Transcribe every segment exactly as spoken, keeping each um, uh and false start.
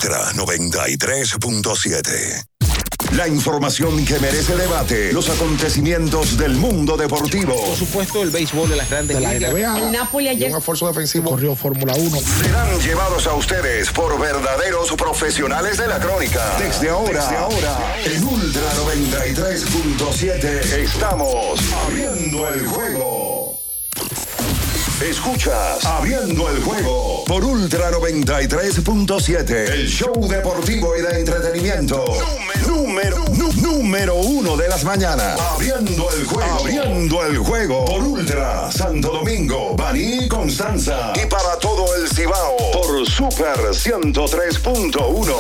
Ultra noventa y tres punto siete. La información que merece debate, los acontecimientos del mundo deportivo. Por supuesto, el béisbol de las grandes ligas. El Napoli ayer. Un esfuerzo defensivo. Corrió Fórmula uno. Serán llevados a ustedes por verdaderos profesionales de la crónica. Desde ahora, Desde ahora, en Ultra noventa y tres punto siete estamos abriendo el juego. Escuchas Abriendo el Juego por Ultra noventa y tres punto siete, el show deportivo y de entretenimiento número, número, número uno de las mañanas. Abriendo el Juego. Abriendo el Juego por Ultra Santo Domingo, Baní, Constanza y para todo el Cibao por Super ciento tres punto uno.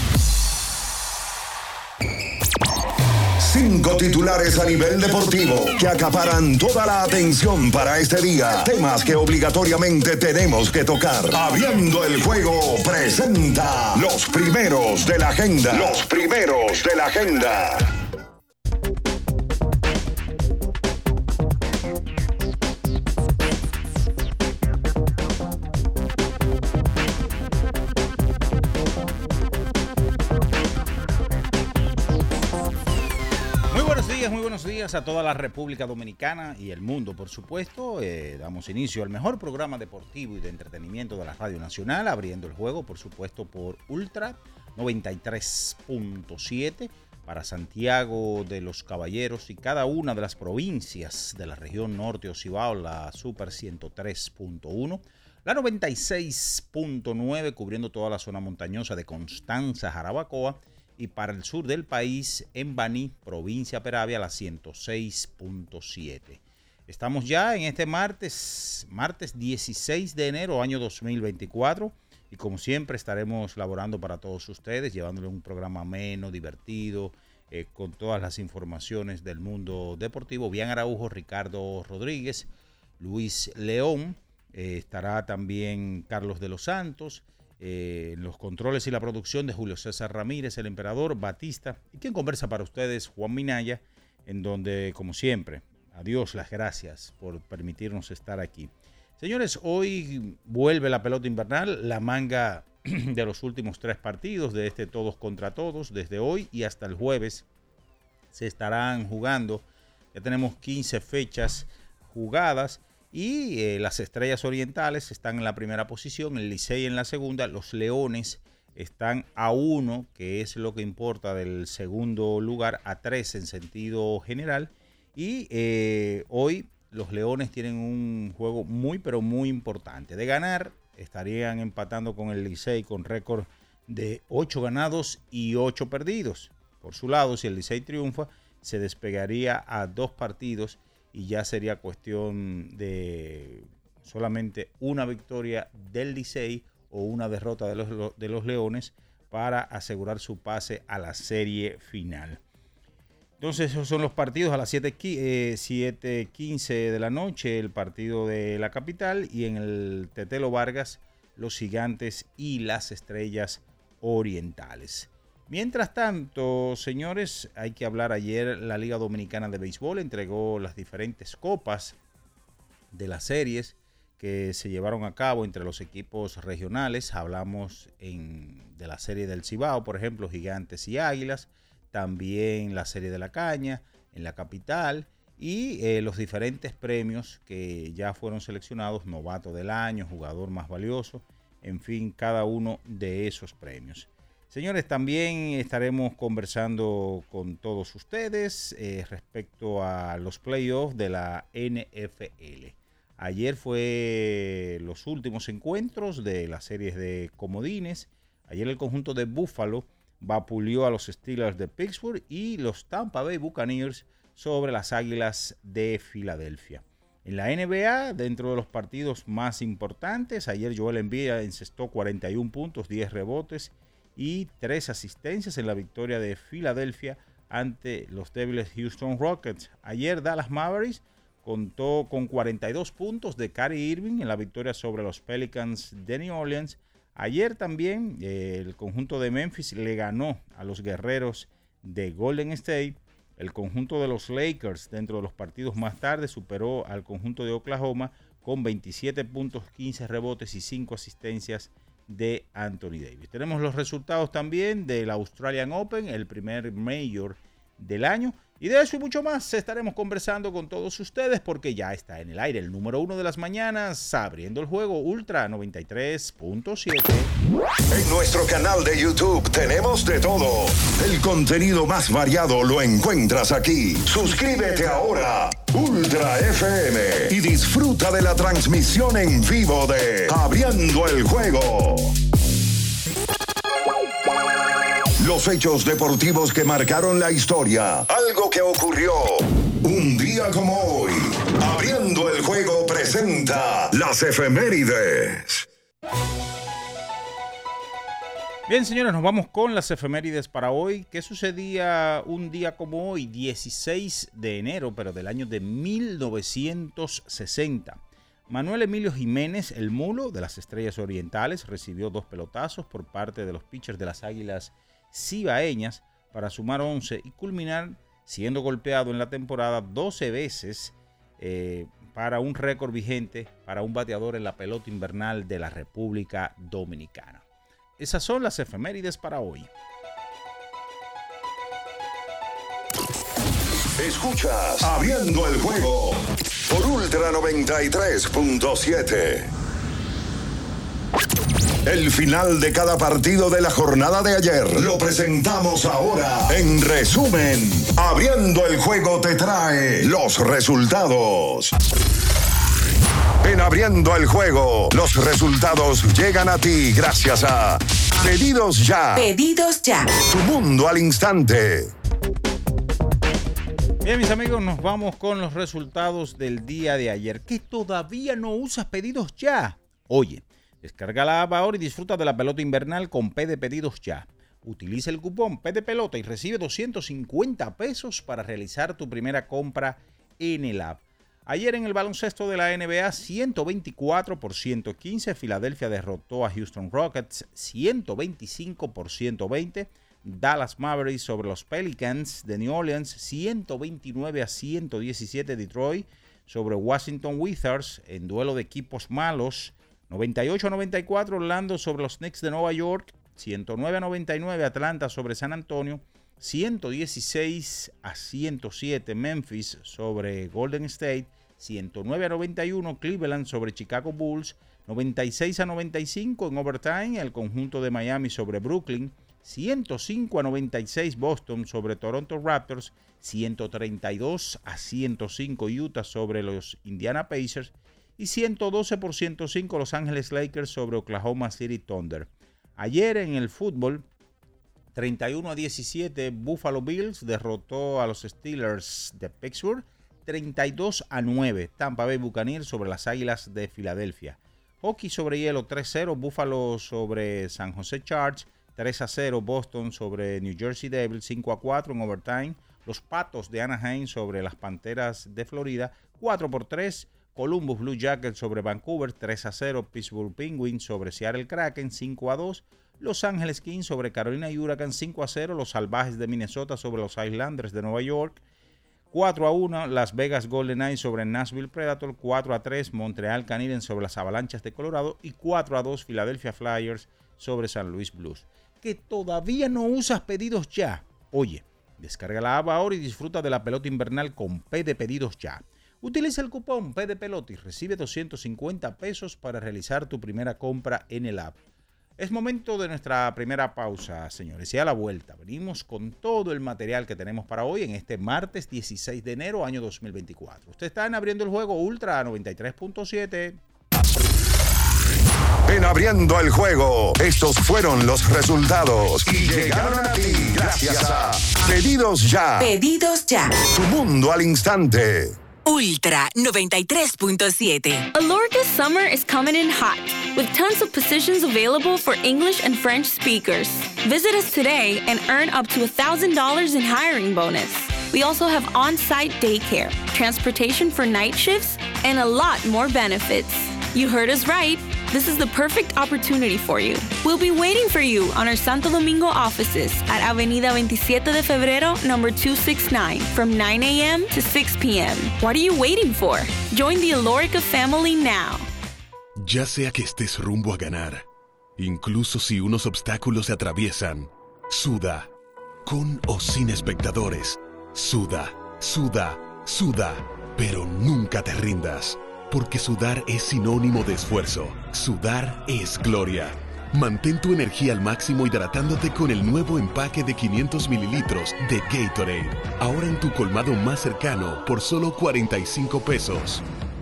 Cinco titulares a nivel deportivo que acaparan toda la atención para este día. Temas que obligatoriamente tenemos que tocar. Abriendo el Juego presenta los primeros de la agenda. Los primeros de la agenda. Muy buenos días a toda la República Dominicana y el mundo, por supuesto. Eh, damos inicio al mejor programa deportivo y de entretenimiento de la Radio Nacional, abriendo el juego, por supuesto, por Ultra noventa y tres punto siete para Santiago de los Caballeros y cada una de las provincias de la región norte o Cibao, la Super ciento tres punto uno. La noventa y seis punto nueve cubriendo toda la zona montañosa de Constanza, Jarabacoa. Y para el sur del país, en Baní, provincia Peravia, la ciento seis punto siete. Estamos ya en este martes, martes dieciséis de enero, año dos mil veinticuatro. Y como siempre estaremos laborando para todos ustedes, llevándole un programa ameno, divertido, eh, con todas las informaciones del mundo deportivo. Bian Araujo, Ricardo Rodríguez, Luis León, eh, estará también Carlos de los Santos. Eh, los controles y la producción de Julio César Ramírez, el Emperador, Batista, y quien conversa para ustedes, Juan Minaya, en donde, como siempre, a Dios las gracias por permitirnos estar aquí. Señores, hoy vuelve la pelota invernal, la manga de los últimos tres partidos de este todos contra todos, desde hoy y hasta el jueves se estarán jugando. Ya tenemos quince fechas jugadas. Y eh, las Estrellas Orientales están en la primera posición, el Licey en la segunda, los Leones están a uno, que es lo que importa, del segundo lugar, a tres en sentido general. Y eh, hoy los Leones tienen un juego muy, pero muy importante. De ganar, estarían empatando con el Licey con récord de ocho ganados y ocho perdidos. Por su lado, si el Licey triunfa, se despegaría a dos partidos y ya sería cuestión de solamente una victoria del Licey o una derrota de los, de los Leones para asegurar su pase a la serie final. Entonces esos son los partidos a las siete quince de la noche, el partido de la capital, y en el Tetelo Vargas, los Gigantes y las Estrellas Orientales. Mientras tanto, señores, hay que hablar. Ayer la Liga Dominicana de Béisbol entregó las diferentes copas de las series que se llevaron a cabo entre los equipos regionales. Hablamos en, de la serie del Cibao, por ejemplo, Gigantes y Águilas. También la serie de la Caña en la capital. Y eh, los diferentes premios que ya fueron seleccionados, novato del año, jugador más valioso, en fin, cada uno de esos premios. Señores, también estaremos conversando con todos ustedes eh, respecto a los playoffs de la N F L. Ayer fue los últimos encuentros de las series de comodines. Ayer el conjunto de Buffalo vapuleó a los Steelers de Pittsburgh y los Tampa Bay Buccaneers sobre las Águilas de Filadelfia. En la N B A, dentro de los partidos más importantes, ayer Joel Embiid encestó cuarenta y un puntos, diez rebotes y tres asistencias en la victoria de Filadelfia ante los débiles Houston Rockets. Ayer Dallas Mavericks contó con cuarenta y dos puntos de Kyrie Irving en la victoria sobre los Pelicans de New Orleans. Ayer también eh, el conjunto de Memphis le ganó a los guerreros de Golden State. El conjunto de los Lakers, dentro de los partidos más tarde, superó al conjunto de Oklahoma con veintisiete puntos, quince rebotes y cinco asistencias de Anthony Davis. Tenemos los resultados también del Australian Open, el primer Major del año. Y de eso y mucho más estaremos conversando con todos ustedes porque ya está en el aire el número uno de las mañanas, abriendo el juego Ultra noventa y tres punto siete. En nuestro canal de YouTube tenemos de todo. El contenido más variado lo encuentras aquí. Suscríbete ahora, Ultra F M, y disfruta de la transmisión en vivo de Abriendo el Juego. Los hechos deportivos que marcaron la historia. Algo que ocurrió un día como hoy. Abriendo el Juego presenta las efemérides. Bien, señores, nos vamos con las efemérides para hoy. ¿Qué sucedía un día como hoy, dieciséis de enero, pero del año de mil novecientos sesenta? Manuel Emilio Jiménez, el Mulo de las Estrellas Orientales, recibió dos pelotazos por parte de los pitchers de las Águilas Cibaeñas para sumar once y culminar siendo golpeado en la temporada doce veces eh, para un récord vigente para un bateador en la pelota invernal de la República Dominicana. Esas son las efemérides para hoy. Escuchas Abriendo el Juego por Ultra noventa y tres punto siete. El final de cada partido de la jornada de ayer lo presentamos ahora. En resumen, Abriendo el Juego te trae los resultados. En Abriendo el Juego, los resultados llegan a ti gracias a Pedidos Ya. Pedidos Ya. Tu mundo al instante. Bien, mis amigos, nos vamos con los resultados del día de ayer. ¿Que todavía no usas Pedidos Ya? Oye, descarga la app ahora y disfruta de la pelota invernal con P de Pedidos Ya. Utiliza el cupón P de Pelota y recibe doscientos cincuenta pesos para realizar tu primera compra en el app. Ayer en el baloncesto de la N B A, ciento veinticuatro por ciento quince, Filadelfia derrotó a Houston Rockets ciento veinticinco por ciento veinte. Dallas Mavericks sobre los Pelicans de New Orleans, ciento veintinueve a ciento diecisiete. Detroit sobre Washington Wizards en duelo de equipos malos. noventa y ocho a noventa y cuatro Orlando sobre los Knicks de Nueva York, ciento nueve a noventa y nueve Atlanta sobre San Antonio, ciento dieciséis a ciento siete Memphis sobre Golden State, ciento nueve a noventa y uno Cleveland sobre Chicago Bulls, noventa y seis a noventa y cinco en overtime el conjunto de Miami sobre Brooklyn, ciento cinco a noventa y seis Boston sobre Toronto Raptors, ciento treinta y dos a ciento cinco Utah sobre los Indiana Pacers y ciento doce por ciento cinco Los Ángeles Lakers sobre Oklahoma City Thunder. Ayer en el fútbol, treinta y uno a diecisiete Buffalo Bills derrotó a los Steelers de Pittsburgh, treinta y dos a nueve Tampa Bay Buccaneers sobre las Águilas de Filadelfia. Hockey sobre hielo tres cero Buffalo sobre San Jose Sharks, tres a cero Boston sobre New Jersey Devils, cinco a cuatro en overtime. Los Patos de Anaheim sobre las Panteras de Florida, cuatro por tres Columbus Blue Jackets sobre Vancouver, tres a cero Pittsburgh Penguins sobre Seattle Kraken, cinco a dos Los Ángeles Kings sobre Carolina Hurricanes, cinco a cero Los Salvajes de Minnesota sobre los Islanders de Nueva York, cuatro a uno Las Vegas Golden Knights sobre Nashville Predator, cuatro a tres Montreal Canadiens sobre las Avalanchas de Colorado y cuatro a dos Philadelphia Flyers sobre San Luis Blues. ¿Que todavía no usas Pedidos Ya? Oye, descarga la app ahora y disfruta de la pelota invernal con P de Pedidos Ya. Utiliza el cupón P de Pelota y recibe doscientos cincuenta pesos para realizar tu primera compra en el app. Es momento de nuestra primera pausa, señores, y a la vuelta venimos con todo el material que tenemos para hoy en este martes dieciséis de enero, año dos mil veinticuatro. Ustedes están abriendo el juego Ultra noventa y tres punto siete. En Abriendo el Juego, estos fueron los resultados y llegaron a ti gracias a Pedidos Ya. Pedidos Ya. Tu mundo al instante. Ultra noventa y tres punto siete. Alorca's summer is coming in hot, with tons of positions available for English and French speakers. Visit us today and earn up to one thousand dollars in hiring bonus. We also have on-site daycare, transportation for night shifts, and a lot more benefits. You heard us right. This is the perfect opportunity for you. We'll be waiting for you on our Santo Domingo offices at Avenida veintisiete de Febrero, number two sixty-nine, from nine a.m. to six p.m. What are you waiting for? Join the Alorica family now. Ya sea que estés rumbo a ganar, incluso si unos obstáculos se atraviesan. Suda, con o sin espectadores. Suda, suda, suda, pero nunca te rindas, porque sudar es sinónimo de esfuerzo. Sudar es gloria. Mantén tu energía al máximo hidratándote con el nuevo empaque de quinientos mililitros de Gatorade. Ahora en tu colmado más cercano por solo cuarenta y cinco pesos.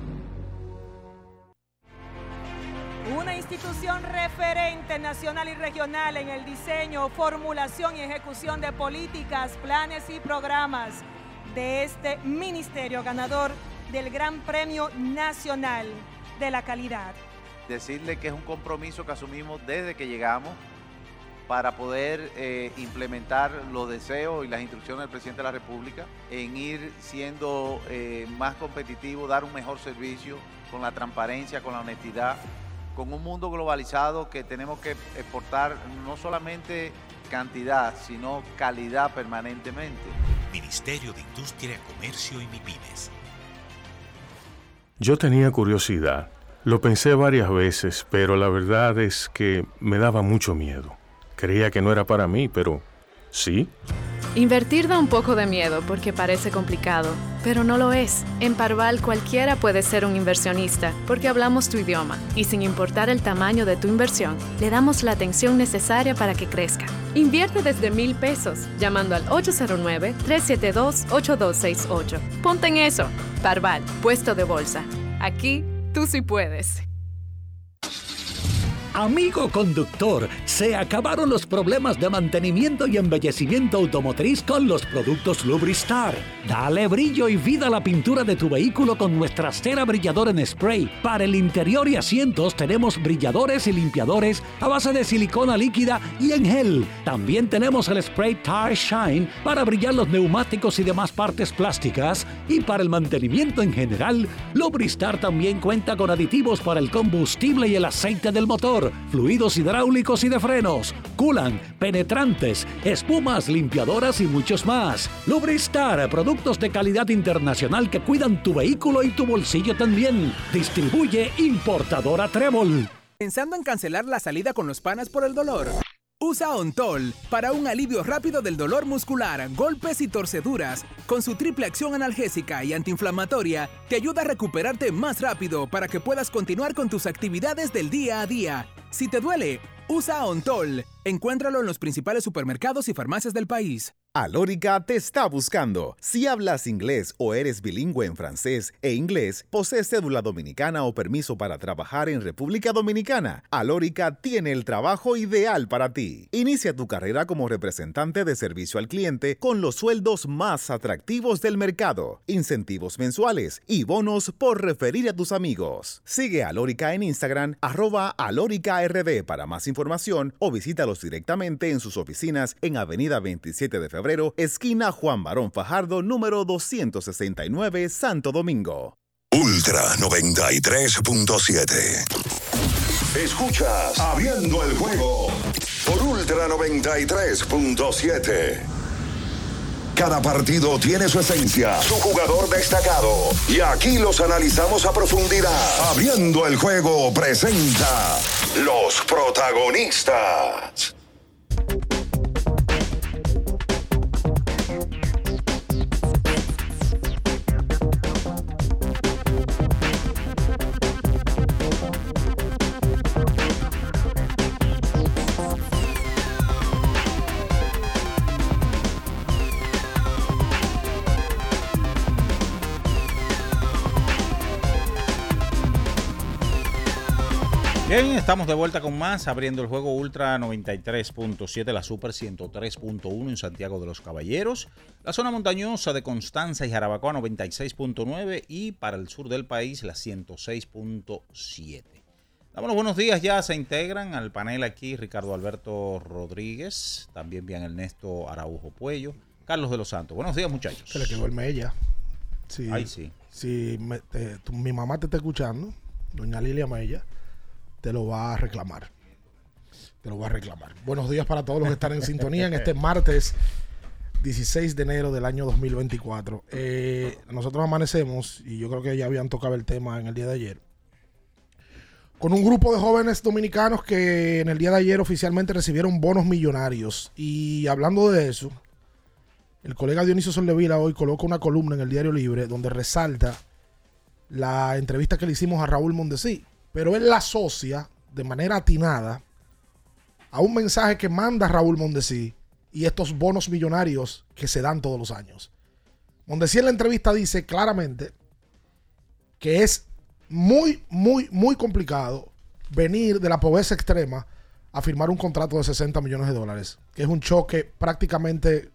Una institución referente nacional y regional en el diseño, formulación y ejecución de políticas, planes y programas de este ministerio ganador del Gran Premio Nacional de la Calidad. Decirle que es un compromiso que asumimos desde que llegamos para poder eh, implementar los deseos y las instrucciones del presidente de la República en ir siendo eh, más competitivo, dar un mejor servicio con la transparencia, con la honestidad, con un mundo globalizado que tenemos que exportar no solamente cantidad, sino calidad permanentemente. Ministerio de Industria, Comercio y MIPYMES. Yo tenía curiosidad. Lo pensé varias veces, pero la verdad es que me daba mucho miedo. Creía que no era para mí, pero sí. Invertir da un poco de miedo porque parece complicado, pero no lo es. En Parval cualquiera puede ser un inversionista porque hablamos tu idioma y sin importar el tamaño de tu inversión, le damos la atención necesaria para que crezca. Invierte desde mil pesos llamando al ocho cero nueve, tres siete dos, ocho dos seis ocho. Ponte en eso. Parval, puesto de bolsa. Aquí tú sí puedes. Amigo conductor, se acabaron los problemas de mantenimiento y embellecimiento automotriz con los productos Lubristar. Dale brillo y vida a la pintura de tu vehículo con nuestra cera brilladora en spray. Para el interior y asientos tenemos brilladores y limpiadores a base de silicona líquida y en gel. También tenemos el spray Tire Shine para brillar los neumáticos y demás partes plásticas. Y para el mantenimiento en general, Lubristar también cuenta con aditivos para el combustible y el aceite del motor, fluidos hidráulicos y de frenos, culan, penetrantes, espumas, limpiadoras y muchos más. Lubristar, productos de calidad internacional que cuidan tu vehículo y tu bolsillo también. Distribuye importadora Trébol. ¿Pensando en cancelar la salida con los panas por el dolor? Usa Ontol para un alivio rápido del dolor muscular, golpes y torceduras. Con su triple acción analgésica y antiinflamatoria, te ayuda a recuperarte más rápido para que puedas continuar con tus actividades del día a día. Si te duele, usa Ontol. Encuéntralo en los principales supermercados y farmacias del país. Alórica te está buscando. Si hablas inglés o eres bilingüe en francés e inglés, posees cédula dominicana o permiso para trabajar en República Dominicana, Alórica tiene el trabajo ideal para ti. Inicia tu carrera como representante de servicio al cliente con los sueldos más atractivos del mercado, incentivos mensuales y bonos por referir a tus amigos. Sigue a Alórica en Instagram, arroba alóricard para más información o visítalos directamente en sus oficinas en Avenida veintisiete de febrero, esquina Juan Barón Fajardo, número doscientos sesenta y nueve, Santo Domingo. Ultra noventa y tres punto siete. Escuchas Abriendo el Juego por Ultra noventa y tres punto siete. Cada partido tiene su esencia, su jugador destacado, y aquí los analizamos a profundidad. Abriendo el Juego presenta los protagonistas. Bien, estamos de vuelta con más, abriendo el juego Ultra noventa y tres punto siete, la Super ciento tres punto uno en Santiago de los Caballeros, la zona montañosa de Constanza y Jarabacoa noventa y seis punto nueve y para el sur del país la ciento seis punto siete. Damos los buenos días, ya se integran al panel aquí Ricardo Alberto Rodríguez, también bien Ernesto Araujo Puello, Carlos de los Santos. Buenos días, muchachos. Se le quedó el Mella. Sí, Ay, sí. Si me, te, tu, mi mamá te está escuchando, doña Lilia Mella, te lo va a reclamar. Te lo va a reclamar. Buenos días para todos los que están en sintonía en este martes dieciséis de enero del año dos mil veinticuatro. Eh, nosotros amanecemos, y yo creo que ya habían tocado el tema en el día de ayer, con un grupo de jóvenes dominicanos que en el día de ayer oficialmente recibieron bonos millonarios. Y hablando de eso, el colega Dionisio Soldevila hoy coloca una columna en el Diario Libre donde resalta la entrevista que le hicimos a Raúl Mondesí, pero él la asocia de manera atinada a un mensaje que manda Raúl Mondesí y estos bonos millonarios que se dan todos los años. Mondesí en la entrevista dice claramente que es muy, muy, muy complicado venir de la pobreza extrema a firmar un contrato de sesenta millones de dólares, que es un choque prácticamente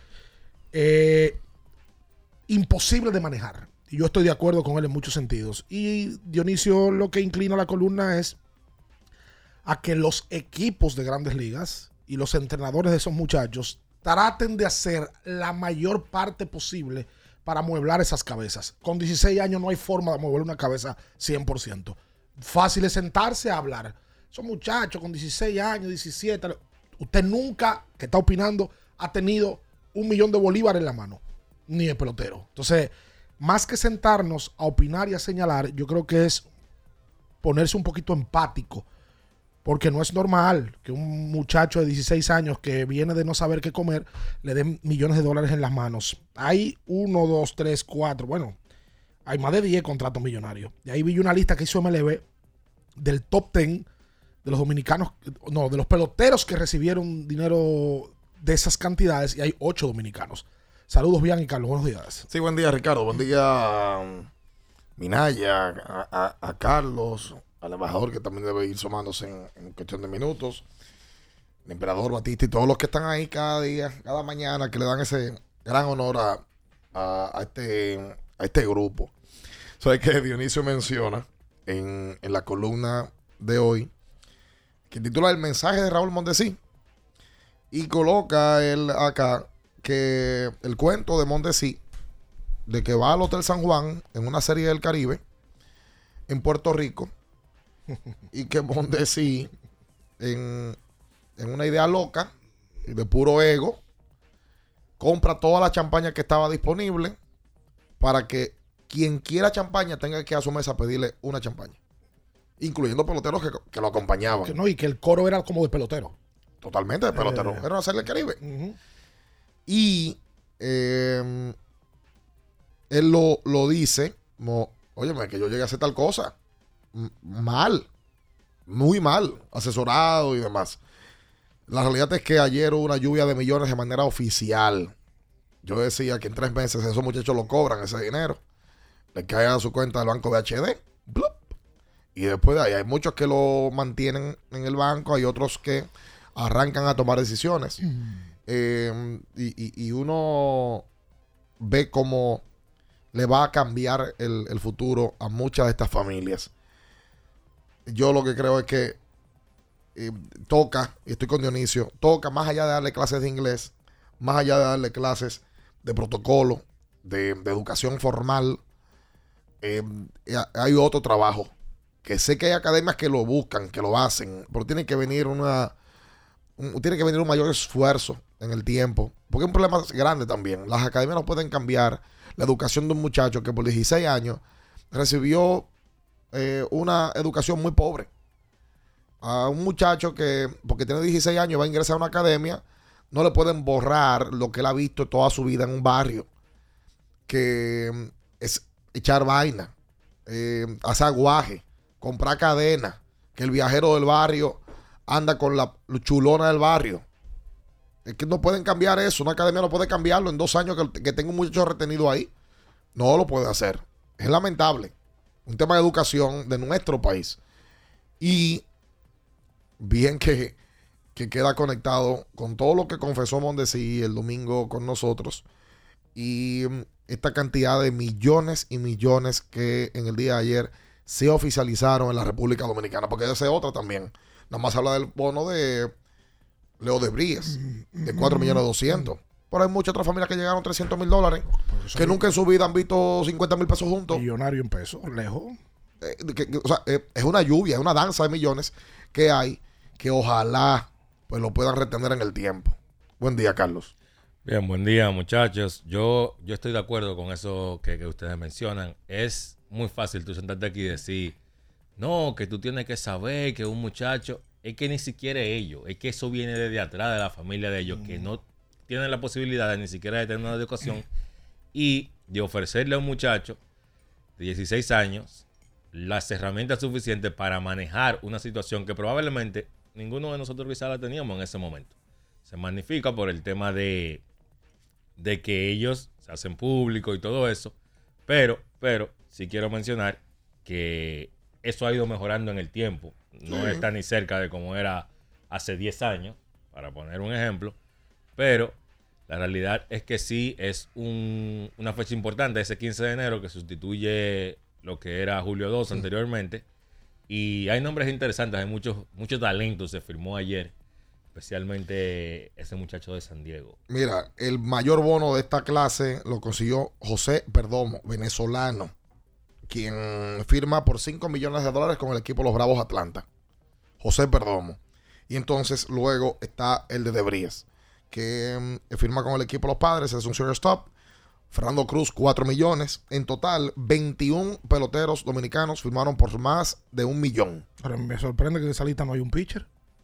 eh, imposible de manejar. Y yo estoy de acuerdo con él en muchos sentidos. Y Dionisio lo que inclina la columna es a que los equipos de Grandes Ligas y los entrenadores de esos muchachos traten de hacer la mayor parte posible para amueblar esas cabezas. Con dieciséis años no hay forma de mover una cabeza cien por ciento. Fácil es sentarse a hablar. Esos muchachos con dieciséis años, diecisiete, usted nunca, que está opinando, ha tenido un millón de bolívares en la mano, ni el pelotero. Entonces, más que sentarnos a opinar y a señalar, yo creo que es ponerse un poquito empático, porque no es normal que un muchacho de dieciséis años que viene de no saber qué comer le den millones de dólares en las manos. Hay uno, dos, tres, cuatro, bueno, hay más de diez contratos millonarios. Y ahí vi una lista que hizo M L B del top diez de los dominicanos, no, de los peloteros que recibieron dinero de esas cantidades, y hay ocho dominicanos. Saludos, Bian y Carlos, buenos días. Sí, buen día, Ricardo. Buen día a Minaya, a, a, a Carlos, al embajador, que también debe ir sumándose en, en cuestión de minutos, el emperador Batista y todos los que están ahí cada día, cada mañana, que le dan ese gran honor a, a, a, este, a este grupo. Sabes que Dionisio menciona en, en la columna de hoy, que titula El mensaje de Raúl Mondesí, y coloca él acá que el cuento de Mondesí, de que va al Hotel San Juan en una serie del Caribe en Puerto Rico, y que Mondesí en, en una idea loca y de puro ego compra toda la champaña que estaba disponible para que quien quiera champaña tenga que ir a su mesa a pedirle una champaña, incluyendo peloteros que, que lo acompañaban. Que no, y que el coro era como de pelotero. Totalmente de pelotero. Eh, era una serie del Caribe. Uh-huh. Y eh, él lo, lo dice como, óyeme, que yo llegué a hacer tal cosa. M- mal. Muy mal. Asesorado y demás. La realidad es que ayer hubo una lluvia de millones de manera oficial. Yo decía que en tres meses esos muchachos lo cobran ese dinero. Le cae a su cuenta del banco de H D. Blup. Y después de ahí hay muchos que lo mantienen en el banco. Hay otros que arrancan a tomar decisiones. Mm. Eh, y, y, y uno ve cómo le va a cambiar el, el futuro a muchas de estas familias. Yo lo que creo es que eh, toca, y estoy con Dionisio, toca más allá de darle clases de inglés, más allá de darle clases de protocolo, de, de educación formal, eh, hay otro trabajo, que sé que hay academias que lo buscan, que lo hacen, pero tiene que venir una un, tiene que venir un mayor esfuerzo en el tiempo, porque es un problema grande también. Las academias no pueden cambiar la educación de un muchacho que por dieciséis años recibió eh, una educación muy pobre. A un muchacho que, porque tiene dieciséis años, va a ingresar a una academia, no le pueden borrar lo que él ha visto toda su vida en un barrio, que es echar vaina, eh, hacer aguaje, comprar cadena, que el viajero del barrio anda con la chulona del barrio. Es que no pueden cambiar eso. Una academia no puede cambiarlo en dos años que, que tenga un muchacho retenido ahí. No lo puede hacer. Es lamentable. Un tema de educación de nuestro país. Y bien que, que queda conectado con todo lo que confesó Mondesí el domingo con nosotros. Y esta cantidad de millones y millones que en el día de ayer se oficializaron en la República Dominicana. Porque esa es otra también. Nada más habla del bono de Leo de Bríez, de cuatro millones doscientos. Pero hay muchas otras familias que llegaron a trescientos mil dólares, que nunca en su vida han visto cincuenta mil pesos juntos. Millonario en pesos, lejos. Eh, que, que, o sea, eh, es una lluvia, es una danza de millones que hay, que ojalá pues lo puedan retener en el tiempo. Buen día, Carlos. Bien, buen día, muchachos. Yo, yo estoy de acuerdo con eso que, que ustedes mencionan. Es muy fácil tú sentarte aquí y decir, no, que tú tienes que saber que un muchacho, es que ni siquiera ellos, es que eso viene desde atrás de la familia de ellos, mm. que no tienen la posibilidad de ni siquiera de tener una educación y de ofrecerle a un muchacho de dieciséis años las herramientas suficientes para manejar una situación que probablemente ninguno de nosotros quizás la teníamos en ese momento. Se magnifica por el tema de, de que ellos se hacen público y todo eso, pero, pero sí quiero mencionar que eso ha ido mejorando en el tiempo. No sí. está ni cerca de como era hace diez años, para poner un ejemplo, pero la realidad es que sí es un, una fecha importante, ese quince de enero, que sustituye lo que era julio dos sí. anteriormente. Y hay nombres interesantes, hay muchos mucho talento, se firmó ayer, especialmente ese muchacho de San Diego. Mira, el mayor bono de esta clase lo consiguió José Perdomo, venezolano, quien firma por cinco millones de dólares con el equipo Los Bravos Atlanta. José Perdomo. Y entonces luego está el de Debrías, que um, firma con el equipo Los Padres, es un shortstop. Fernando Cruz, cuatro millones. En total, veintiún peloteros dominicanos firmaron por más de un millón. Pero me sorprende que en esa lista no hay un pitcher.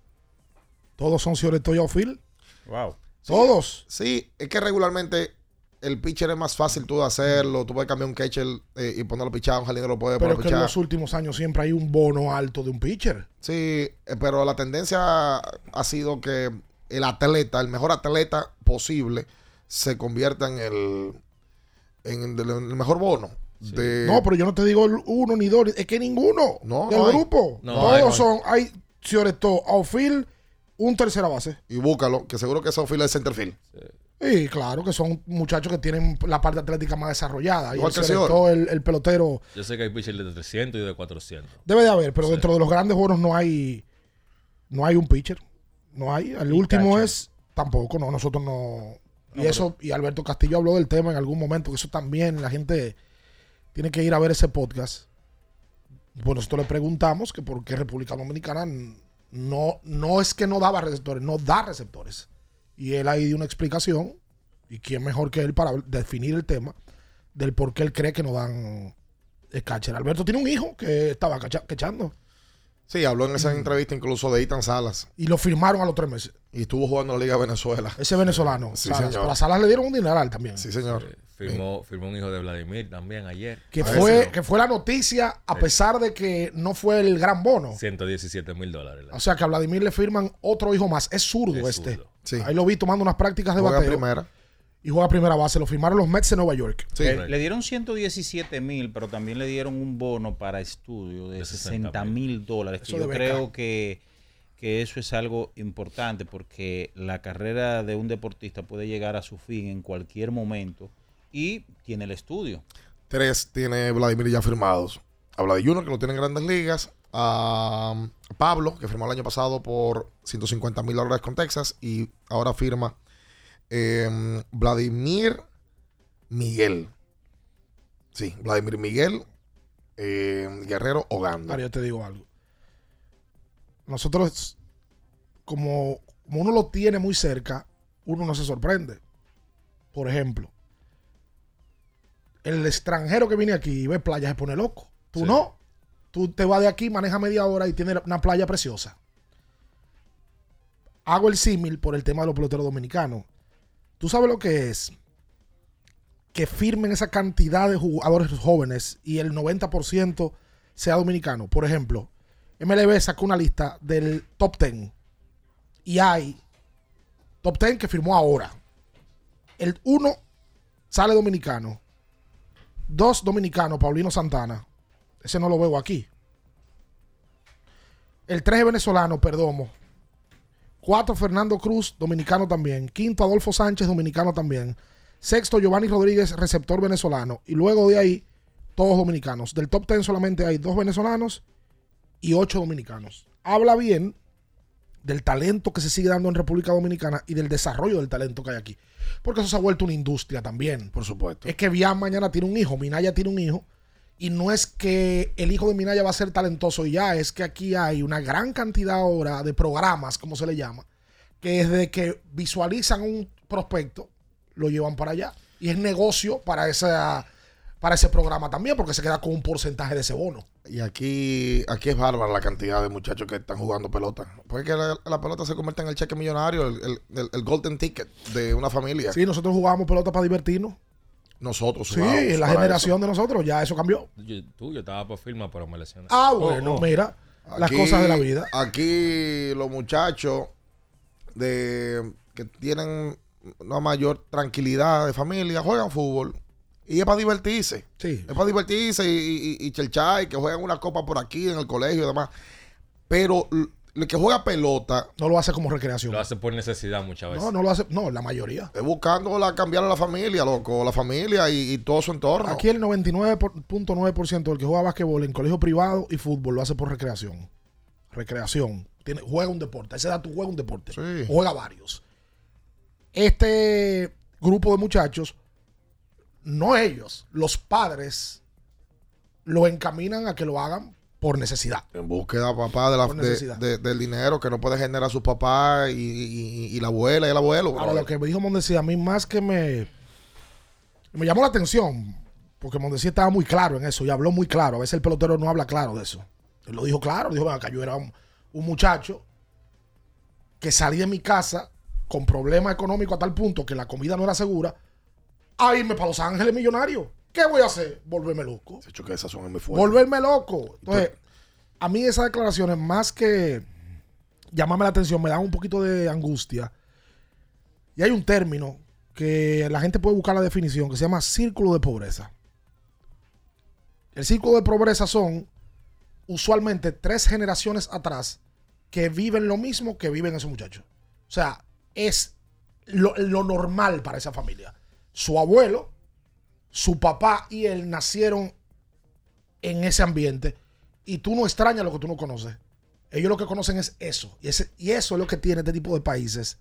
Todos son shortstop y outfield. Wow. Sí, Todos. Sí, es que regularmente el pitcher es más fácil tú de hacerlo. Tú puedes cambiar un catcher eh, y ponerlo pichado. Un jardinero lo puede Pero poner es que pichado. en los últimos años siempre hay un bono alto de un pitcher. Sí, eh, pero la tendencia ha sido que el atleta, el mejor atleta posible, se convierta en el, en el, en el mejor bono. Sí. De... No, pero yo no te digo uno ni dos, es que ninguno no, del no grupo. No, Todos hay, no son, hay shortstop, outfield, un tercera base. Y búscalo, que seguro que ese outfield es centerfield. Sí. Y claro, que son muchachos que tienen la parte atlética más desarrollada. Igual y el, todo el, el pelotero. Yo sé que hay pitchers de trescientos y de cuatrocientos. Debe de haber, pero sí. dentro de los grandes bonos no hay no hay un pitcher. No hay. El y último catcher. Es tampoco, no, nosotros no. no y eso, pero... y Alberto Castillo habló del tema en algún momento, que eso también la gente tiene que ir a ver ese podcast. Bueno, nosotros le preguntamos que por qué República Dominicana no, no es que no daba receptores, no da receptores. Y él ahí dio una explicación, y quién mejor que él para definir el tema del por qué él cree que no dan el catcher. Alberto tiene un hijo que estaba quechando. Sí, habló en esa mm. entrevista incluso de Ethan Salas. Y lo firmaron a los tres meses. Y estuvo jugando en la Liga de Venezuela. Ese venezolano. Sí, Salas. señor. Pero a Salas le dieron un dineral también. Sí, señor. Sí, firmó, firmó un hijo de Vladimir también ayer. Que fue, que fue la noticia a sí. pesar de que no fue el gran bono. ciento diecisiete mil dólares. O sea que a Vladimir le firman otro hijo más. Es zurdo es este. Zurdo. Sí. Ahí lo vi tomando unas prácticas de juega bateo. Primera. Y juega primera base. Lo firmaron los Mets de Nueva York. Sí. Le, le dieron ciento diecisiete mil, pero también le dieron un bono para estudio de, de sesenta mil dólares. Que yo creo que, que eso es algo importante porque la carrera de un deportista puede llegar a su fin en cualquier momento y tiene el estudio. Tres tiene Vladimir ya firmados. Habla de Junior, que lo tiene en Grandes Ligas. A Pablo, que firmó el año pasado por ciento cincuenta mil dólares con Texas y ahora firma Eh, Vladimir Miguel. Sí, Vladimir Miguel eh, Guerrero Ogando. Ahora yo te digo algo. Nosotros, como, como uno lo tiene muy cerca, uno no se sorprende. Por ejemplo, el extranjero que viene aquí y ve playas se pone loco. Tú sí. no. Tú te vas de aquí, manejas media hora y tienes una playa preciosa. Hago el símil por el tema de los peloteros dominicanos. ¿Tú sabes lo que es? Que firmen esa cantidad de jugadores jóvenes y el noventa por ciento sea dominicano. Por ejemplo, M L B sacó una lista del top diez y hay top diez que firmó ahora. El uno sale dominicano. Dos dominicanos, Paulino Santana. Ese no lo veo aquí. El tres venezolano, Perdomo. Cuatro, Fernando Cruz, dominicano también. Quinto, Adolfo Sánchez, dominicano también. Sexto, Giovanni Rodríguez, receptor venezolano. Y luego de ahí, todos dominicanos. Del top diez solamente hay dos venezolanos y ocho dominicanos. Habla bien del talento que se sigue dando en República Dominicana y del desarrollo del talento que hay aquí. Porque eso se ha vuelto una industria también. Por supuesto. Es que Bian mañana tiene un hijo, Minaya tiene un hijo. Y no es que el hijo de Minaya va a ser talentoso y ya, es que aquí hay una gran cantidad ahora de programas, como se le llama, que desde que visualizan un prospecto, lo llevan para allá. Y es negocio para esa, para ese programa también, porque se queda con un porcentaje de ese bono. Y aquí, aquí es bárbara la cantidad de muchachos que están jugando pelota. Porque la, la pelota se convierte en el cheque millonario, el, el, el, el golden ticket de una familia. Sí, nosotros jugábamos pelota para divertirnos. Nosotros sí, en la generación eso. de nosotros, ya eso cambió. Yo, tú, yo estaba por firma, pero me lesioné. Ah, bueno, oh, oh. mira, aquí, las cosas de la vida. Aquí los muchachos de que tienen una mayor tranquilidad de familia juegan fútbol. Y es para divertirse. Sí. Es para divertirse y, y, y chelchar, y que juegan una copa por aquí en el colegio y demás. Pero el que juega pelota no lo hace como recreación. Lo hace por necesidad muchas veces. No, no lo hace, no, la mayoría. Es buscando la, cambiar a la familia, loco, la familia y, y todo su entorno. Aquí el noventa y nueve punto nueve por ciento del que juega basquetbol en colegio privado y fútbol lo hace por recreación. Recreación. Tiene, juega un deporte. A esa edad tú juegas un deporte. Sí. Juega varios. Este grupo de muchachos, no ellos, los padres lo encaminan a que lo hagan por necesidad. En búsqueda, papá, de la, de, de, del dinero que no puede generar sus papás y, y, y la abuela y el abuelo. Ahora, lo que me dijo Mondesi, a mí más que me, me llamó la atención, porque Mondesi estaba muy claro en eso y habló muy claro. A veces el pelotero no habla claro de eso. Él lo dijo claro, dijo, acá yo era un, un muchacho que salí de mi casa con problemas económicos a tal punto que la comida no era segura, a irme para Los Ángeles millonario. ¿Qué voy a hacer? Volverme loco. Se hecho que esas son muy fuertes. Volverme loco. Entonces, a mí esas declaraciones, más que llamarme la atención, me dan un poquito de angustia. Y hay un término que la gente puede buscar la definición, que se llama círculo de pobreza. El círculo de pobreza son usualmente tres generaciones atrás que viven lo mismo que viven esos muchachos. O sea, es lo, lo normal para esa familia. Su abuelo, su papá y él nacieron en ese ambiente y tú no extrañas lo que tú no conoces. Ellos lo que conocen es eso. Y, ese, y eso es lo que tiene este tipo de países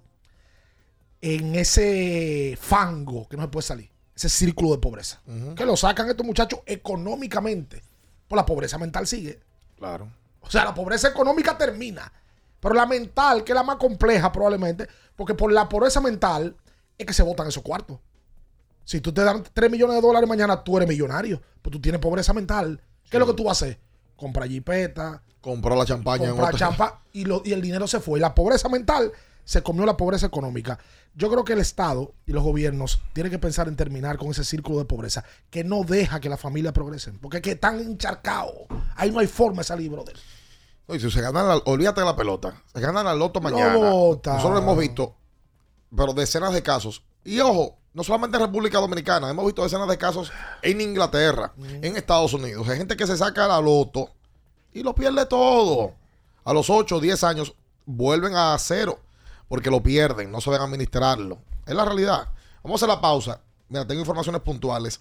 en ese fango que no se puede salir. Ese círculo de pobreza. Uh-huh. Que lo sacan estos muchachos económicamente. Pues la pobreza mental sigue. Claro. O sea, la pobreza económica termina. Pero la mental, que es la más compleja probablemente, porque por la pobreza mental es que se botan esos cuartos. Si tú te dan tres millones de dólares mañana, tú eres millonario. Pues tú tienes pobreza mental. ¿Qué sí. es lo que tú vas a hacer? Comprar jipeta. Comprar la champaña. Comprar champaña. Y, lo, y el dinero se fue. Y la pobreza mental se comió la pobreza económica. Yo creo que el Estado y los gobiernos tienen que pensar en terminar con ese círculo de pobreza que no deja que las familias progresen. Porque es que están encharcados. Ahí no hay forma de salir, brother. No, y si se ganan, la, olvídate de la pelota. Se ganan la loto mañana. No, nosotros lo hemos visto, pero decenas de casos. Y ojo, no solamente en República Dominicana, hemos visto decenas de casos en Inglaterra, mm. en Estados Unidos. Hay gente que se saca la loto y lo pierde todo. A los ocho o diez años vuelven a cero porque lo pierden, no saben administrarlo. Es la realidad. Vamos a hacer la pausa. Mira, tengo informaciones puntuales.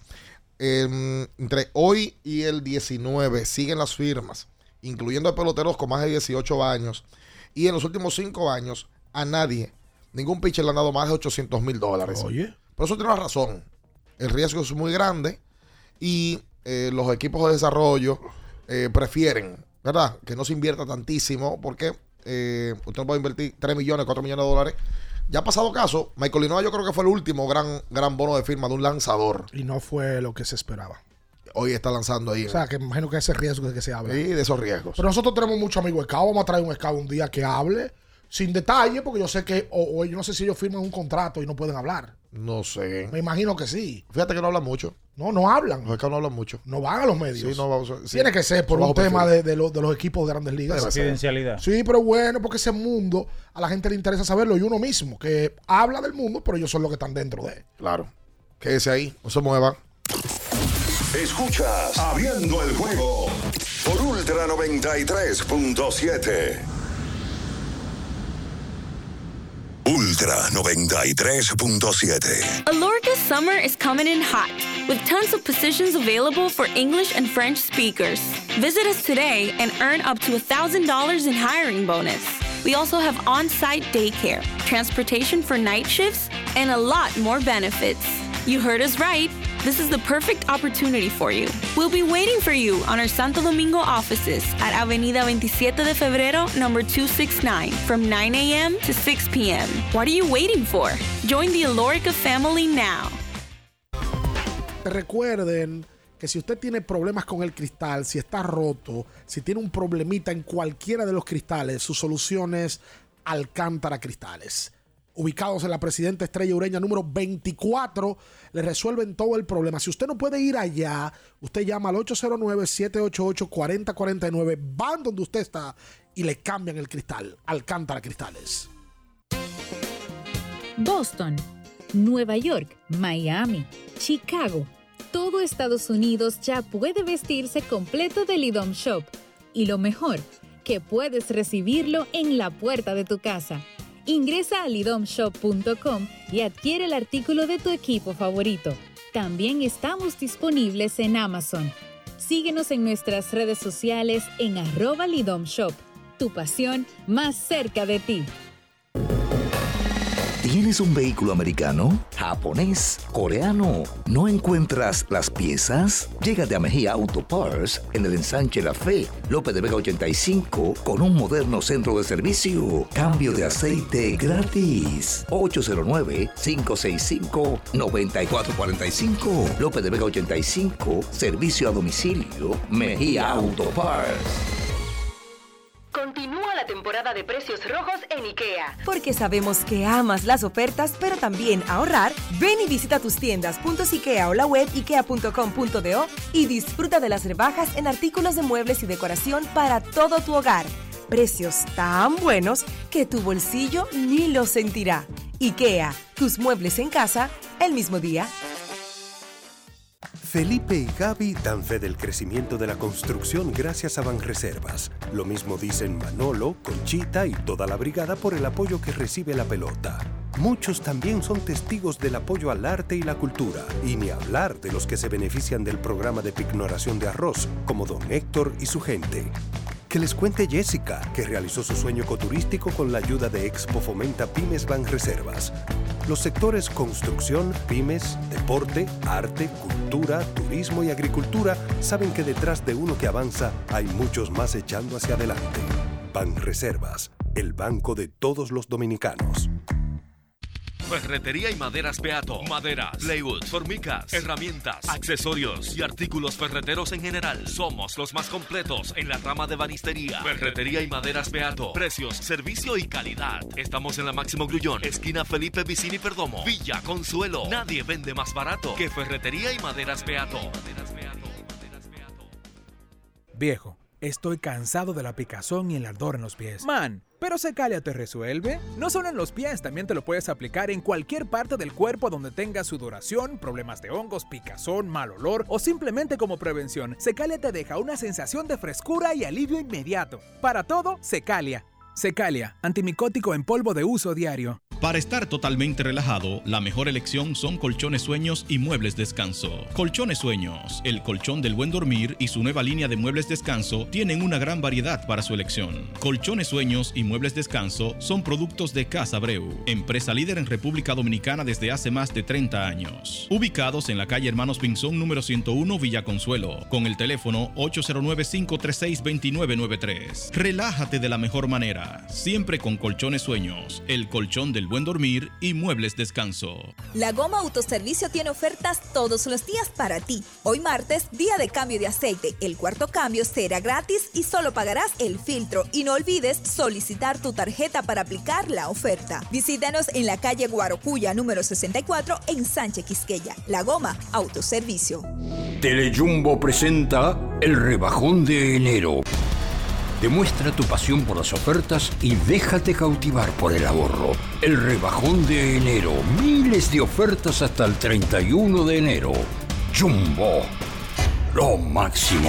Eh, entre hoy y el diecinueve siguen las firmas, incluyendo a peloteros con más de dieciocho años. Y en los últimos cinco años, a nadie, ningún pitcher le han dado más de ochocientos mil dólares. Oye. Pero eso tiene una razón. El riesgo es muy grande y eh, los equipos de desarrollo eh, prefieren, ¿verdad?, que no se invierta tantísimo porque eh, usted no puede invertir tres millones, cuatro millones de dólares. Ya ha pasado caso. Michael Linoa yo creo que fue el último gran, gran bono de firma de un lanzador. Y no fue lo que se esperaba. Hoy está lanzando ahí. O sea, que imagino que ese riesgo de que se habla. Sí, de esos riesgos. Pero nosotros tenemos muchos amigos scout. Vamos a traer un scout un día que hable sin detalle, porque yo sé que, o, o yo no sé si ellos firman un contrato y no pueden hablar. No sé. Me imagino que sí. Fíjate que no hablan mucho. No, no hablan. Los scouts no hablan mucho. No van a los medios. Sí, no vamos a, sí. Tiene que ser por un tema de, de, lo, de los equipos de Grandes Ligas. Confidencialidad. Sí, pero bueno, porque ese mundo a la gente le interesa saberlo y uno mismo, que habla del mundo, pero ellos son los que están dentro de él. Claro. Quédese ahí, no se mueva. Escuchas Abriendo el Juego por Ultra noventa y tres punto siete. Ultra noventa y tres punto siete. Alorca's summer is coming in hot, with tons of positions available for English and French speakers. Visit us today and earn up to one thousand dollars in hiring bonus. We also have on-site daycare, transportation for night shifts, and a lot more benefits. You heard us right. This is the perfect opportunity for you. We'll be waiting for you on our Santo Domingo offices at Avenida veintisiete de Febrero, number two sixty-nine, from nine a.m. to six p.m. What are you waiting for? Join the Alorica family now. Recuerden que si usted tiene problemas con el cristal, si está roto, si tiene un problemita en cualquiera de los cristales, su solución es Alcántara Cristales. Ubicados en la Presidenta Estrella Ureña número veinticuatro, le resuelven todo el problema. Si usted no puede ir allá, usted llama al ocho cero nueve, siete ocho ocho, cuatro cero cuatro nueve, van donde usted está y le cambian el cristal. Alcántara Cristales. Boston, Nueva York, Miami, Chicago. Todo Estados Unidos ya puede vestirse completo del IDOM Shop. Y lo mejor, que puedes recibirlo en la puerta de tu casa. Ingresa a lidom shop punto com y adquiere el artículo de tu equipo favorito. También estamos disponibles en Amazon. Síguenos en nuestras redes sociales en arroba Lidom Shop. Tu pasión más cerca de ti. ¿Tienes un vehículo americano, japonés, coreano? ¿No encuentras las piezas? Llégate a Mejía Auto Parts en el ensanche La Fe, López de Vega ochenta y cinco, con un moderno centro de servicio. Cambio de aceite gratis. ocho cero nueve, cinco seis cinco, nueve cuatro cuatro cinco. López de Vega ochenta y cinco, servicio a domicilio. Mejía Auto Parts. Continúa la temporada de precios rojos en IKEA. Porque sabemos que amas las ofertas, pero también ahorrar. Ven y visita tus tiendas puntos IKEA o la web ikea punto com punto do y disfruta de las rebajas en artículos de muebles y decoración para todo tu hogar. Precios tan buenos que tu bolsillo ni lo sentirá. IKEA, tus muebles en casa el mismo día. Felipe y Gaby dan fe del crecimiento de la construcción gracias a Banreservas. Lo mismo dicen Manolo, Conchita y toda la brigada por el apoyo que recibe la pelota. Muchos también son testigos del apoyo al arte y la cultura, y ni hablar de los que se benefician del programa de pignoración de arroz, como don Héctor y su gente. Que les cuente Jessica, que realizó su sueño ecoturístico con la ayuda de Expo Fomenta Pymes Banreservas. Los sectores construcción, pymes, deporte, arte, cultura, turismo y agricultura saben que detrás de uno que avanza hay muchos más echando hacia adelante. Banreservas, el banco de todos los dominicanos. Ferretería y maderas Beato. Maderas, plywood, formicas, herramientas, accesorios y artículos ferreteros en general. Somos los más completos en la rama de banistería. Ferretería y maderas Beato. Precios, servicio y calidad. Estamos en la Máximo Grullón, esquina Felipe Vicini Perdomo, Villa Consuelo. Nadie vende más barato que Ferretería y maderas Beato. Viejo, estoy cansado de la picazón y el ardor en los pies. Man, ¿pero Secalia te resuelve? No solo en los pies, también te lo puedes aplicar en cualquier parte del cuerpo donde tengas sudoración, problemas de hongos, picazón, mal olor o simplemente como prevención. Secalia te deja una sensación de frescura y alivio inmediato. Para todo, Secalia. Secalia, antimicótico en polvo de uso diario. Para estar totalmente relajado, la mejor elección son Colchones Sueños y Muebles Descanso. Colchones Sueños, el colchón del buen dormir y su nueva línea de muebles descanso tienen una gran variedad para su elección. Colchones Sueños y Muebles Descanso son productos de Casa Abreu, empresa líder en República Dominicana desde hace más de treinta años. Ubicados en la calle Hermanos Pinzón número ciento uno, Villa Consuelo, con el teléfono ocho cero nueve, cinco tres seis, dos nueve nueve tres. Relájate de la mejor manera, siempre con Colchones Sueños, el colchón del buen dormir y Muebles Descanso. La Goma Autoservicio tiene ofertas todos los días para ti. Hoy martes, día de cambio de aceite. El cuarto cambio será gratis y solo pagarás el filtro. Y no olvides solicitar tu tarjeta para aplicar la oferta. Visítanos en la calle Guarocuya número sesenta y cuatro en Sánchez Quisqueya. La Goma Autoservicio. Telejumbo presenta el rebajón de enero. Demuestra tu pasión por las ofertas y déjate cautivar por el ahorro. El rebajón de enero. Miles de ofertas hasta el treinta y uno de enero. Jumbo. Lo máximo.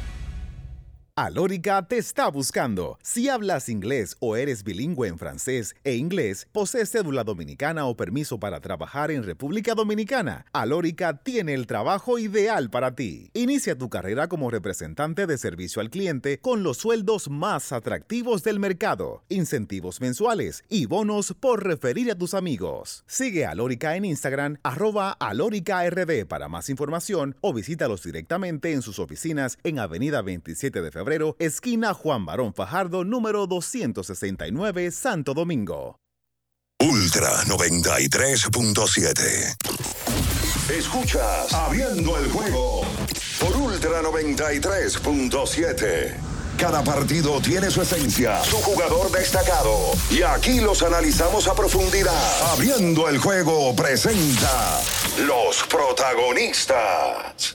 Alórica te está buscando. Si hablas inglés o eres bilingüe en francés e inglés, posees cédula dominicana o permiso para trabajar en República Dominicana, Alórica tiene el trabajo ideal para ti. Inicia tu carrera como representante de servicio al cliente con los sueldos más atractivos del mercado, incentivos mensuales y bonos por referir a tus amigos. Sigue a Alórica en Instagram, arroba alóricard para más información o visítalos directamente en sus oficinas en Avenida veintisiete de febrero, esquina Juan Barón Fajardo, número doscientos sesenta y nueve, Santo Domingo. Ultra noventa y tres punto siete. Escuchas Abriendo el Juego por Ultra noventa y tres punto siete. Cada partido tiene su esencia, su jugador destacado. Y aquí los analizamos a profundidad. Abriendo el Juego presenta los protagonistas.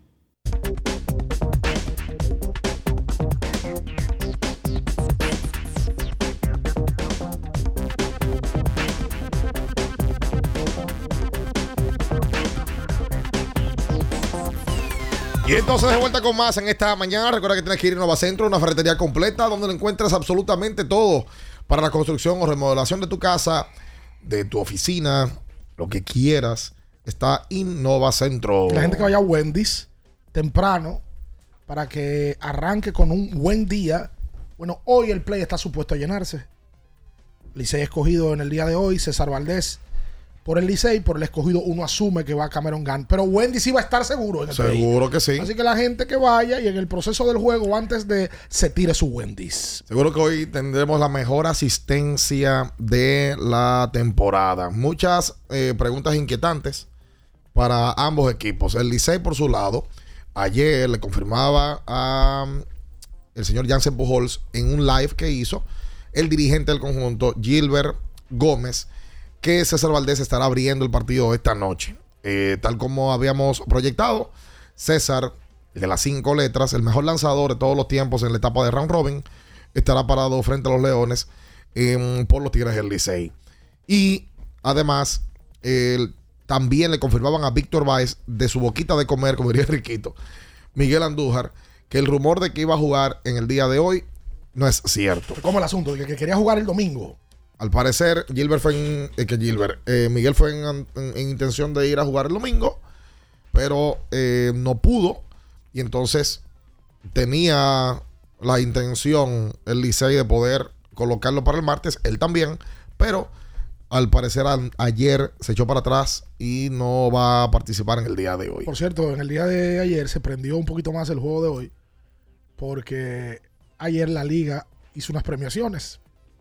Y entonces de vuelta con más en esta mañana. Recuerda que tienes que ir a Nova Centro, una ferretería completa donde lo encuentras absolutamente todo para la construcción o remodelación de tu casa, de tu oficina, lo que quieras. Está Innova Centro. La gente que vaya a Wendy's temprano para que arranque con un buen día. Bueno, hoy el play está supuesto a llenarse. Licey escogido en el día de hoy, César Valdés por el Licey, por el escogido uno asume que va a Cameron Gunn, pero Wendy sí va a estar seguro en el Seguro play. Que sí. Así que la gente que vaya y en el proceso del juego antes de se tire su Wendy's. Seguro que hoy tendremos la mejor asistencia de la temporada. Muchas eh, preguntas inquietantes para ambos equipos. El Licey por su lado, ayer le confirmaba a um, el señor Jansen Pujols en un live que hizo el dirigente del conjunto, Gilbert Gómez, que César Valdés estará abriendo el partido esta noche. Eh, tal como habíamos proyectado, César, de las cinco letras, el mejor lanzador de todos los tiempos en la etapa de round robin, estará parado frente a los Leones eh, por los Tigres del Licey. Y además, eh, también le confirmaban a Víctor Báez de su boquita de comer, como diría Riquito, Miguel Andújar, que el rumor de que iba a jugar en el día de hoy no es cierto. ¿Cómo el asunto? De que quería jugar el domingo. Al parecer, Gilbert fue en, eh, que Gilbert, eh, Miguel fue en, en, en intención de ir a jugar el domingo, pero eh, no pudo. Y entonces tenía la intención el Licey de poder colocarlo para el martes, él también, pero al parecer a, ayer se echó para atrás y no va a participar en el día de hoy. Por cierto, en el día de ayer se prendió un poquito más el juego de hoy, porque ayer la liga hizo unas premiaciones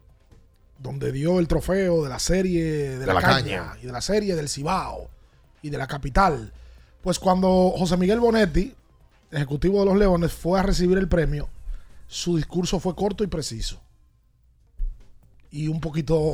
donde dio el trofeo de la serie de, de la, la caña, caña y de la serie del Cibao y de la capital. Pues cuando José Miguel Bonetti, ejecutivo de los Leones, fue a recibir el premio, su discurso fue corto y preciso. Y un poquito,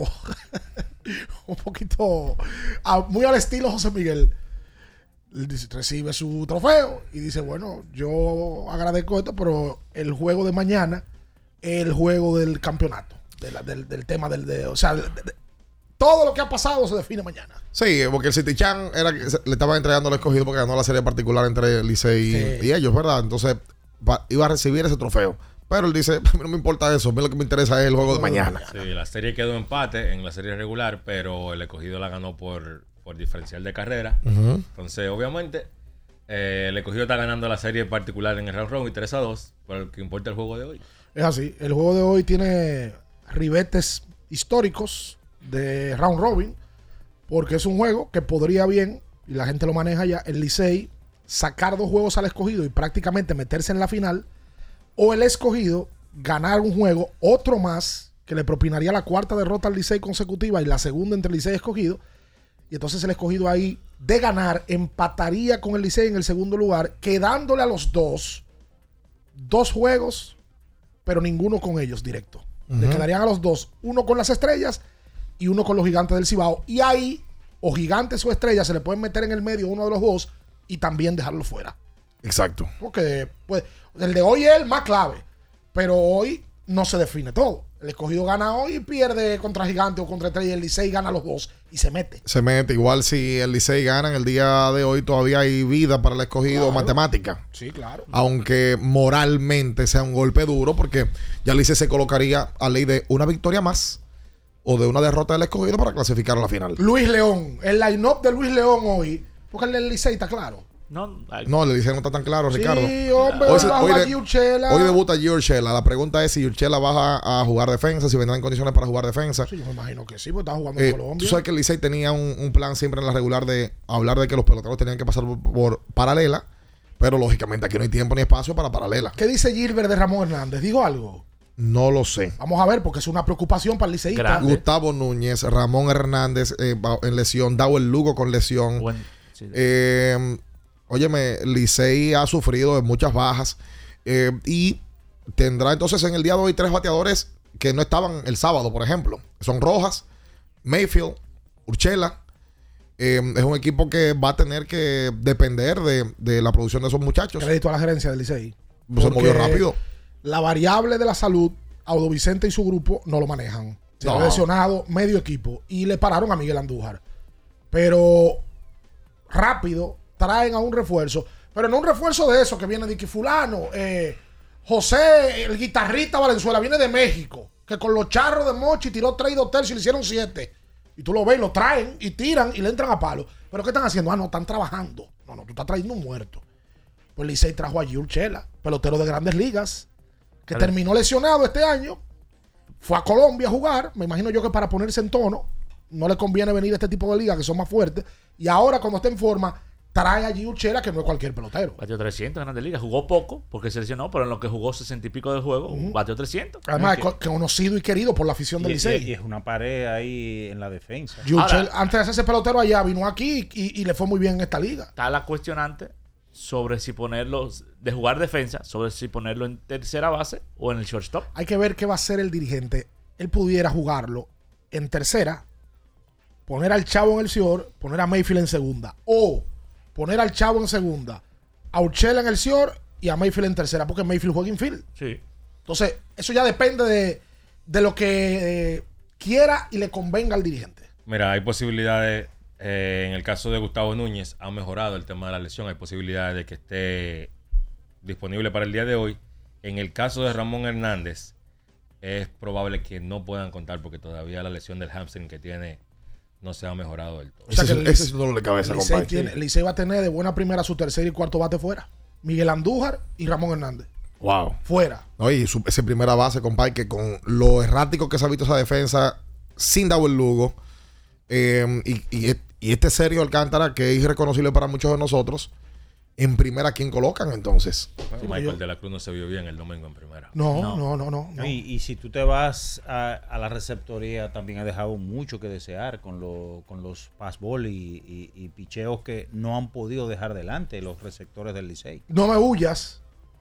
un poquito, muy al estilo José Miguel. Él dice, recibe su trofeo y dice, bueno, yo agradezco esto, pero el juego de mañana es el juego del campeonato. De la, del, del tema del de, o sea, de, de, todo lo que ha pasado se define mañana. Sí, porque el City Chan era que le estaban entregando el escogido porque ganó la serie particular entre Licey sí. y ellos, ¿verdad? Entonces va, iba a recibir ese trofeo. Pero él dice, a mí no me importa eso, a mí lo que me interesa es el juego de mañana. Sí, la serie quedó empate en la serie regular, pero el escogido la ganó por, por diferencial de carrera. Uh-huh. Entonces, obviamente, eh, el escogido está ganando la serie particular en el round robin tres a dos, por el que importa el juego de hoy. Es así, el juego de hoy tiene ribetes históricos de round robin, porque es un juego que podría bien, y la gente lo maneja ya, el Licey sacar dos juegos al escogido y prácticamente meterse en la final, o el escogido ganar un juego, otro más, que le propinaría la cuarta derrota al Licey consecutiva y la segunda entre Licey y escogido, y entonces el escogido ahí de ganar empataría con el Licey en el segundo lugar, quedándole a los dos dos juegos, pero ninguno con ellos directo. Le quedarían a los dos, uno con las estrellas y uno con los gigantes del Cibao. Y ahí, o gigantes o estrellas, se le pueden meter en el medio uno de los dos y también dejarlo fuera. Exacto. Porque pues, el de hoy es el más clave, pero hoy no se define todo. El escogido gana hoy y pierde contra gigante o contra estrella. El Licey gana los dos y se mete. Se mete. Igual si el Licey gana en el día de hoy, todavía hay vida para el escogido, claro. Matemática. Sí, claro. Aunque moralmente sea un golpe duro, porque ya el Licey se colocaría a ley de una victoria más o de una derrota del escogido para clasificar a la final. Luis León. El line-up de Luis León hoy, porque el del Licey está claro. No, no, le dicen no está tan claro, sí, Ricardo. Sí, hombre, hoy, va hoy, a de, hoy debuta Giurchela. La pregunta es si Giurchela va a, a jugar defensa, si vendrá en condiciones para jugar defensa. Sí, yo me imagino que sí, porque está jugando eh, en Colombia. Tú sabes que el Licey tenía un, un plan siempre en la regular de hablar de que los peloteros tenían que pasar por, por paralela, pero lógicamente aquí no hay tiempo ni espacio para paralela. ¿Qué dice Gilbert de Ramón Hernández? ¿Dijo algo? No lo sé. Vamos a ver, porque es una preocupación para el liceísta. Gustavo Núñez, Ramón Hernández eh, en lesión, Dawel Lugo con lesión. Buen. Sí. Eh, óyeme, Licey ha sufrido de muchas bajas eh, y tendrá entonces en el día de hoy tres bateadores que no estaban el sábado, por ejemplo. Son Rojas, Mayfield, Urshela. Eh, es un equipo que va a tener que depender de, de la producción de esos muchachos. Crédito a la gerencia del Licey. Se movió rápido. La variable de la salud, Audo Vicente y su grupo no lo manejan. Se No. ha lesionado medio equipo y le pararon a Miguel Andújar. Pero rápido traen a un refuerzo. Pero no un refuerzo de eso que viene de que fulano, eh, José, el guitarrista Valenzuela, viene de México, que con los charros de Mochi tiró tres y dos tercios y le hicieron siete. Y tú lo ves, lo traen y tiran y le entran a palo. ¿Pero qué están haciendo? Ah, no, están trabajando. No, no, tú estás trayendo un muerto. Pues Licey trajo a Gil Urshela, pelotero de Grandes Ligas, que Vale. terminó lesionado este año. Fue a Colombia a jugar. Me imagino yo que para ponerse en tono, no le conviene venir a este tipo de ligas que son más fuertes. Y ahora, cuando está en forma, trae a Gil Urshela, que no es cualquier pelotero. Bateó trescientos en Grandes Ligas. Jugó poco porque se lesionó, pero en lo que jugó sesenta y pico de juego, bateó trescientos. Además, Es que- es conocido y querido por la afición del Y, y- Licey. y es una pared ahí en la defensa. Gil Urshela, antes de hacerse pelotero allá, vino aquí y, y le fue muy bien en esta liga. Está la cuestionante sobre si ponerlo de jugar defensa, sobre si ponerlo en tercera base o en el shortstop. Hay que ver qué va a hacer el dirigente. Él pudiera jugarlo en tercera, poner al Chavo en el Sior, poner a Mayfield en segunda. O poner al Chavo en segunda, a Urshela en el Sior y a Mayfield en tercera, porque Mayfield juega infield. Sí. Entonces, eso ya depende de, de lo que eh, quiera y le convenga al dirigente. Mira, hay posibilidades, eh, en el caso de Gustavo Núñez, ha mejorado el tema de la lesión, hay posibilidades de que esté disponible para el día de hoy. En el caso de Ramón Hernández, es probable que no puedan contar porque todavía la lesión del hamstring que tiene no se ha mejorado del todo. O sea que el ese es un dolor de cabeza, el Licey compadre. tiene- el Licey va a tener de buena primera su tercer y cuarto bate fuera. Miguel Andújar y Ramón Hernández. Wow. Fuera. Oye, su, ese primera base, compadre, que con lo errático que se ha visto esa defensa, sin Dauer Lugo, eh, y, y, y este Sergio Alcántara, que es irreconocible para muchos de nosotros, en primera, ¿quién colocan entonces? Bueno, Michael de la Cruz no se vio bien el domingo en primera. No, no, no, no. no. Y, y si tú te vas a, a la receptoría, también ha dejado mucho que desear con, lo, con los passball y, y, y picheos que no han podido dejar delante los receptores del Licey. No me huyas.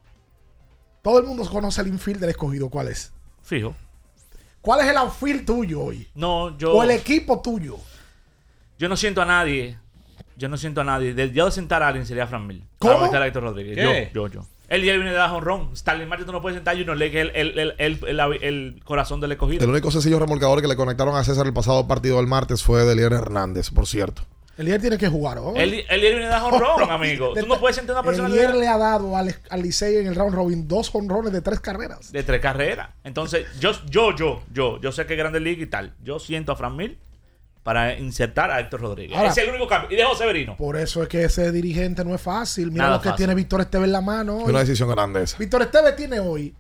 Todo el mundo conoce el infield del Escogido. ¿Cuál es? Fijo. ¿Cuál es el outfield tuyo hoy? No, yo. O el equipo tuyo. Yo no siento a nadie. Yo no siento a nadie. Del día de sentar a alguien sería Fran Mil. ¿Cómo? Para meter a Héctor Rodríguez. ¿Qué? Yo, yo, yo. El día viene de dar honrón. Starling Marte tú no puedes sentar a Junior Lake, el, el, el, el, el, el, el corazón del Escogido. El único sencillo remolcador que le conectaron a César el pasado partido del martes fue Delier Hernández, por cierto. El líder tiene que jugar. ¿oh? El, el día viene de dar honrón, amigo. Tú no puedes sentar a una persona El líder le ha dado al, al Licey en el round robin dos honrones de tres carreras. de tres carreras. Entonces, yo, yo, yo, yo, yo sé que es Grande Liga y tal. Yo siento a Fran Mil para insertar a Héctor Rodríguez. Ahora, Ese es el único cambio. Y de José Severino. Por eso es que ese dirigente no es fácil. Mira Nada lo que fácil. tiene Víctor Esteve en la mano Es hoy. una decisión grande esa. Víctor Esteve tiene hoy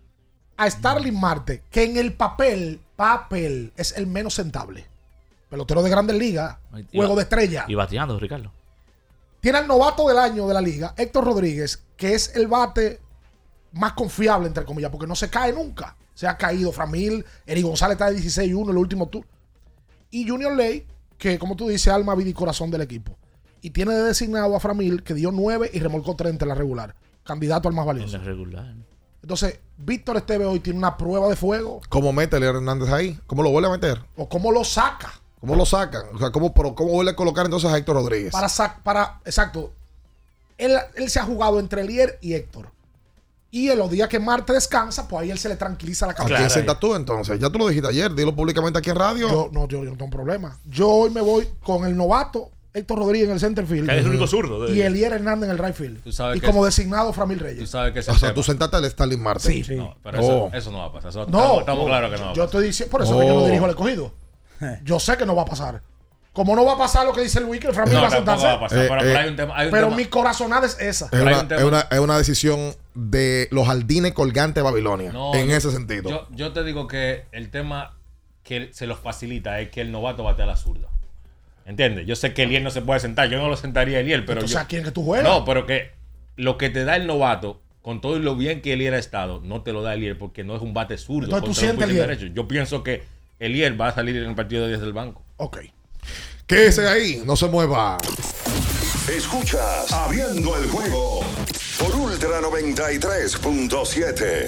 a Starling Marte, que en el papel, papel, es el menos sentable. Pelotero de Grandes Ligas, Y juego ba- de estrella. Y bateando, Ricardo. Tiene al novato del año de la liga, Héctor Rodríguez, que es el bate más confiable, entre comillas, porque no se cae nunca. Se ha caído Framil, Eri González está de dieciséis uno en el último tour. Y Junior Ley, que como tú dices, alma, vida y corazón del equipo. Y tiene de designado a Framil, que dio nueve y remolcó treinta en la regular. Candidato al más valioso. En la regular. Entonces, Víctor Esteve hoy tiene una prueba de fuego. ¿Cómo mete Delier Hernández ahí? ¿Cómo lo vuelve a meter? O cómo lo saca. ¿Cómo lo sacan? O sea, ¿cómo, pero ¿cómo vuelve a colocar entonces a Héctor Rodríguez? Para, sac- para exacto. Él, él se ha jugado entre Elier y Héctor. Y en los días que Marte descansa, pues ahí él se le tranquiliza la ¿A cabeza. quién sientas tú entonces? Ya tú lo dijiste ayer, dilo públicamente aquí en radio. Yo no, yo, yo no tengo problema. Yo hoy me voy con el novato Héctor Rodríguez en el center field. Que es el único zurdo de Y ellos. Elier Hernández en el right field. Tú sabes Y que como es- designado Framil Reyes. Tú sabes que ese O sea, tema- tú sentaste al Starling Marte. Sí, sí. No, pero Oh. eso, eso no va a pasar. Eso- No, estamos, estamos no, claros que no va a yo pasar. estoy diciendo, por eso es que yo no Oh. dirijo el escogido. Yo sé que no va a pasar. Como no va a pasar lo que dice Luis, que el Framil No, va a tampoco sentarse. va a pasar. Eh, pero, eh, pero hay un tema. Hay un Pero tema- mi corazonada es esa. Es Pero hay una, un tema- es, una, es una decisión de los jardines colgantes de Babilonia. No, en yo- ese sentido. Yo, yo te digo que el tema que se los facilita es que el novato bate a la zurda. ¿Entiendes? Yo sé que Eliel no se puede sentar. Yo no lo sentaría a Eliel, pero. Entonces, yo- ¿a quién que tú juegas? No, pero que lo que te da el novato, con todo y lo bien que Eliel ha estado, no te lo da Eliel porque no es un bate zurdo. Entonces, ¿tú contra un sientes pitcher Eliel? derecho. Yo pienso que Eliel va a salir en el partido de diez del banco. Ok. Quédese ahí, no se mueva. Escuchas Abriendo el Juego por Ultra noventa y tres punto siete.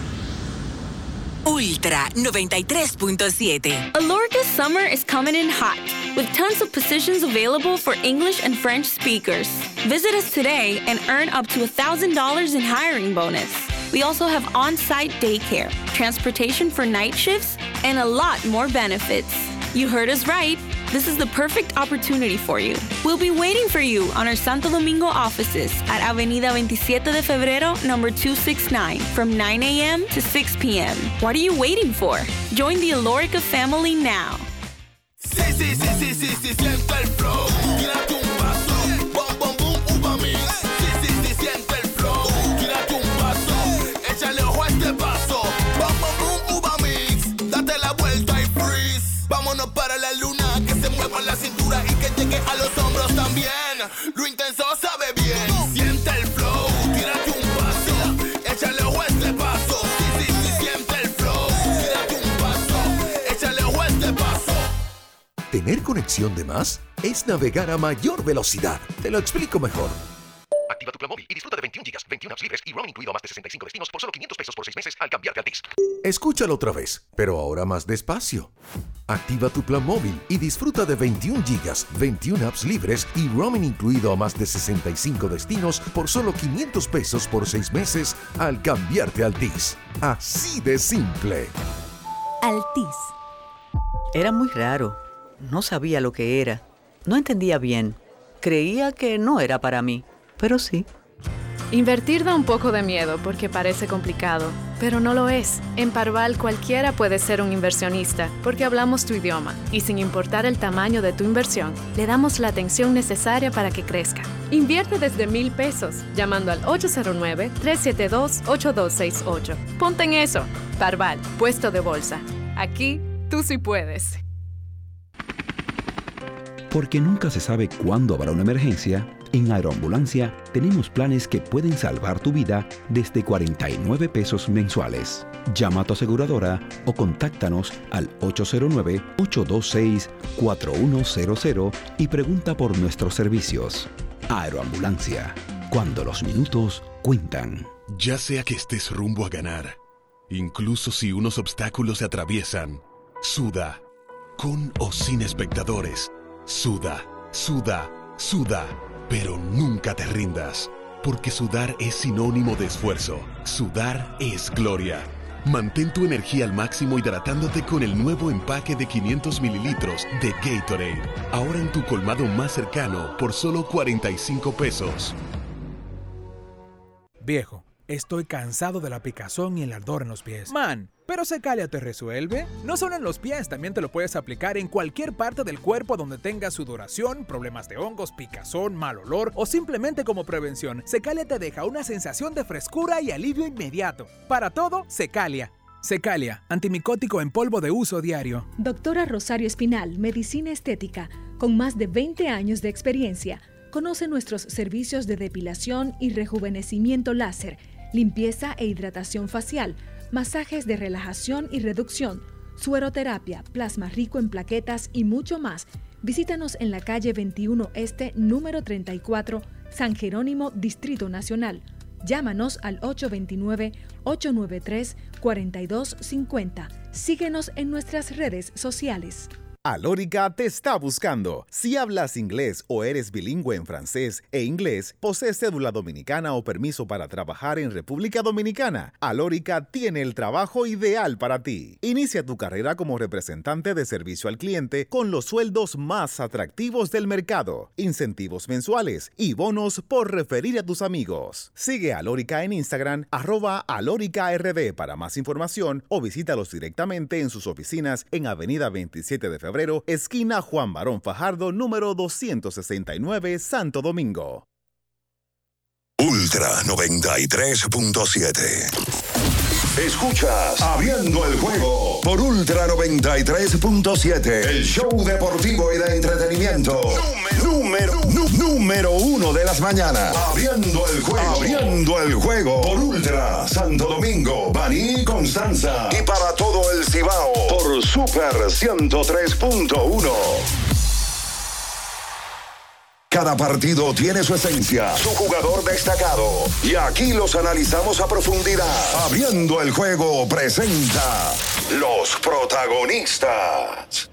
Ultra noventa y tres punto siete. Alorca's summer is coming in hot, with tons of positions available for English and French speakers. Visit us today and earn up to one thousand dollars in hiring bonus. We also have on-site daycare, transportation for night shifts, and a lot more benefits. You heard us right. This is the perfect opportunity for you. We'll be waiting for you on our Santo Domingo offices at Avenida veintisiete de Febrero, number two sixty-nine, from nine a.m. to six p.m. What are you waiting for? Join the Alorica family now. Sí, sí, sí, sí, sí, sí, siente el flow. Tírate un paso. Bom, bom, boom, uva mix. Sí, sí, sí, siente el flow. Tírate un paso. Échale ojo a este paso. Bom, bom, boom, uva mix. Date la vuelta y freeze. Vámonos para la luna. Que se mueva la cintura y que llegue a los hombros también. Lo intenso sabe bien. Siente el flow. Tírate un paso. Échale ojo a este paso. Sí, sí, sí, siente el flow. Tírate un paso. Échale ojo a este paso. Tener conexión de más es navegar a mayor velocidad. Te lo explico mejor. Activa tu plan móvil y disfruta de veintiún gigas, veintiún apps libres y roaming incluido a más de sesenta y cinco destinos por solo quinientos pesos por seis meses al cambiarte a Altis. Escúchalo otra vez, pero ahora más despacio. Activa tu plan móvil y disfruta de veintiún gigas, veintiún apps libres y roaming incluido a más de sesenta y cinco destinos por solo quinientos pesos por seis meses al cambiarte a Altis. Así de simple. Altis. Era muy raro. No sabía lo que era. No entendía bien. Creía que no era para mí, pero sí. Invertir da un poco de miedo porque parece complicado, pero no lo es. En Parval cualquiera puede ser un inversionista porque hablamos tu idioma y sin importar el tamaño de tu inversión, le damos la atención necesaria para que crezca. Invierte desde mil pesos llamando al ocho cero nueve, tres siete dos, ocho dos seis ocho. Ponte en eso. Parval, puesto de bolsa. Aquí tú sí puedes. Porque nunca se sabe cuándo habrá una emergencia, en Aeroambulancia tenemos planes que pueden salvar tu vida desde cuarenta y nueve pesos mensuales. Llama a tu aseguradora o contáctanos al ocho cero nueve, ocho dos seis, cuatro uno cero cero y pregunta por nuestros servicios. Aeroambulancia, cuando los minutos cuentan. Ya sea que estés rumbo a ganar, incluso si unos obstáculos se atraviesan, suda, con o sin espectadores. Suda, suda, suda, pero nunca te rindas, porque sudar es sinónimo de esfuerzo. Sudar es gloria. Mantén tu energía al máximo hidratándote con el nuevo empaque de quinientos mililitros de Gatorade. Ahora en tu colmado más cercano por solo cuarenta y cinco pesos. Viejo, estoy cansado de la picazón y el ardor en los pies. Man, ¿pero Secalia te resuelve? No solo en los pies, también te lo puedes aplicar en cualquier parte del cuerpo donde tengas sudoración, problemas de hongos, picazón, mal olor o simplemente como prevención. Secalia te deja una sensación de frescura y alivio inmediato. Para todo, Secalia. Secalia, antimicótico en polvo de uso diario. Doctora Rosario Espinal, Medicina Estética, con más de veinte años de experiencia. Conoce nuestros servicios de depilación y rejuvenecimiento láser, limpieza e hidratación facial, masajes de relajación y reducción, sueroterapia, plasma rico en plaquetas y mucho más. Visítanos en la calle veintiuno Este, número treinta y cuatro, San Jerónimo, Distrito Nacional. Llámanos al ocho dos nueve, ocho nueve tres, cuatro dos cinco cero. Síguenos en nuestras redes sociales. Alórica te está buscando. Si hablas inglés o eres bilingüe en francés e inglés, posees cédula dominicana o permiso para trabajar en República Dominicana, Alórica tiene el trabajo ideal para ti. Inicia tu carrera como representante de servicio al cliente con los sueldos más atractivos del mercado, incentivos mensuales y bonos por referir a tus amigos. Sigue a Alórica en Instagram, arroba alóricard para más información o visítalos directamente en sus oficinas en Avenida veintisiete de Febrero, esquina Juan Barón Fajardo, número doscientos sesenta y nueve, Santo Domingo. Ultra noventa y tres punto siete. Escuchas Abriendo el Juego por Ultra noventa y tres punto siete. El show deportivo y de entretenimiento. Número, número, número uno de las mañanas. Abriendo el Juego. Abriendo el Juego por Ultra Santo Domingo, Baní y Constanza. Y para todo el Cibao por Super ciento tres punto uno. Cada partido tiene su esencia, su jugador destacado. Y aquí los analizamos a profundidad. Abriendo el juego presenta Los Protagonistas.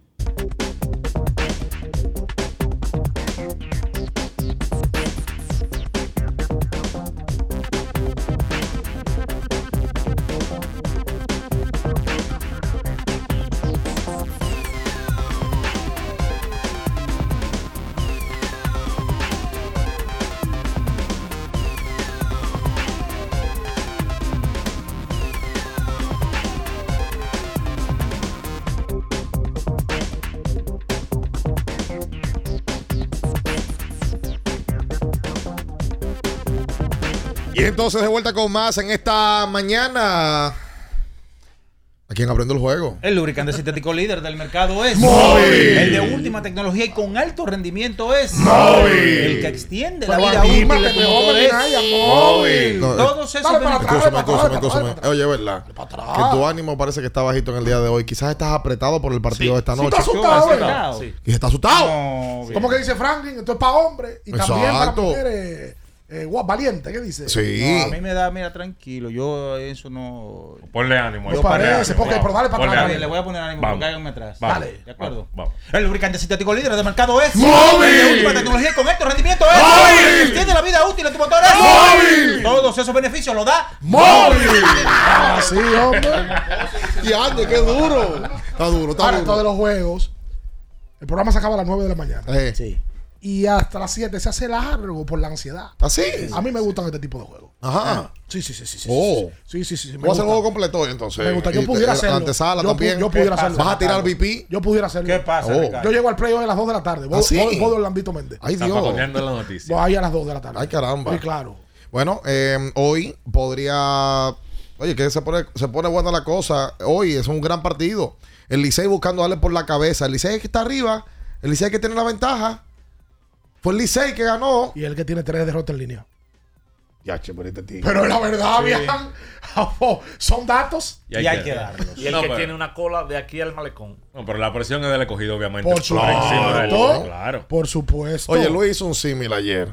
Y entonces de vuelta con más en esta mañana. ¿A quién aprende el juego? El lubricante sintético líder del mercado es Móvil. El de última tecnología y con alto rendimiento es Móvil. El que extiende la Pero vida aquí, útil de que tu me motor joden, es ay, amor. Móvil. No, Todos esos Dale para beneficios. atrás, escúchame, escúchame, escúchame. Oye, ¿verdad? Que tu ánimo parece que está bajito en el día de hoy. Quizás estás apretado por el partido Sí. de esta Sí, noche. está asustado, ¿verdad? Sí. Y está asustado. No, ¿Cómo que dice Franklin? Esto es para hombres y también para Exacto. mujeres eh, guap, valientes. ¿Qué dice? Sí. No, a mí me da, mira, tranquilo. Yo eso no. Ponle ánimo. No Yo parece, porque pero dale para Ponle atrás. ánimo. Le voy a poner ánimo, Vamos. cáiganme atrás. Vamos. Dale, de acuerdo. Vamos. El lubricante sintético líder del mercado es Móvil. El de última tecnología y con alto rendimiento es Móvil. Extiende la vida útil de tu motor es Móvil. Todos esos beneficios lo da ¡Móvil! Así, hombre. Y ande, qué duro. Está duro, está Ahora, duro. esto de los juegos, el programa se acaba a las nueve de la mañana. Eh. Sí. Y hasta las siete se hace largo por la ansiedad. ¿Así? A mí me gustan este tipo de juegos. Ajá. Sí, sí, sí, sí. sí Oh. Sí, sí, sí. sí, me Voy a hacer el gusta. juego completo hoy, entonces. Me gusta. Yo Y pudiera te- hacerlo. La antesala Yo pu- también. yo pudiera ¿Qué pasa? hacerlo. ¿Vas a tirar V P? Yo pudiera hacerlo. ¿Qué pasa, Oh. Ricardo? Yo llego al play hoy a las dos de la tarde. Voy, ¿Ah, sí? voy, voy de Orlandito Méndez. Ay, Dios. Zapaconeando la noticia. Voy ahí a las dos de la tarde. Ay, caramba. Sí, claro. Bueno, eh, hoy podría... Oye, que se pone, se pone buena la cosa. Hoy es un gran partido. El Licey buscando darle por la cabeza. El Licey que está arriba. El Licey que tiene la ventaja. Fue el Licey que ganó. Y el que tiene tres derrotas en línea. Ya, che, pero este tío. Pero es la verdad, Sí. viejan. Son datos. Y hay que darlos. Y el No, que pero- tiene una cola de aquí al malecón. No, pero la presión es del escogido, obviamente. Por encima de él. supuesto. Claro. Por supuesto. Oye, Luis hizo un símil ayer.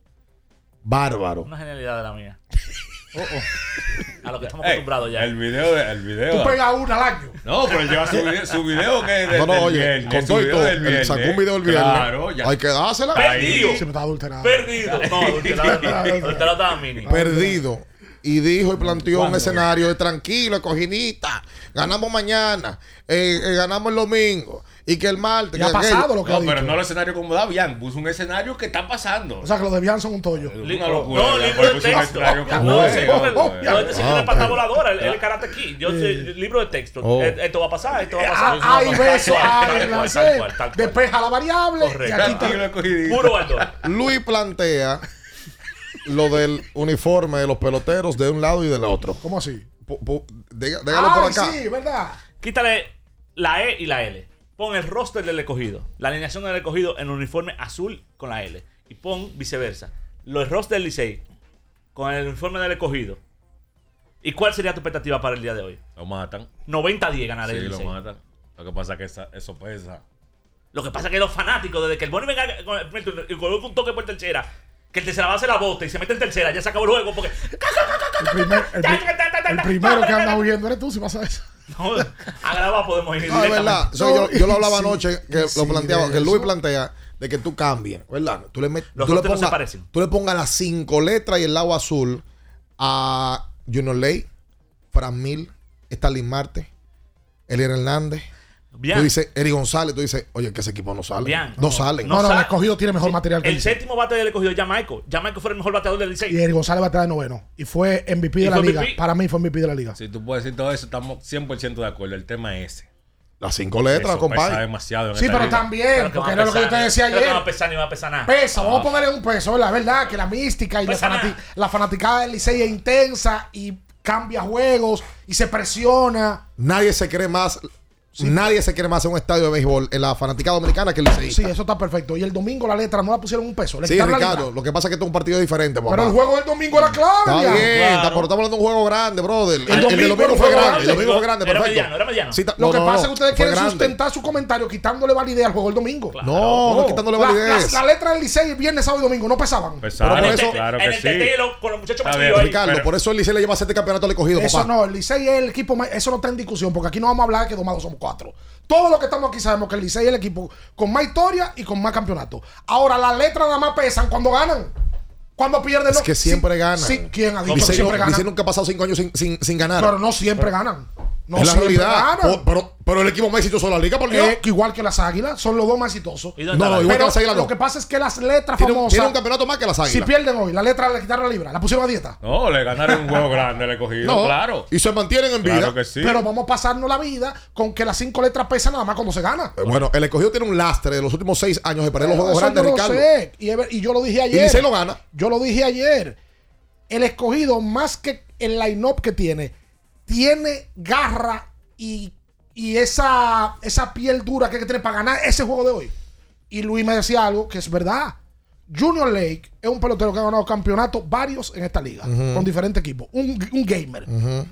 Bárbaro. Una genialidad de la mía. Oh, oh. A lo que estamos Ey, acostumbrados ya. El video, de- el video. Tú pegas una al año. No, pero él lleva su video, su video que de, No, no, del oye, viernes, con su todo y video todo. del Él viernes. sacó un video el viernes. Claro, ya. Hay que dársela. Perdido. Se me está adulterado. Perdido. No, adulterado no. Adulterado estaba mini. Perdido. Y dijo y planteó un ¿Cuándo? escenario de tranquilo, cojinita. Ganamos mañana. eh, eh, ganamos el domingo. Y que el martes. Y ha que pasado aquello. lo que No, ha pero dicho. no el escenario como da Bian. Puso un escenario que está pasando. O sea, que los de Bian son un tollo. Una locura. No, Bian, libro de puso un texto. escenario que No, fue, sí, porque oh, no, oh, este sí ah, tiene pata pero- voladora. Él es karate aquí. Yo sé, libro de texto. Oh. Eh, Esto va a pasar, esto va a pasar. Ah, Hay besos, Tal hay cual, tal lancé, cual, tal cual. despeja la variable. Correcto. Y aquí Tranquilo, está. escogidito. Puro baldón. Luis plantea lo del uniforme de los peloteros de un lado y del otro. ¿Cómo así? Pu- pu- diga- Dígalo por Ay, acá. sí, ¿verdad? Quítale la E y la L. Pon el roster del escogido. La alineación del escogido en uniforme azul con la L. Y pon viceversa. Los rosters del Licey con el uniforme del escogido. ¿Y cuál sería tu expectativa para el día de hoy? Lo matan. noventa a diez ganaría Sí, el lo Licey. matan. Lo que pasa es que esa- eso pesa. Lo que pasa es que los fanáticos, desde que el Boni venga con el primer turno y coloca un toque por tercera, que el tercera base la bota y se mete en tercera, ya se acabó el juego porque. El, primer- el pri- el primero que anda huyendo eres tú si pasa eso. No, a grabar podemos ir. No, es verdad. directamente. So, yo, yo lo hablaba Sí, anoche, que sí, lo planteaba, de que Luis eso. plantea de que tú cambies, ¿verdad? Tú le, met- Los tú le rosters no se pongas parecen. tú le pongas las cinco letras y el lado azul a Junior Ley, Fran Mil, Stalin Marte, Elier Hernández. Bien. Tú dices, Eri González, tú dices, oye, que ese equipo no sale. Bien. No, salen. No, no, el sabe. escogido tiene mejor material que El el séptimo bate del escogido es Jamaico. Jamaico fue el mejor bateador del Y Licey. Eric González va a estar de noveno. Y fue M V P de ¿Y la fue liga. M V P? Para mí fue M V P de la liga. Si tú puedes decir todo eso, estamos cien por ciento de acuerdo. El tema es ese. Las cinco letras, Eso pesa compadre. demasiado en Sí, esta pero liga. también, Claro que porque va a era lo que yo te pesar, decía claro que no va ayer. a pesar ni va a pesar nada. Pesa, vamos a ponerle un peso, la verdad, que la mística y la, Pesa fanati- nada. la fanaticada del Licey es intensa y cambia juegos y se presiona. Nadie se cree más Sí. Nadie se quiere más hacer un estadio de béisbol en la fanaticada dominicana que el Licey. Sí, eso está perfecto. Y el domingo la letra no la pusieron un peso. Le sí, Ricardo, lo que pasa es que esto es un partido diferente, papá. Pero el juego del domingo era clave. Está ya. bien, Claro. está, pero estamos hablando de un juego grande, brother. El, El el de domingo fue grande. El domingo fue grande, Era perfecto. mediano, era mediano. Sí, ta- Lo no, que no, pasa no, es que ustedes fue quieren grande. sustentar su comentario quitándole validez al juego del domingo. No, no quitándole La- validez. La, la letra del Licey viernes, sábado y domingo no pesaban. Pesaron, Pero por eso- claro en que el sí. tetelo, con los muchachos Está metidos bien, ahí. Ricardo, Pero- por eso el Licey le lleva siete campeonatos al escogido, Eso papá. no, el Licey es el equipo más, eso no está en discusión, porque aquí no vamos a hablar de que domados somos cuatro. Todos los que estamos aquí sabemos que el Licey es el equipo con más historia y con más campeonatos. Ahora, las letras nada más pesan cuando ganan. Cuando pierden, Es no. que siempre Sí, ganan. sí, ¿quién ha dicho Licey que siempre no- ganan? Licey nunca ha pasado cinco años sin, sin, sin ganar. Pero no siempre ganan. No es la siempre realidad. ganan. Po- Pero, pero el equipo más exitoso de la liga, por Dios. Eh, igual que las águilas, son los dos más exitosos. ¿Y No, dónde está no, la- igual que Pero las águilas lo no. que pasa es que las letras Tiene un, famosas, tiene un campeonato más que las si águilas. pierden hoy, la letra le quitaron la libra, la pusieron a dieta. No, le ganaron un juego grande, le he cogido, No, claro. y se mantienen en vida. Claro que sí. Pero vamos a pasarnos la vida con que las cinco letras pesan nada más cuando se gana. Eh, Bueno, el escogido tiene un lastre de los últimos seis años de perder los Eso juegos grandes, yo lo Ricardo. sé. Y, es ver- y yo lo dije Y ayer. Licey lo gana. Yo lo dije ayer. El escogido, más que el line-up que tiene, tiene garra y, y esa, esa piel dura que hay que tener para ganar ese juego de hoy. Y Luis me decía algo que es verdad. Junior Lake es un pelotero que ha ganado campeonatos varios en esta liga, Ujú. con diferentes equipos. Un, un gamer. Ujú.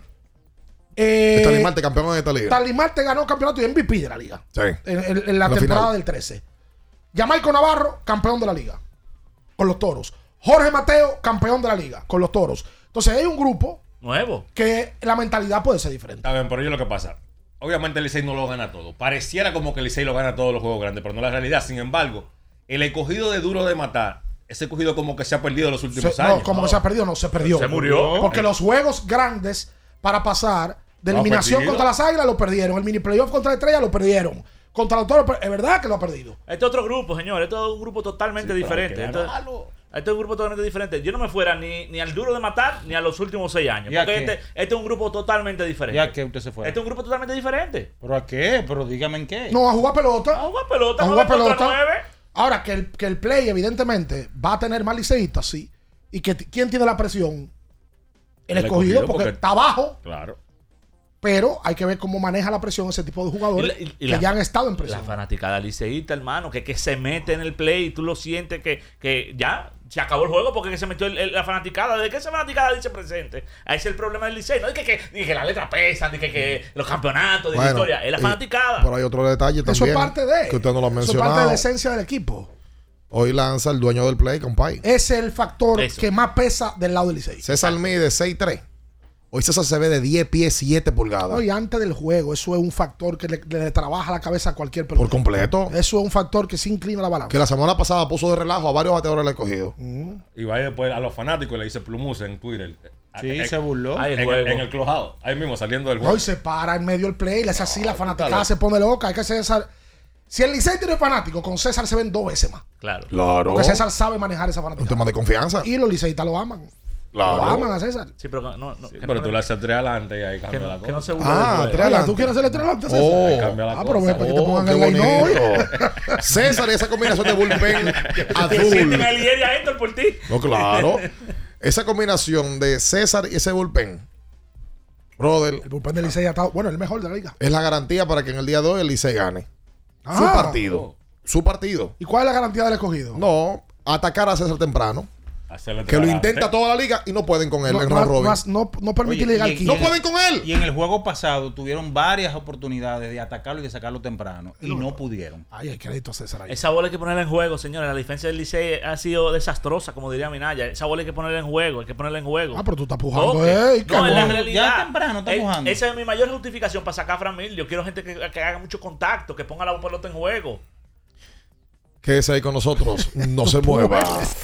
Eh, Está Limarte, campeón de esta liga. Talimarte ganó campeonato y M V P de la liga. Sí. En, en- en la, La temporada final. del trece. Jamaico Navarro, campeón de la liga. Con los toros. Jorge Mateo, campeón de la liga. Con los toros. Entonces hay un grupo Nuevo. que la mentalidad puede ser diferente. Está bien, pero yo lo que pasa. Obviamente el Licey no lo gana todo. Pareciera como que el Licey lo gana todos los juegos grandes, pero no es la realidad. Sin embargo, el escogido de duro de matar, ese escogido como que se ha perdido los últimos Se- años. no, como que se ha perdido, no, se perdió. Se murió. Porque los juegos grandes para pasar de Lo ha eliminación perdido. contra las águilas lo perdieron. El mini playoff contra la estrella lo perdieron. Contra los toros, es verdad que lo ha perdido. Este es otro grupo, señor. Este es un grupo totalmente Sí, pero diferente. que Este, este es un grupo totalmente diferente. Yo no me fuera ni, ni al duro de matar ni a los últimos seis años. ¿Y a Porque qué? este, este es un grupo totalmente diferente. ¿Y a qué usted se fue? Este es un grupo totalmente diferente. ¿Pero a qué? Pero dígame en qué. No, a jugar pelota. A jugar pelota. A jugar nueve contra pelota. nueve. Ahora, que el, que el play, evidentemente, va a tener más liceístas, sí. ¿Y que t- quién tiene la presión? El, El escogido, escogido, porque, porque- está abajo. Claro. Pero hay que ver cómo maneja la presión ese tipo de jugadores Y la- y- y que la- ya han estado en presión. La fanaticada liceísta, hermano, que, que se mete en el play y tú lo sientes que, que ya se acabó el juego porque que se metió el- el- la fanaticada. ¿De qué esa fanaticada dice presente? Ahí es el problema del Licey. No es que, que, ni que las letras pesan, ni que, que los campeonatos de la Bueno, historia. Es la y- fanaticada. Pero hay otro detalle también. Eso es parte de. Que usted no lo ha Eso es mencionado. parte de la esencia del equipo. Hoy lanza el dueño del play, compay. Ese es el factor Eso. que más pesa del lado del Licey. César mide seis tres. Hoy César se ve de diez pies, siete pulgadas. No, y antes del juego, eso es un factor que le, le trabaja la cabeza a cualquier pelotero. Por completo. Eso es un factor que se inclina la balanza. Que la semana pasada puso de relajo a varios bateadores del escogido. Y va después a los fanáticos y le dice Plumus en Twitter. Sí, Eh, se burló. En, Ahí el en- juego. en el clubhouse. Ahí mismo, saliendo del No, juego. y se para en medio del play, le hace así, la fanaticada claro. se pone loca. Hay que César. Si el Licey tiene fanático, con César se ven dos veces más. Claro. Claro. Porque César sabe manejar esa Un fanaticada. tema de confianza. Y los liceístas lo aman. Claro. Lo aman a César. Sí, pero no, no, Sí, que pero no- tú le haces tres adelante y ahí cambia no- la que cosa. no se burle Ah, del tres juego. adelante. ¿Tú quieres hacerle tres adelante a César? Oh. Ahí cambia la Ah, cosa. pero ve, para que te Oh, pongan qué el line hoy. bonito. César y esa combinación de bullpen Te sienten azul. a Eliel y a Héctor por ti. No, claro. Esa combinación de César y ese bullpen, brother, El bullpen del Licey ha estado, bueno, el mejor de la liga. es la garantía para que en el día de hoy el Licey gane. Ah. Su partido. Su partido. ¿Y cuál es la garantía del escogido? No, atacar a César temprano. Hacerle Que tres lo adelante. intenta toda la liga y no pueden con él No, en no, round robin. no, no, no permitirle llegar Oye, al y- quinto. No pueden con él. Y en el juego pasado tuvieron varias oportunidades de atacarlo y de sacarlo temprano. Y no pudieron. Ay, hay crédito a César ahí. Esa bola hay que ponerla en juego, señores. La defensa del Licey ha sido desastrosa, como diría Minaya. Esa bola hay que ponerla en juego, hay que ponerla en juego. Ah, pero tú estás pujando, Toque. eh. No, en la Ya realidad. temprano está eh, pujando. Esa es mi mayor justificación para sacar a Fran Mil. Yo quiero gente que, que haga mucho contacto, que ponga la pelota en juego. Quédese ahí con nosotros. No se mueva.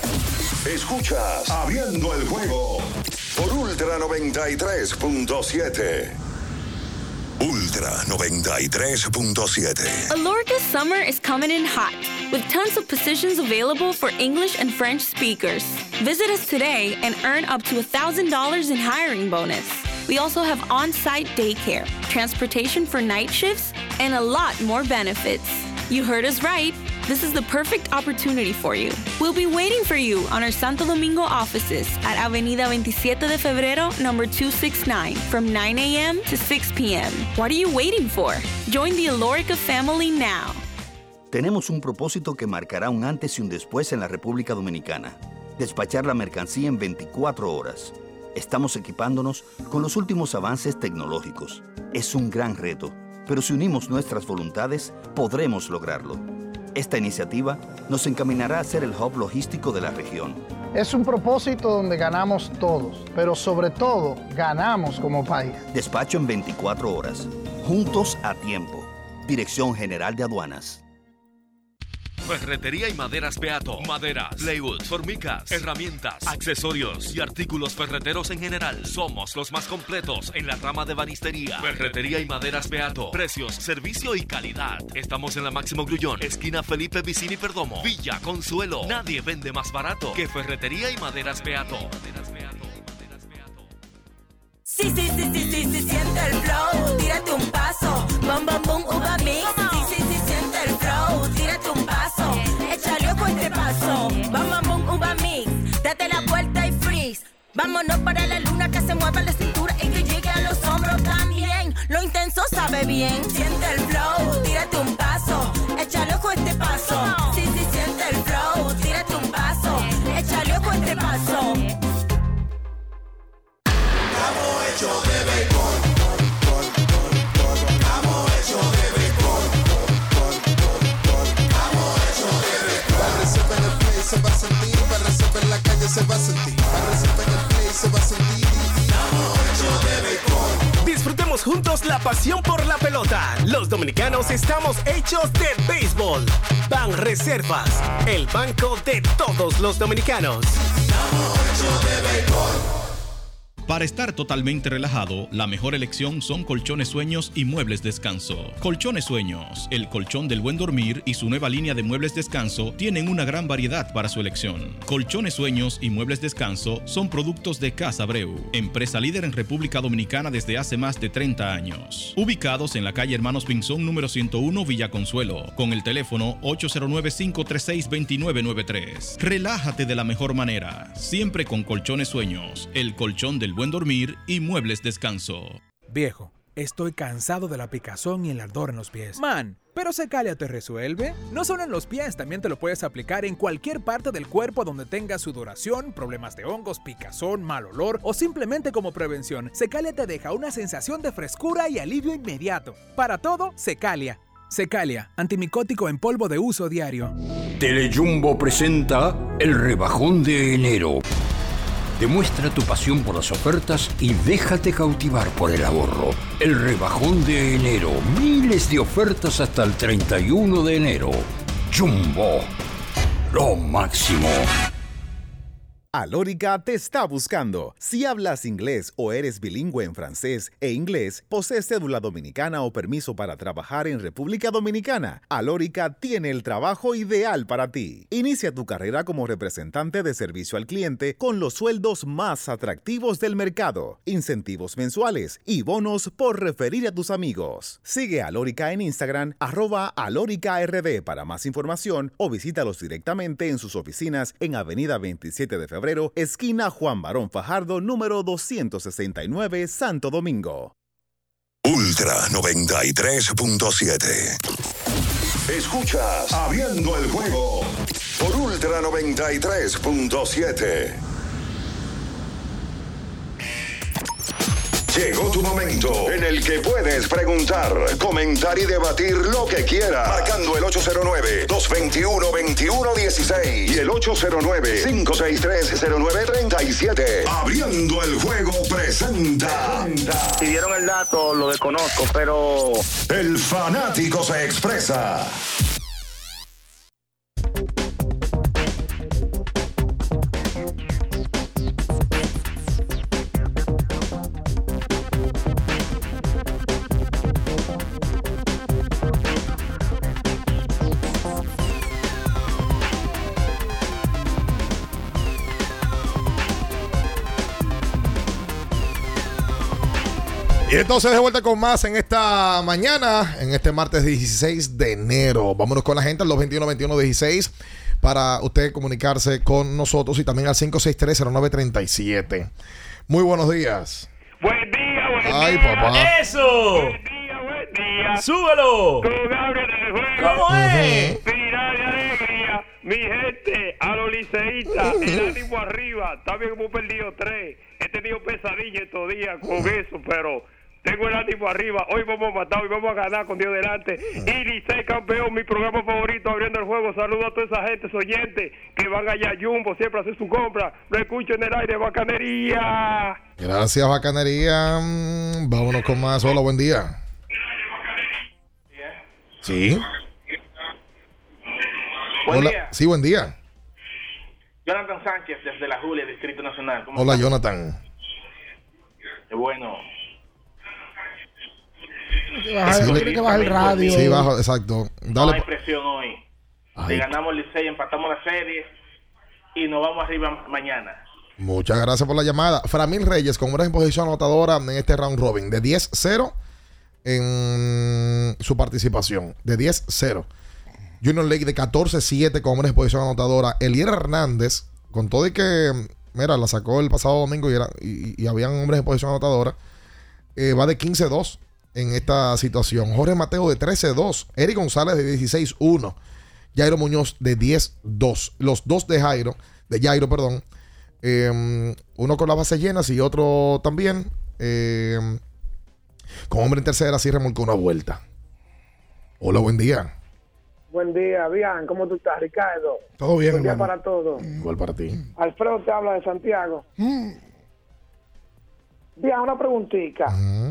Escuchas Abriendo el juego por Ultra noventa y tres punto siete. Ultra noventa y tres punto siete. Alorca's summer is coming in hot, with tons of positions available for English and French speakers. Visit us today and earn up to one thousand dollars in hiring bonus. We also have on-site daycare, transportation for night shifts, and a lot more benefits. You heard us right. this is the perfect opportunity for you. We'll be waiting for you on our Santo Domingo offices at Avenida veintisiete de Febrero, number two sixty-nine, from nine a.m. to six p.m. What are you waiting for? Join the Alorica family now. Tenemos un propósito que marcará un antes y un después en la República Dominicana. Despachar la mercancía en veinticuatro horas. Estamos equipándonos con los últimos avances tecnológicos. Es un gran reto, pero si unimos nuestras voluntades, podremos lograrlo. Esta iniciativa nos encaminará a ser el hub logístico de la región. Es un propósito donde ganamos todos, pero sobre todo, ganamos como país. Despacho en veinticuatro horas. Juntos a tiempo. Dirección General de Aduanas. Ferretería y maderas Beato. Maderas, plywood, formicas, herramientas, accesorios y artículos ferreteros en general. Somos los más completos en la rama de banistería. Ferretería y maderas Beato. Precios, servicio y calidad. Estamos en la Máximo Grullón, esquina Felipe Vicini Perdomo, Villa Consuelo. Nadie vende más barato que Ferretería y maderas Beato. Sí, sí, sí, sí, sí, sí, siente el flow. Tírate un paso. Bom, bom, bom, uva mix. Sí, sí, sí, siente el flow. Tírate un paso. Échale ojo a este paso. Bom, bom, bom, uva mix. Date la vuelta y freeze. Vámonos para la luna, que se mueva la cintura y que llegue a los hombros también. Lo intenso sabe bien. Siente el flow. Tírate un paso. Échale ojo a este paso. Sí, sí, siente el flow. Tírate un paso. Échale ojo a este paso. Estamos hechos de béisbol. Estamos hechos de béisbol. Estamos hechos de béisbol. Banreserva en el play se va a sentir. Banreserva en la calle se va a sentir. Banreserva en el play se va a sentir. Estamos hechos de béisbol. Disfrutemos juntos la pasión por la pelota. Los dominicanos estamos hechos de béisbol. Banreservas, el banco de todos los dominicanos. Estamos hechos de béisbol. Para estar totalmente relajado, la mejor elección son Colchones Sueños y Muebles Descanso. Colchones Sueños, el colchón del buen dormir y su nueva línea de muebles descanso tienen una gran variedad para su elección. Colchones Sueños y Muebles Descanso son productos de Casa Abreu, empresa líder en República Dominicana desde hace más de treinta años. Ubicados en la calle Hermanos Pinzón número ciento uno, Villa Consuelo, con el teléfono ocho cero nueve, cinco tres seis, dos nueve nueve tres. Relájate de la mejor manera, siempre con Colchones Sueños, el colchón del buen dormir y Muebles Descanso. Viejo, estoy cansado de la picazón y el ardor en los pies. Man, ¿pero Secalia te resuelve? No solo en los pies, también te lo puedes aplicar en cualquier parte del cuerpo donde tengas sudoración, problemas de hongos, picazón, mal olor o simplemente como prevención. Secalia te deja una sensación de frescura y alivio inmediato. Para todo, Secalia. Secalia, antimicótico en polvo de uso diario. Telejumbo presenta el rebajón de enero. Demuestra tu pasión por las ofertas y déjate cautivar por el ahorro. El rebajón de enero. Miles de ofertas hasta el treinta y uno de enero. Jumbo. Lo máximo. Alórica te está buscando. Si hablas inglés o eres bilingüe en francés e inglés, posees cédula dominicana o permiso para trabajar en República Dominicana, Alórica tiene el trabajo ideal para ti. Inicia tu carrera como representante de servicio al cliente con los sueldos más atractivos del mercado, incentivos mensuales y bonos por referir a tus amigos. Sigue a Alórica en Instagram, arroba alóricard para más información o visítalos directamente en sus oficinas en Avenida veintisiete de febrero, esquina Juan Barón Fajardo, número doscientos sesenta y nueve, Santo Domingo. Ultra noventa y tres punto siete. Escuchas Abriendo el Juego por Ultra noventa y tres punto siete. Llegó tu momento en el que puedes preguntar, comentar y debatir lo que quieras. Marcando el ocho cero nueve, dos dos uno, dos uno uno seis y el ocho cero nueve, cinco seis tres, cero nueve tres siete. Abriendo el Juego presenta. Si dieron el dato, lo desconozco, pero... El fanático se expresa. Y entonces de vuelta con más en esta mañana, en este martes dieciséis de enero. Vámonos con la gente al dos veintiuno, veintiuno dieciséis para usted comunicarse con nosotros y también al cinco seis tres, cero nueve tres siete. Muy buenos días. Buen día, buen Ay, día. papá. ¡Eso! Buen día, buen día. ¡Súbelo! Con Gabriel del juego. ¿Cómo es? Final de alegría. Mi gente, a los liceístas, el ánimo arriba. También hemos perdido tres. He tenido pesadillas estos días con eso, pero tengo el ánimo arriba. Hoy vamos a matar, hoy vamos a ganar con Dios delante. Y Licey campeón, mi programa favorito, abriendo el juego. Saludo a toda esa gente, oyentes, que van allá a Jumbo, siempre a hacer su compra. Lo escucho en el aire, bacanería. Gracias, bacanería. Mm, Vámonos con más. Hola, buen día. Sí. Buen Hola. día. Sí, buen día. Jonathan Sánchez, desde la Julia, Distrito Nacional. ¿Cómo Hola, estás? Jonathan. Qué bueno. Baja, tiene que bajar el radio. Sí, bajo, exacto. No Dale. hay presión hoy. Le ganamos el Licey, empatamos la serie y nos vamos arriba mañana. Muchas gracias por la llamada. Framil Reyes con una posición anotadora en este round robin de diez cero en su participación. De diez cero. Junior Lake de catorce siete con hombres en posición anotadora. Elier Hernández, con todo y que, mira, la sacó el pasado domingo y, era, y, y habían hombres en posición anotadora, eh, va de quince dos en esta situación. Jorge Mateo de trece dos. Eric González de dieciséis uno. Jairo Muñoz de diez dos. Los dos de Jairo, de Jairo, perdón. Eh, uno con las bases llenas y otro también. Eh, con hombre en tercera, así remolcó una vuelta. Hola, buen día. Buen día, bien, ¿cómo tú estás, Ricardo? Todo bien, Buen día hermano. para todos. Igual para ti. Alfredo te habla de Santiago. Bien, una preguntita.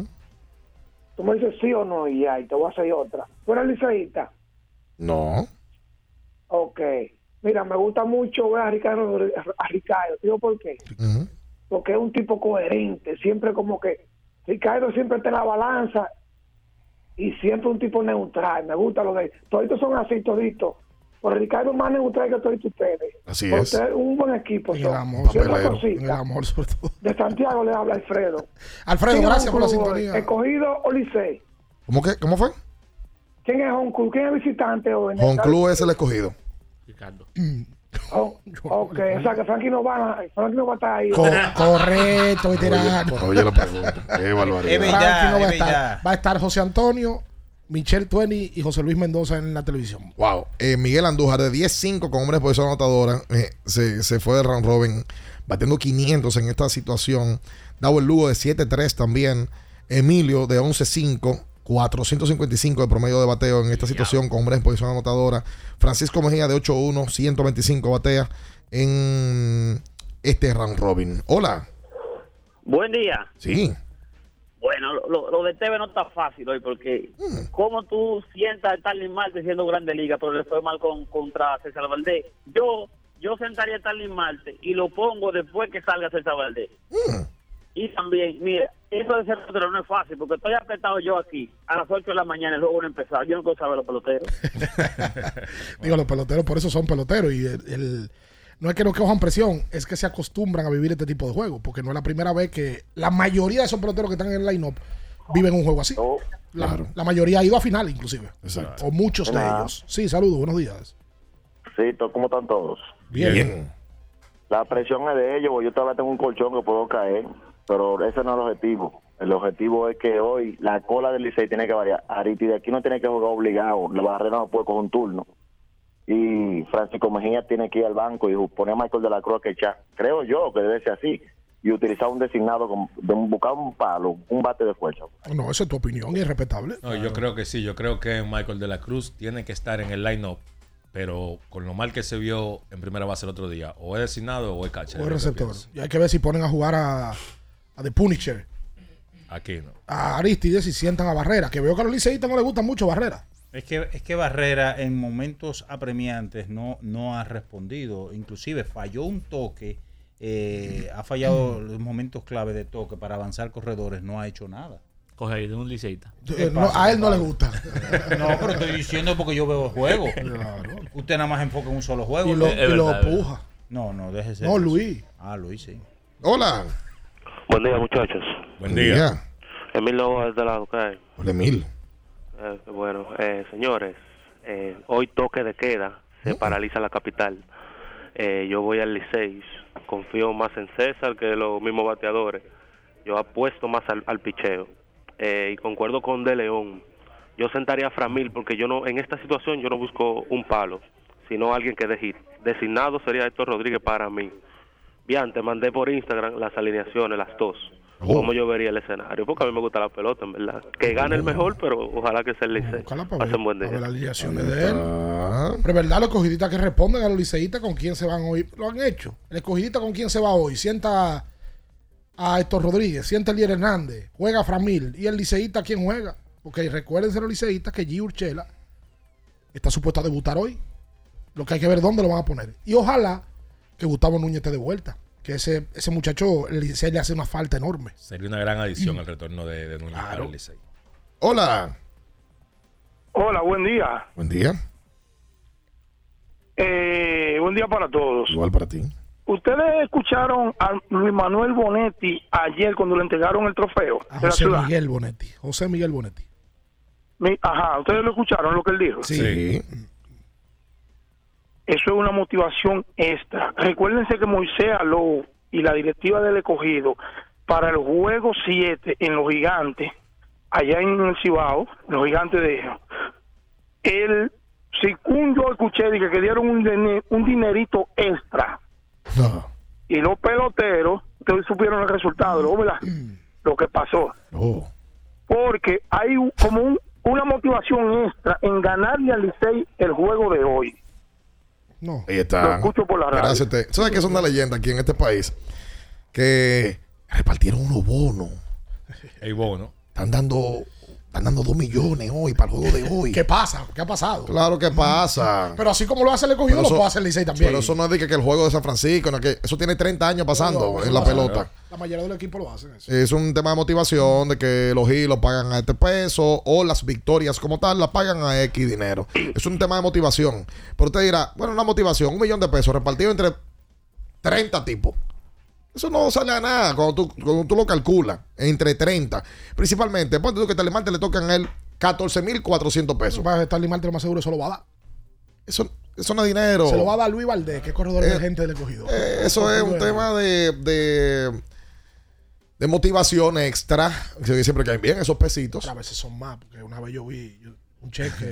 Tú me dices sí o no y ya, y te voy a hacer otra. ¿Tú eres liceísta? No. Ok. Mira, me gusta mucho ver a Ricardo, a Ricardo. ¿Digo por qué? Porque es un tipo coherente. Siempre como que Ricardo siempre está en la balanza y siempre un tipo neutral. Me gusta lo de... Toditos son así, toditos. Pero Ricardo es más neutral que todos ustedes. Así Pero es. ustedes un buen equipo. En son. el amor, Y otra papelero. cosita. En el amor, sobre todo. De Santiago le habla Alfredo. Alfredo, ¿Quién es gracias por la Home Club hoy? sintonía. ¿Escogido o Licey? ¿Cómo, que, ¿Cómo fue? ¿Quién es Home Club? ¿Quién es visitante hoy? Home Club es el escogido. Ricardo. Oh, ok, o sea que Frankie no va, Frankie no va a estar ahí. Co- correcto, veterano. Oye, la pregunta. Qué barbaridad. Es verdad, Frankie no va, a es estar. verdad. Va a estar José Antonio, Michelle Tueni y José Luis Mendoza en la televisión. Wow. Eh, Miguel Andújar de diez cinco con hombres por esa anotadora. Eh, se, se fue de round robin batiendo quinientos en esta situación. Davo el Lugo de siete tres también. Emilio de once cinco. cuatrocientos cincuenta y cinco de promedio de bateo en esta situación con hombres en posición anotadora. Francisco Mejía de ocho uno, ciento veinticinco batea en este round robin. Hola. Buen día. Sí. Bueno, lo, lo de T V no está fácil hoy porque ¿cómo tú sientas a Starling Marte siendo Grande Liga, pero le fue mal con, contra César Valdés? Yo yo sentaría a Starling Marte y lo pongo después que salga César Valdés. Y también, mira, eso de ser pelotero no es fácil porque estoy apretado yo aquí a las ocho de la mañana y luego no empezar. Yo no puedo saber los peloteros. Digo, los peloteros por eso son peloteros y el, el- no es que no cojan presión, es que se acostumbran a vivir este tipo de juegos, porque no es la primera vez que la mayoría de esos peloteros que están en el line-up viven un juego así. La, la mayoría ha ido a final, inclusive. Exacto. O muchos de Hola. ellos. Sí, saludos, buenos días. Sí, to- ¿cómo están todos? Bien. Bien. La presión es de ellos, porque yo todavía tengo un colchón que puedo caer, pero ese no es el objetivo. El objetivo es que hoy la cola del Licey tiene que variar. Ariti de aquí no tiene que jugar obligado, la barrera no puede coger un turno. Y Francisco Mejía tiene que ir al banco y poner a Michael de la Cruz que echar. Creo yo que debe ser así. Y utilizar un designado, con, de un- buscar un palo, un bate de fuerza. No, esa es tu opinión y es respetable. No, yo creo que sí. Yo creo que Michael de la Cruz tiene que estar en el line-up. Pero con lo mal que se vio en primera base el otro día, o es designado o es catcher. O es receptor. Y hay que ver si ponen a jugar a, a The Punisher, Aquí no. a Aristides y sientan a Barrera, que veo que a los liceístas no les gusta mucho Barrera. Es que, es que Barrera en momentos apremiantes no, no ha respondido. Inclusive falló un toque. eh, ha fallado los momentos clave de toque para avanzar corredores. No ha hecho nada. Coge ahí de un liceísta. Eh, no, a él no le gusta. No, pero estoy diciendo porque yo veo el juego. Usted nada más enfoca en un solo juego. Y lo- Es y lo verdad, es puja. verdad. No, no, déjese. No, eso. Luis. Ah, Luis, sí. Hola. Buen día, muchachos. Buen día. Emil Lobo desde la Ducay. Hola, Emil. Eh, bueno, eh, señores, eh, hoy toque de queda, se Uh-uh. paraliza la capital. Eh, yo voy al Licey, confío más en César que los mismos bateadores. Yo apuesto más al, al picheo. Eh, y concuerdo con De León. Yo sentaría a Framil porque yo no, en esta situación yo no busco un palo, sino alguien que deje. Designado sería Héctor Rodríguez para mí. Bien, te mandé por Instagram las alineaciones, las dos. Oh. Cómo yo vería el escenario, porque a mí me gusta la pelota, en verdad. Que gane el mejor, pero ojalá que sea el Licey. Pasen buen día. Las alineaciones de él. Pero es verdad, los escogidistas que responden a los liceístas con quién se van hoy, lo han hecho. El escogidista con quién se va hoy, sienta a Héctor Rodríguez, sienta a Elier Hernández, juega a Framil. ¿Y el liceísta quién juega? Porque recuérdense los liceístas que G. Urchela está supuesto a debutar hoy. Lo que hay que ver dónde lo van a poner. Y ojalá que Gustavo Núñez esté de vuelta. Que ese, ese muchacho el Licey le hace una falta enorme. Sería una gran adición el retorno de, de Núñez Claro. para el Licey. Hola. Hola, buen día. Buen día. Eh, buen día para todos. Igual para ti. ¿Ustedes escucharon a Luis Manuel Bonetti ayer cuando le entregaron el trofeo A de la José ciudad? Miguel Bonetti. José Miguel Bonetti. Mi- ajá, ¿ustedes lo escucharon lo que él dijo? Sí. Eso es una motivación extra. Recuérdense que Moisés Aló y la directiva del Escogido para el juego siete en los Gigantes, allá en el Cibao, los Gigantes de el según yo escuché dije que dieron un, dine- un dinerito extra. Y los peloteros, ustedes supieron el resultado, ¿no? ¿Verdad? Lo que pasó. Porque hay un- como un- una motivación extra en ganarle al Licey el juego de hoy. No. Ahí está. Lo escucho por la radio. Gracias a usted. ¿Sabes que es una leyenda aquí en este país? Que repartieron unos bonos. El bono. Están dando, están dando dos millones hoy para el juego de hoy. ¿Qué pasa? ¿Qué ha pasado? Claro que pasa. Pero así como lo hace el Escogido, Pero lo eso- puede hacer el Licey también. Pero eso no es de que, que el juego de San Francisco, no, que eso tiene treinta años pasando No, en la no, pelota. La mayoría del equipo lo hacen eso. Es un tema de motivación, de que los hilos pagan a este peso o las victorias como tal las pagan a X dinero. Es un tema de motivación. Pero usted dirá, bueno, una motivación, un millón de pesos repartido entre treinta tipos. Eso no sale a nada cuando tú, cuando tú lo calculas entre treinta. Principalmente, ponte tú que Starling Marte le tocan a él catorce mil cuatrocientos pesos. Para Starling Marte lo más seguro eso lo va a dar. Eso, eso no es dinero. Se lo va a dar Luis Valdés, que es corredor Eh, emergente del Escogido. Eh, eso es un tema de, de, de motivación extra. Que siempre caen bien esos pesitos. A veces son más, porque una vez yo vi yo- un cheque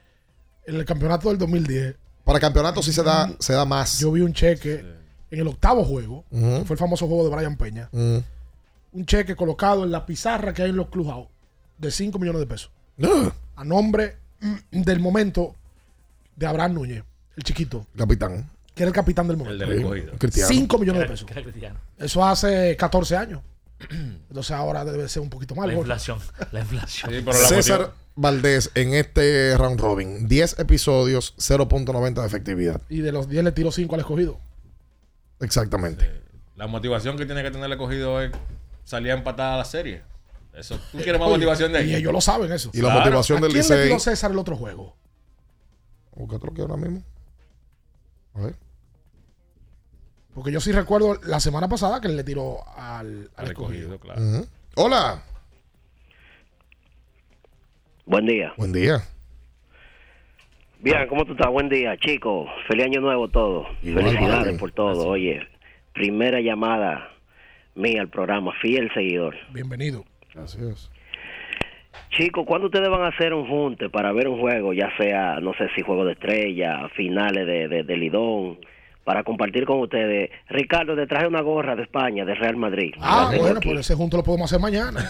en el campeonato del dos mil diez. Para campeonato sí se da, se da más. Yo vi un cheque en el octavo juego, Ujú. que fue el famoso juego de Brian Peña. Mm. Un cheque colocado en la pizarra que hay en los clubhouse de cinco millones de pesos. Ah. A nombre mm, del momento de Abraham Núñez, el chiquito, Capitán. que era el capitán del momento. El del Escogido. Cristiano. cinco millones de Que pesos. era- que era cristiano. Eso hace catorce años. Entonces ahora debe ser un poquito más. La Jorge. inflación. La inflación. César Valdés en este round robin. diez episodios, cero punto noventa de efectividad. Y de los diez le tiró cinco al Escogido. Exactamente. La motivación que tiene que tener el Escogido es salir a empatar a la serie. Eso, ¿tú quieres más Oye, motivación de ahí? Y ellos lo saben eso. Y la motivación ¿A del quién le tiró Licey. César el otro juego? Búscate lo que ahora mismo. A ver. Porque yo sí recuerdo la semana pasada que él le tiró al, al Al Escogido. Escogido, claro. Ujú. Hola. Buen día. Buen día. Bien, ¿cómo tú estás? Buen día, chicos. Feliz año nuevo todo. Igual, Felicidades vale. por todo. Oye, primera llamada mía al programa, fiel seguidor. Bienvenido. Gracias. Chicos, ¿cuándo ustedes van a hacer un junte para ver un juego, ya sea, no sé si juego de estrella, finales de, de, de Lidón, para compartir con ustedes? Ricardo, te traje una gorra de España, de Real Madrid. Ah, La tengo bueno, aquí. pues ese junto lo podemos hacer mañana.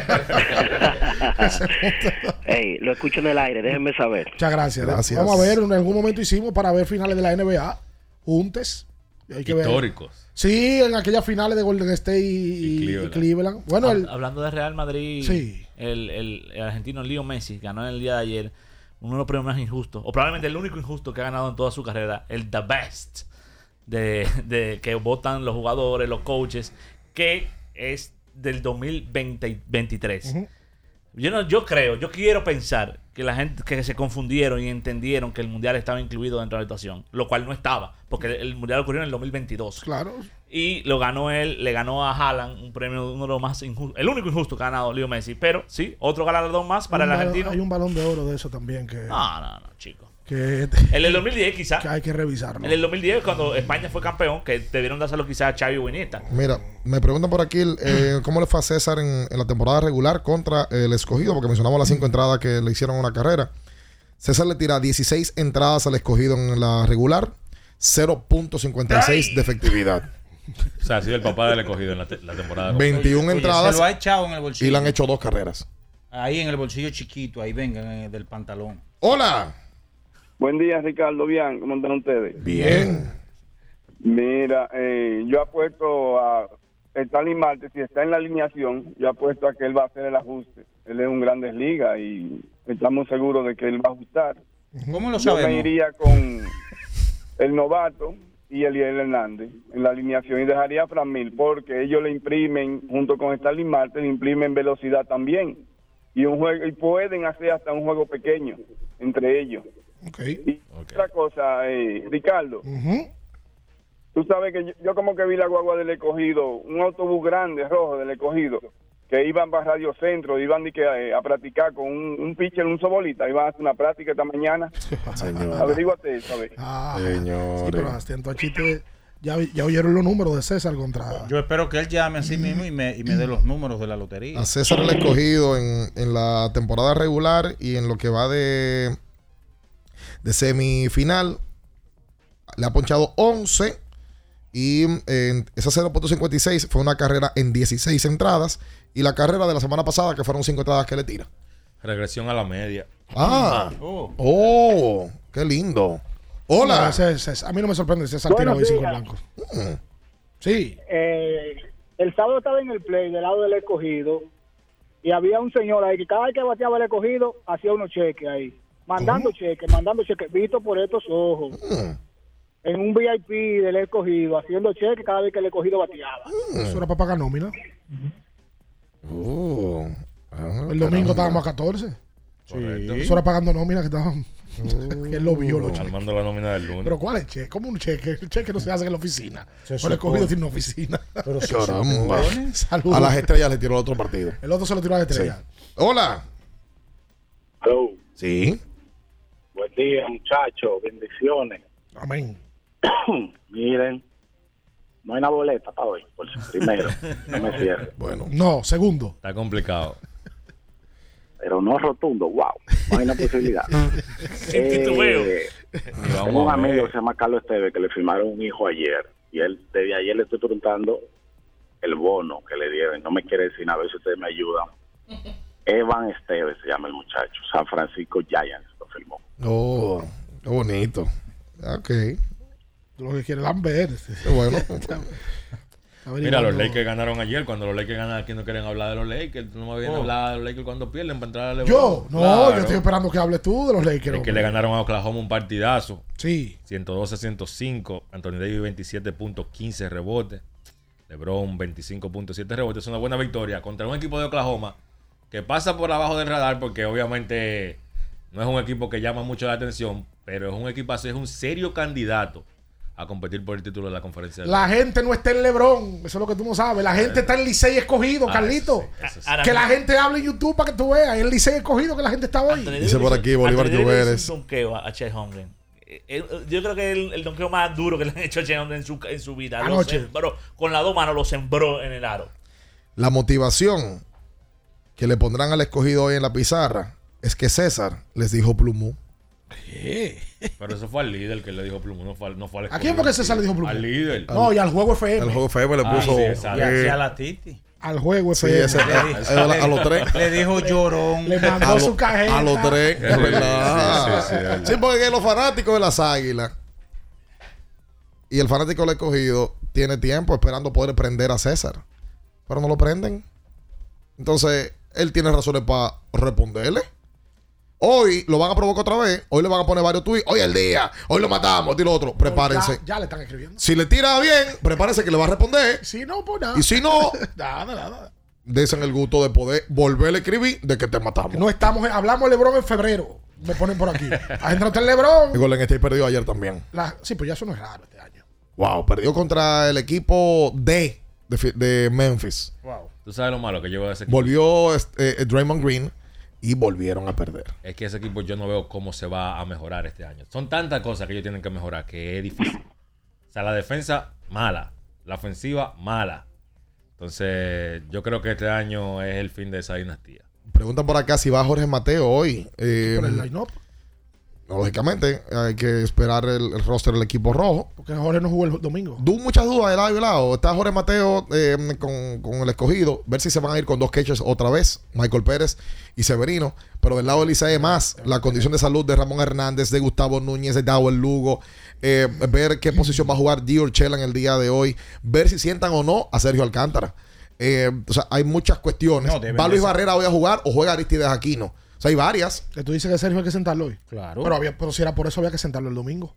Ey, lo escucho en el aire, déjenme saber. Muchas gracias. Gracias. Vamos a ver, en algún momento hicimos para ver finales de la N B A juntes. Y hay que ver. Históricos. Sí, en aquellas finales de Golden State y, Y y Cleveland. Cleveland. Bueno, Hab- el, Hablando de Real Madrid, Sí. el, el, el argentino Leo Messi ganó en el día de ayer uno de los premios más injustos, o probablemente el único injusto que ha ganado en toda su carrera, el The Best, de, de que votan los jugadores, los coaches, que es del dos mil veinte, veintitrés. Ujú. Yo no, yo creo, yo quiero pensar que la gente que se confundieron y entendieron que el mundial estaba incluido dentro de la situación, lo cual no estaba, porque el mundial ocurrió en el dos mil veintidós. Claro. Y lo ganó él, le ganó a Haaland un premio, uno de los más injustos, el único injusto que ha ganado Leo Messi. Pero sí, otro galardón más para un el balón, argentino. Hay un balón de oro de eso también que. No, no, no, chico. Que, el del dos mil diez quizás. Que hay que revisarlo. En el dos mil diez, cuando España fue campeón, que debieron dárselo quizás a Xavi o Iniesta. Mira, me preguntan por aquí eh, cómo le fue a César en, en la temporada regular contra el Escogido, porque mencionamos las cinco entradas que le hicieron a una carrera. César le tira dieciséis entradas al Escogido en la regular, cero punto cincuenta y seis de efectividad. O sea, ha sido el papá del Escogido en la, te- la temporada. veintiuna Oye, entradas. se lo ha echado en el bolsillo. Y le han hecho dos carreras. Ahí en el bolsillo chiquito, ahí vengan eh, del pantalón. Hola. Buen día, Ricardo. Bien, ¿cómo están ustedes? Bien. Mira, eh, yo apuesto a Stanley Marte, si está en la alineación, yo apuesto a que él va a hacer el ajuste. Él es un Grandes Ligas y estamos seguros de que él va a ajustar. ¿Cómo lo Yo sabemos? me iría con el novato y Eliel Hernández en la alineación y dejaría a Fran Mil porque ellos le imprimen, junto con Stanley Marte, le imprimen velocidad también. Y un juego y pueden hacer hasta un juego pequeño entre ellos. Okay. Y otra cosa, eh, Ricardo, uh-huh. tú sabes que yo, yo como que vi la guagua del Escogido, un autobús grande, rojo del Escogido, que iban para Radio Centro, iban de que, eh, a practicar con un, un pitcher, un sobolita, iban a hacer una práctica esta mañana. Averíguate eso, a ver. Ah, Señores. sí, pero atento a chiste. Ya, ya oyeron los números de César contra. Yo espero que él llame a sí mismo y me, y me dé los números de la lotería. A César le he escogido en, en la temporada regular y en lo que va de, de semifinal. Le ha ponchado once y en esa cero punto cincuenta y seis fue una carrera en dieciséis entradas. Y la carrera de la semana pasada, que fueron cinco entradas que le tira. Regresión a la media. Ah, oh, oh qué lindo. Hola. No, ese, ese, a mí no me sorprende César tira hoy cinco blancos. Mm. Sí. Eh, el sábado estaba en el play del lado del Escogido y había un señor ahí que cada vez que bateaba el Escogido hacía unos cheques ahí, mandando ¿Cómo? cheques, mandando cheques, visto por estos ojos. Mm. En un V I P del Escogido, haciendo cheques cada vez que el Escogido bateaba. Mm. Eso era para pagar nómina. Oh. Ah, el domingo estábamos a catorce. Sí. Eso era pagando nómina que estaban. Que él lo vio, los cheques. Armando la nómina del lunes. Pero ¿cuál es el cheque? ¿Cómo un cheque? El cheque no se hace en la oficina. Se Por el Escogido supone. tiene una oficina. Pero si Caramba. Saludos. A las estrellas le tiró el otro partido. El otro se lo tiró a la estrella. Sí. Hola. Hello. Sí. Buen día, muchachos. Bendiciones. Amén. Miren, no hay una boleta para hoy, por si primero. No me cierre. Bueno. No, segundo. Está complicado. Pero no rotundo, wow. No hay una posibilidad. Sin titubeo. Eh, tengo un amigo que se llama Carlos Esteves que le firmaron un hijo ayer. Y él, desde ayer le estoy preguntando el bono que le dieron. No me quiere decir nada, a ver si ustedes me ayudan. Evan Esteves se llama el muchacho. San Francisco Giants lo firmó. Oh, qué bonito. Ok. Lo que quiere Lambert. Qué bueno. Mira, los Lakers ganaron ayer. Cuando los Lakers ganan, aquí no quieren hablar de los Lakers. Tú no me vienes a hablar de los Lakers cuando pierden para entrar a LeBron. Yo, no, Claro. yo estoy esperando que hables tú de los Lakers. Es que le ganaron a Oklahoma un partidazo. Sí. ciento doce a ciento cinco. Anthony Davis veintisiete puntos, quince rebotes. LeBron veinticinco puntos, siete rebotes. Es una buena victoria contra un equipo de Oklahoma que pasa por abajo del radar porque obviamente no es un equipo que llama mucho la atención, pero es un equipo así, es un serio candidato a competir por el título de la conferencia. La gente no está en LeBron, eso es lo que tú no sabes. La gente está en Licey Escogido, Ah, Carlito. eso sí, eso sí. Que la gente hable en YouTube para que tú veas. En Licey Escogido que la gente está hoy. Dice por aquí Bolívar Anthony Davis Lluveres. hizo un donqueo a Chet Holmgren. Eh, eh, Yo creo que es el, el donqueo más duro que le han hecho a Chet Holmgren en su, en su vida. Lo Anoche. sembró, con las dos manos lo sembró en el aro. La motivación que le pondrán al Escogido hoy en la pizarra es que César les dijo Plumú. Pero eso fue al líder que le dijo Plumo, no fue al, no fue al ¿A quién fue que César le dijo Plumú? Al líder. No, y al juego F M. El juego F M le Ah, puso. sí, exacto. Y eh, hacia la Titi. Al juego sí, F M. ese- a, a- a los tres. Le dijo llorón. Le mandó A, lo- su cajeta. a los tres, es verdad. Sí, sí, sí, es verdad. Sí, porque los fanáticos de las Águilas y el fanático del Escogido tiene tiempo esperando poder prender a César, pero no lo prenden. Entonces, él tiene razones para responderle. Hoy lo van a provocar otra vez. Hoy le van a poner varios tweets. Hoy es el día. Hoy lo matamos. Dilo otro. Prepárense. Ya, ya le están escribiendo. Si le tira bien, prepárense que le va a responder. Si no, pues nada. Y si no, Nada, nada. desen el gusto de poder volver a escribir de que te matamos. No estamos, hablamos de LeBron en febrero. Me ponen por aquí. Ha entrado el LeBron. Y Golden State perdió ayer también. La, sí, pues ya eso no es raro este año. Wow, perdió contra el equipo D de, de Memphis. Wow. Tú sabes lo malo que lleva ese equipo. Volvió eh, Draymond Green y volvieron a perder. Es que ese equipo yo no veo cómo se va a mejorar este año. Son tantas cosas que ellos tienen que mejorar que es difícil. O sea, la defensa, mala. La ofensiva, mala. Entonces, yo creo que este año es el fin de esa dinastía. Preguntan por acá si va Jorge Mateo hoy. Eh, ¿Por el line-up? No, lógicamente, hay que esperar el, el roster del equipo rojo. Porque Jorge no jugó el domingo. Du muchas dudas de lado y lado. Está Jorge Mateo eh, con, con el escogido. Ver si se van a ir con dos catchers otra vez. Michael Pérez y Severino. Pero del lado del Licey más la condición de salud de Ramón Hernández, de Gustavo Núñez, de Dawel Lugo. Eh, ver qué posición va a jugar Dio Urshela en el día de hoy. Ver si sientan o no a Sergio Alcántara. Eh, o sea, hay muchas cuestiones. No, ¿va Luis Barrera hoy a jugar o juega Aristides Aquino? O sea, hay varias. Que tú dices que Sergio hay que sentarlo hoy. Claro. Pero, había, pero si era por eso había que sentarlo el domingo.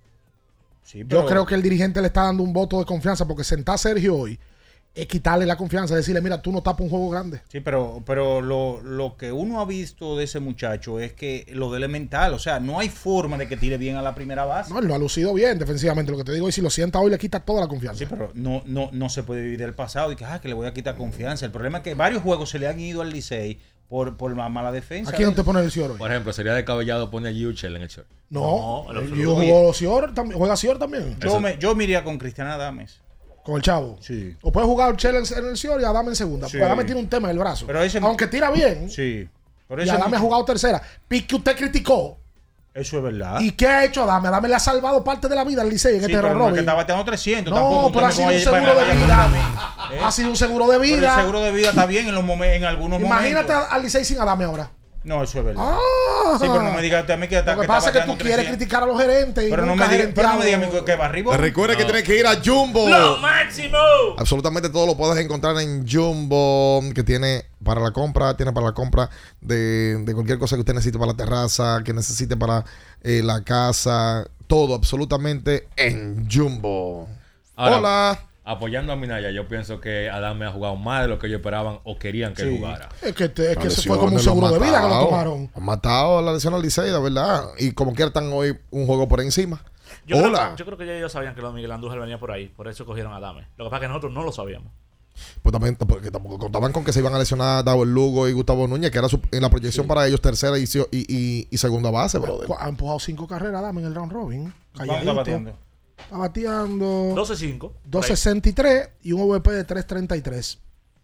Sí, pero... Yo creo que el dirigente le está dando un voto de confianza porque sentar a Sergio hoy es quitarle la confianza, decirle, mira, tú no tapas un juego grande. Sí, pero, pero lo, lo que uno ha visto de ese muchacho es que lo de él es mental. O sea, no hay forma de que tire bien a la primera base. No, él lo ha lucido bien defensivamente. Lo que te digo es si lo sienta hoy le quita toda la confianza. Sí, pero no, no, no se puede vivir del pasado y que, ah, que le voy a quitar confianza. El problema es que varios juegos se le han ido al Licey por, por la mala defensa. ¿A quién te pone el Cior hoy? Por ejemplo, sería descabellado poner a Yuchel en el short. No, no yo juego Cior, juega Cior también. Yo me, yo me iría con Cristiana Adames. Con el chavo. Sí. O puede jugar Chela en el Cior y Adame en segunda. Sí. Porque Adame tiene un tema en el brazo. Pero ese... Aunque tira bien. Sí. Pero y Adame mucho... ha jugado tercera. Pique usted criticó. Eso es verdad. ¿Y qué ha hecho Adame? Adame le ha salvado parte de la vida al Licey en sí, este pero Robin. No, que está bateando trescientos. No, tampoco, pero ha sido un seguro de vida. ¿Eh? Ha sido un seguro de vida. Pero el seguro de vida está bien en, los momen- en algunos Imagínate momentos. Imagínate al Licey sin Adame ahora. No, eso es verdad. Ah, sí, pero no me digas a mí que está. Lo que, que pasa es que tú quieres criticar a los gerentes. Pero, y no, me diga, pero no me digas que va arriba. Recuerda no. que tienes que ir a Jumbo. ¡Lo máximo! Absolutamente todo lo puedes encontrar en Jumbo. Que tiene para la compra, tiene para la compra de, de cualquier cosa que usted necesite para la terraza, que necesite para eh, la casa. Todo absolutamente en Jumbo. Ahora, Hola. Apoyando a Minaya, yo pienso que Adame ha jugado más de lo que ellos esperaban o querían que sí. jugara. Es que, te, es que se fue como un seguro de vida que lo tomaron. Han matado la lesión al Licey, de verdad. Y como quiera están hoy un juego por encima. Yo Hola. Creo, yo creo que ya ellos sabían que los Miguel Andújar venía por ahí. Por eso cogieron a Adame. Lo que pasa es que nosotros no lo sabíamos. Pues también, porque tampoco contaban con que se iban a lesionar Dawel Lugo y Gustavo Núñez, que era su, en la proyección sí. para ellos tercera y, y, y, y segunda base, brother. Ha empujado cinco carreras Adame en el round robin. ¿Cuánto está bateando? Está bateando doce cinco. dos sesenta y tres y un O V P de tres treinta y tres.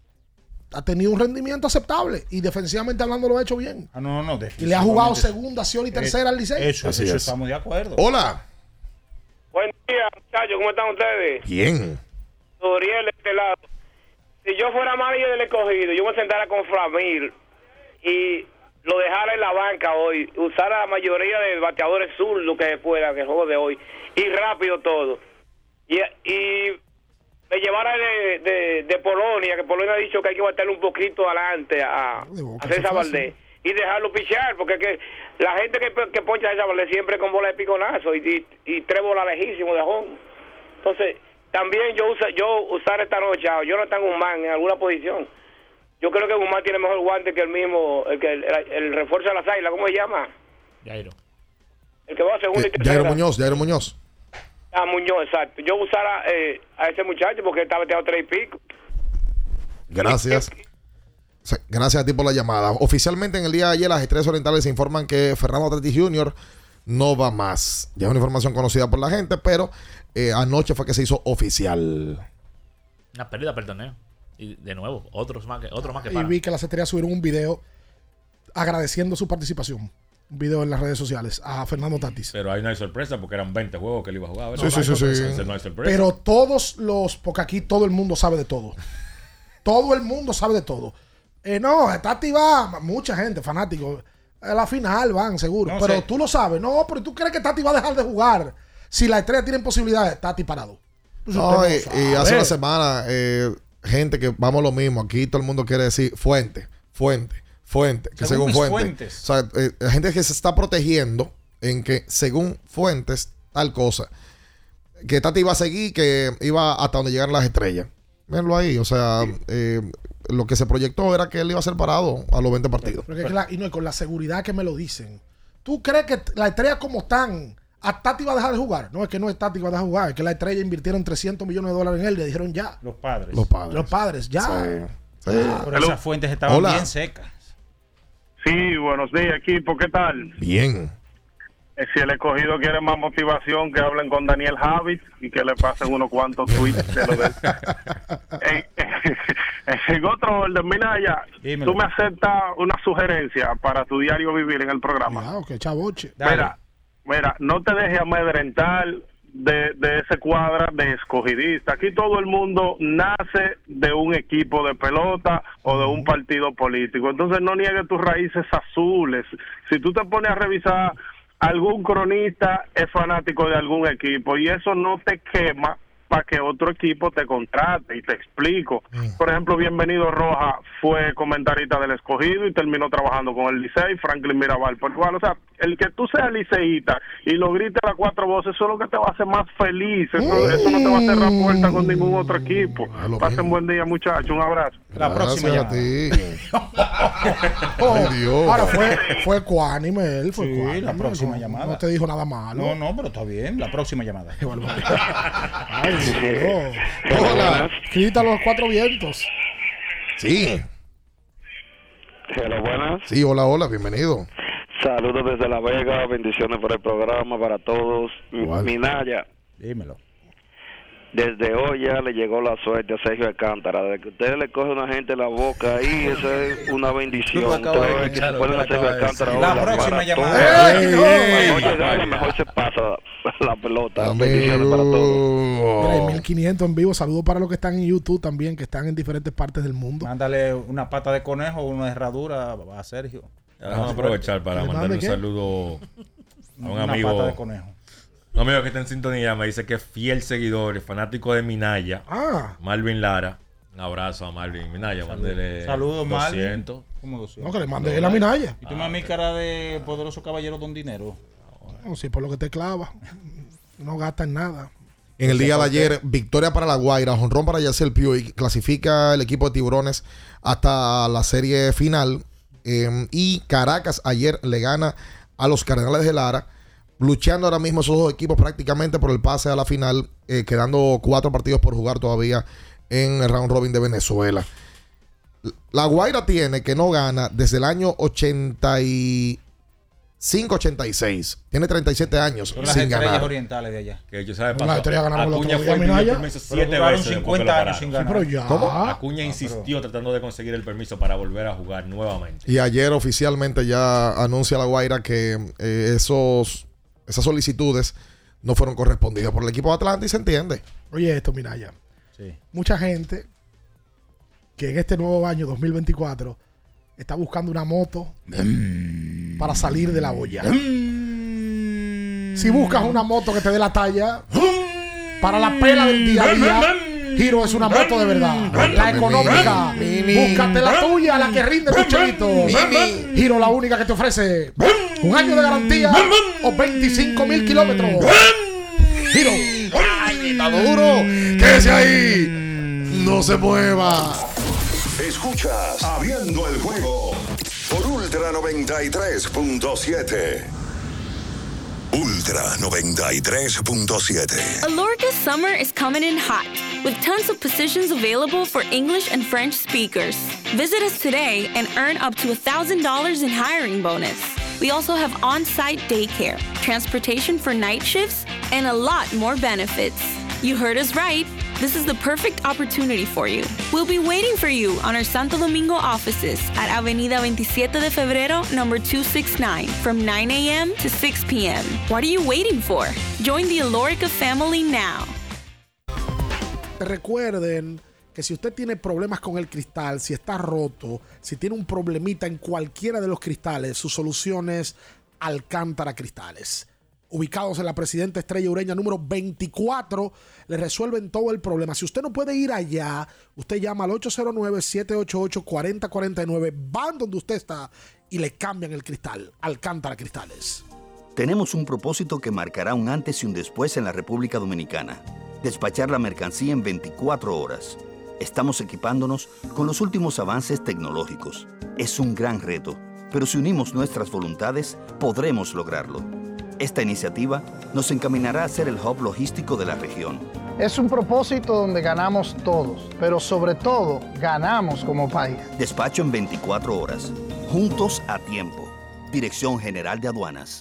Ha tenido un rendimiento aceptable y defensivamente hablando lo ha hecho bien. Ah, no, no, y le ha jugado segunda, acción y tercera eh, al Licey. Eso, eso estamos de acuerdo. Hola. Buen día, muchachos, ¿cómo están ustedes? Bien. Uriel de este lado. Si yo fuera manager del escogido, yo me sentara con Framil y lo dejara en la banca hoy, usara la mayoría de bateadores zurdos que se pueda en el juego de hoy y rápido todo. Y, y me llevara de, de, de Polonia, que Polonia ha dicho que hay que baterle un poquito adelante a, a César Valdés y dejarlo pichar, porque es que la gente que, que poncha a César Valdés siempre con bola de piconazo y, y, y tres bolas lejísimos de home. Entonces, también yo usa, yo usar esta noche a Jonathan Guzmán en alguna posición. Yo creo que Guzmán tiene mejor guante que el mismo, el que el, el, el refuerzo de las águilas, ¿cómo se llama? Jairo. El que va a segunda eh, y tercera. Jairo Muñoz, Jairo Muñoz. Ah, Muñoz, exacto. Yo usara eh, a ese muchacho porque está bateado tres y pico. Gracias. Gracias a ti por la llamada. Oficialmente en el día de ayer las Estrellas Orientales informan que Fernando Tatis junior no va más. Ya es una información conocida por la gente, pero eh, anoche fue que se hizo oficial. Una pérdida para el torneo. Y de nuevo, otros más que, otros más que para. Y vi que las Estrellas subieron un video agradeciendo su participación. Un video en las redes sociales a Fernando Tatis. Pero ahí no hay sorpresa porque eran veinte juegos que él iba a jugar. Sí, sí, sí, sí. No hay sorpresa. Pero todos los, porque aquí todo el mundo sabe de todo. Todo el mundo sabe de todo. Eh, no, Tati va, mucha gente, fanáticos. A la final van, seguro. No, pero sí. Tú lo sabes. No, pero tú crees que Tati va a dejar de jugar si la estrella tiene posibilidades. Tati parado. Pues no, y, y hace una semana, eh, gente que vamos lo mismo. Aquí todo el mundo quiere decir fuente, fuente, fuente. Que según, según fuentes. O sea, eh, la gente que se está protegiendo en que según fuentes, tal cosa. Que Tati iba a seguir, que iba hasta donde llegaran las estrellas. Véanlo ahí. O sea, sí. eh, lo que se proyectó era que él iba a ser parado a los veinte partidos. Porque es la- y, no, y con la seguridad que me lo dicen. ¿Tú crees que la estrella como están, a Tati va a dejar de jugar? No, es que no es Tati va a dejar de jugar, es que la estrella invirtieron trescientos millones de dólares en él y le dijeron ya. Los padres. Los padres. Los padres, ya. Sí. Ah, Pero esas fuentes estaban Hola. bien secas. Sí, buenos días, equipo. ¿Qué tal? Bien. Eh, Si el escogido quiere más motivación, que hablen con Daniel Javid y que le pasen unos cuantos tweets de lo de en, en otro orden, Minaya, Dímelo. tú me aceptas una sugerencia para tu diario vivir en el programa. Cuidado, que chavoche. Mira, mira, no te dejes amedrentar de, de ese cuadra de escogidista. Aquí todo el mundo nace de un equipo de pelota o de un partido político. Entonces no niegues tus raíces azules. Si tú te pones a revisar, algún cronista es fanático de algún equipo y eso no te quema para que otro equipo te contrate. Y te explico. Por ejemplo, Bienvenido Roja fue comentarista del escogido y terminó trabajando con el Licey, Franklin Mirabal por igual. O sea, el que tú seas liceísta y lo grites a cuatro voces, eso es lo que te va a hacer más feliz. Eso, eso no te va a cerrar puertas con ningún otro equipo. Pasen buen día, muchachos. Un abrazo. La próxima Gracias a llamada. ti. Ay, Dios. Ahora fue, fue ecuánime él, fue Sí, ecuánime, la próxima no- llamada. No te dijo nada malo. No, no, pero está bien. La próxima llamada. Ay, Dios. Hola. Quita los cuatro vientos. Sí. Hola, buenas. Sí, hola, hola, bienvenido. Saludos desde La Vega, bendiciones por el programa para todos. Igual. Minaya, Dímelo. desde hoy ya le llegó la suerte a Sergio Alcántara. De que usted le coge a una gente la boca ahí, eso es una bendición. Tú lo acabas de Usted ve que escuchar, se ponen tú a lo Sergio acabas de Alcántara decir. ahora La próxima para llamada. todo. ¡Ey, No, no! no llegar, mejor se pasa la pelota. Bendiciones para todos. Mira, hay mil quinientos en vivo. Saludos para los que están en YouTube también, que están en diferentes partes del mundo. Mándale una pata de conejo o una herradura a Sergio. Vamos a aprovechar para ¿Le mandarle mande un qué? saludo a un Una amigo. pata de conejo. Un amigo que está en sintonía me dice que es fiel seguidor y fanático de Minaya. Ah, Marvin Lara. Un abrazo a Marvin Minaya. Mándele Saludos, Marvin. doscientos. ¿Cómo doscientos? no, que le mande él a Minaya. ¿Y tú me mi cara de poderoso caballero don dinero? No, sí, por lo que te clava. No gasta en nada. En el día de ayer, victoria para La Guaira, jonrón para Yacel Puig, clasifica el equipo de Tiburones hasta la serie final. Eh, y Caracas ayer le gana a los Cardenales de Lara, luchando ahora mismo esos dos equipos prácticamente por el pase a la final, eh, quedando cuatro partidos por jugar todavía en el round robin de Venezuela. La Guaira tiene que no gana desde el año ochenta y cinco ochenta y seis. Tiene treinta y siete años Son las sin estrellas ganar. orientales de allá. Que yo sabe No, pasó. la estrella ganamos el otro Acuña día, fue el Minaya. permiso Pero siete jugaron veces. después que cincuenta lo años pararon. sin Sí, ganar. pero ya. ¿Cómo? Acuña insistió tratando de conseguir el permiso para volver a jugar nuevamente. Y ayer oficialmente ya anuncia La Guaira que eh, esos, esas solicitudes no fueron correspondidas por el equipo de Atlanta y se entiende. Oye, esto, Minaya. Sí. Mucha gente que en este nuevo año dos mil veinticuatro está buscando una moto para salir de la olla. Si buscas una moto que te dé la talla para la pela del día a día, Giro es una moto de verdad. La económica. Búscate la tuya, la que rinde tu chelito. Giro, la única que te ofrece un año de garantía o veinticinco mil kilómetros. Giro. ¡Ay, está duro! ¡Quédese ahí! ¡No se mueva! Escuchas Abriendo el Juego por Ultra noventa y tres punto siete. Ultra noventa y tres punto siete. Alorca's summer is coming in hot, with tons of positions available for English and French speakers. Visit us today and earn up to one thousand dollars in hiring bonus. We also have on-site daycare, transportation for night shifts, and a lot more benefits. You heard us right. This is the perfect opportunity for you. We'll be waiting for you on our Santo Domingo offices at Avenida veintisiete de Febrero, number two sixty-nine, from nine a.m. to six p.m. What are you waiting for? Join the Alorica family now. Recuerden que si usted tiene problemas con el cristal, si está roto, si tiene un problemita en cualquiera de los cristales, su solución es Alcántara Cristales. Ubicados en la Presidenta Estrella Ureña número veinticuatro, le resuelven todo el problema. Si usted no puede ir allá, usted llama al ocho cero nueve, siete ocho ocho, cuatro cero cuatro nueve, van donde usted está y le cambian el cristal. Alcántara Cristales. Tenemos un propósito que marcará un antes y un después en la República Dominicana. Despachar la mercancía en veinticuatro horas. Estamos equipándonos con los últimos avances tecnológicos. Es un gran reto, pero si unimos nuestras voluntades, podremos lograrlo. Esta iniciativa nos encaminará a ser el hub logístico de la región. Es un propósito donde ganamos todos, pero sobre todo, ganamos como país. Despacho en veinticuatro horas. Juntos a tiempo. Dirección General de Aduanas.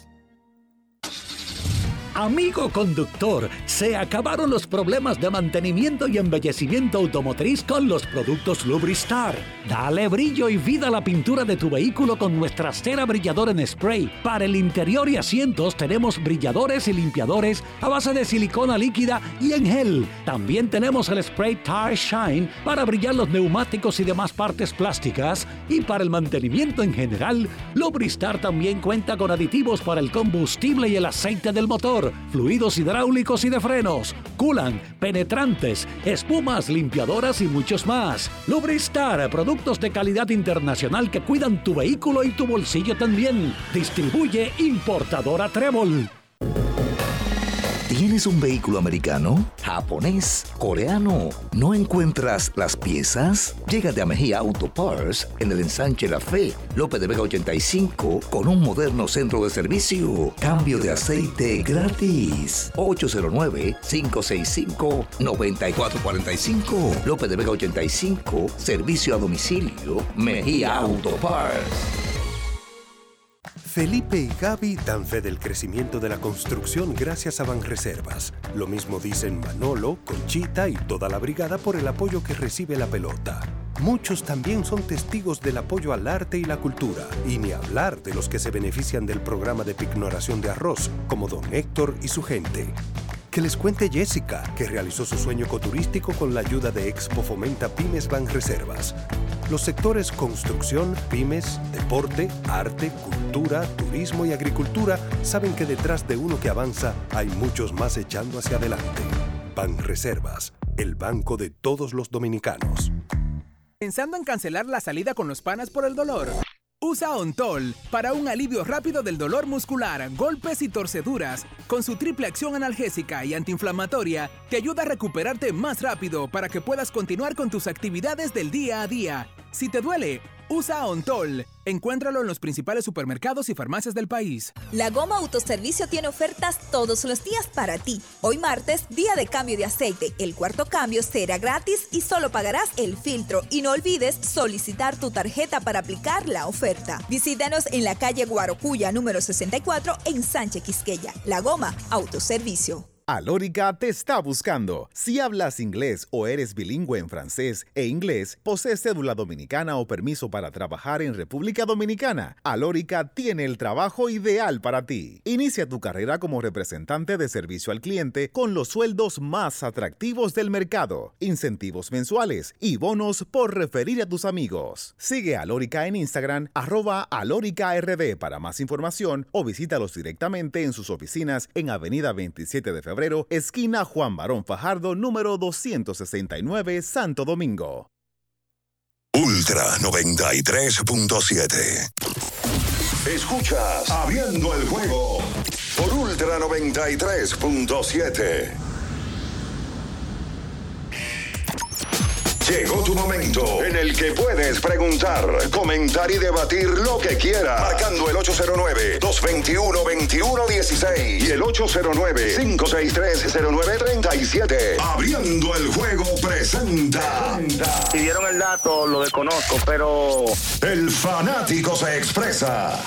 Amigo conductor, se acabaron los problemas de mantenimiento y embellecimiento automotriz con los productos Lubristar. Dale brillo y vida a la pintura de tu vehículo con nuestra cera brilladora en spray. Para el interior y asientos tenemos brilladores y limpiadores a base de silicona líquida y en gel. También tenemos el spray Tire Shine para brillar los neumáticos y demás partes plásticas. Y para el mantenimiento en general, Lubristar también cuenta con aditivos para el combustible y el aceite del motor, fluidos hidráulicos y de frenos, culan, penetrantes, espumas, limpiadoras y muchos más. Lubristar, productos de calidad internacional que cuidan tu vehículo y tu bolsillo también. Distribuye importadora Trébol. ¿Tienes un vehículo americano, japonés, coreano? ¿No encuentras las piezas? Llégate a Mejía Auto Parts en el ensanche La Fe, López de Vega ochenta y cinco, con un moderno centro de servicio. Cambio de aceite gratis. ocho cero nueve, cinco seis cinco, nueve cuatro cuatro cinco. López de Vega ochenta y cinco, servicio a domicilio. Mejía Auto Parts. Felipe y Gaby dan fe del crecimiento de la construcción gracias a Banreservas. Lo mismo dicen Manolo, Conchita y toda la brigada por el apoyo que recibe la pelota. Muchos también son testigos del apoyo al arte y la cultura, y ni hablar de los que se benefician del programa de pignoración de arroz, como don Héctor y su gente. Que les cuente Jessica, que realizó su sueño ecoturístico con la ayuda de Expo Fomenta Pymes Banreservas. Los sectores construcción, pymes, deporte, arte, cultura, turismo y agricultura saben que detrás de uno que avanza hay muchos más echando hacia adelante. Banreservas, el banco de todos los dominicanos. ¿Pensando en cancelar la salida con los panas por el dolor? Usa Ontol para un alivio rápido del dolor muscular, golpes y torceduras. Con su triple acción analgésica y antiinflamatoria, te ayuda a recuperarte más rápido para que puedas continuar con tus actividades del día a día. Si te duele, usa Ontol. Encuéntralo en los principales supermercados y farmacias del país. La Goma Autoservicio tiene ofertas todos los días para ti. Hoy martes, día de cambio de aceite. El cuarto cambio será gratis y solo pagarás el filtro. Y no olvides solicitar tu tarjeta para aplicar la oferta. Visítanos en la calle Guarocuya número sesenta y cuatro en Sánchez Quisqueya. La Goma Autoservicio. Alórica te está buscando. Si hablas inglés o eres bilingüe en francés e inglés, posees cédula dominicana o permiso para trabajar en República Dominicana, Alórica tiene el trabajo ideal para ti. Inicia tu carrera como representante de servicio al cliente con los sueldos más atractivos del mercado, incentivos mensuales y bonos por referir a tus amigos. Sigue a Alórica en Instagram, arroba alóricard para más información o visítalos directamente en sus oficinas en Avenida veintisiete de febrero, esquina Juan Barón Fajardo, número doscientos sesenta y nueve, Santo Domingo. Ultra noventa y tres punto siete. Escuchas Abriendo el Juego por Ultra noventa y tres punto siete. Llegó tu momento en el que puedes preguntar, comentar y debatir lo que quieras. Marcando el ocho cero nueve, dos dos uno, dos uno uno seis y el ocho cero nueve, cinco seis tres, cero nueve tres siete. Abriendo el Juego presenta. Si dieron el dato, lo desconozco, pero... El fanático se expresa.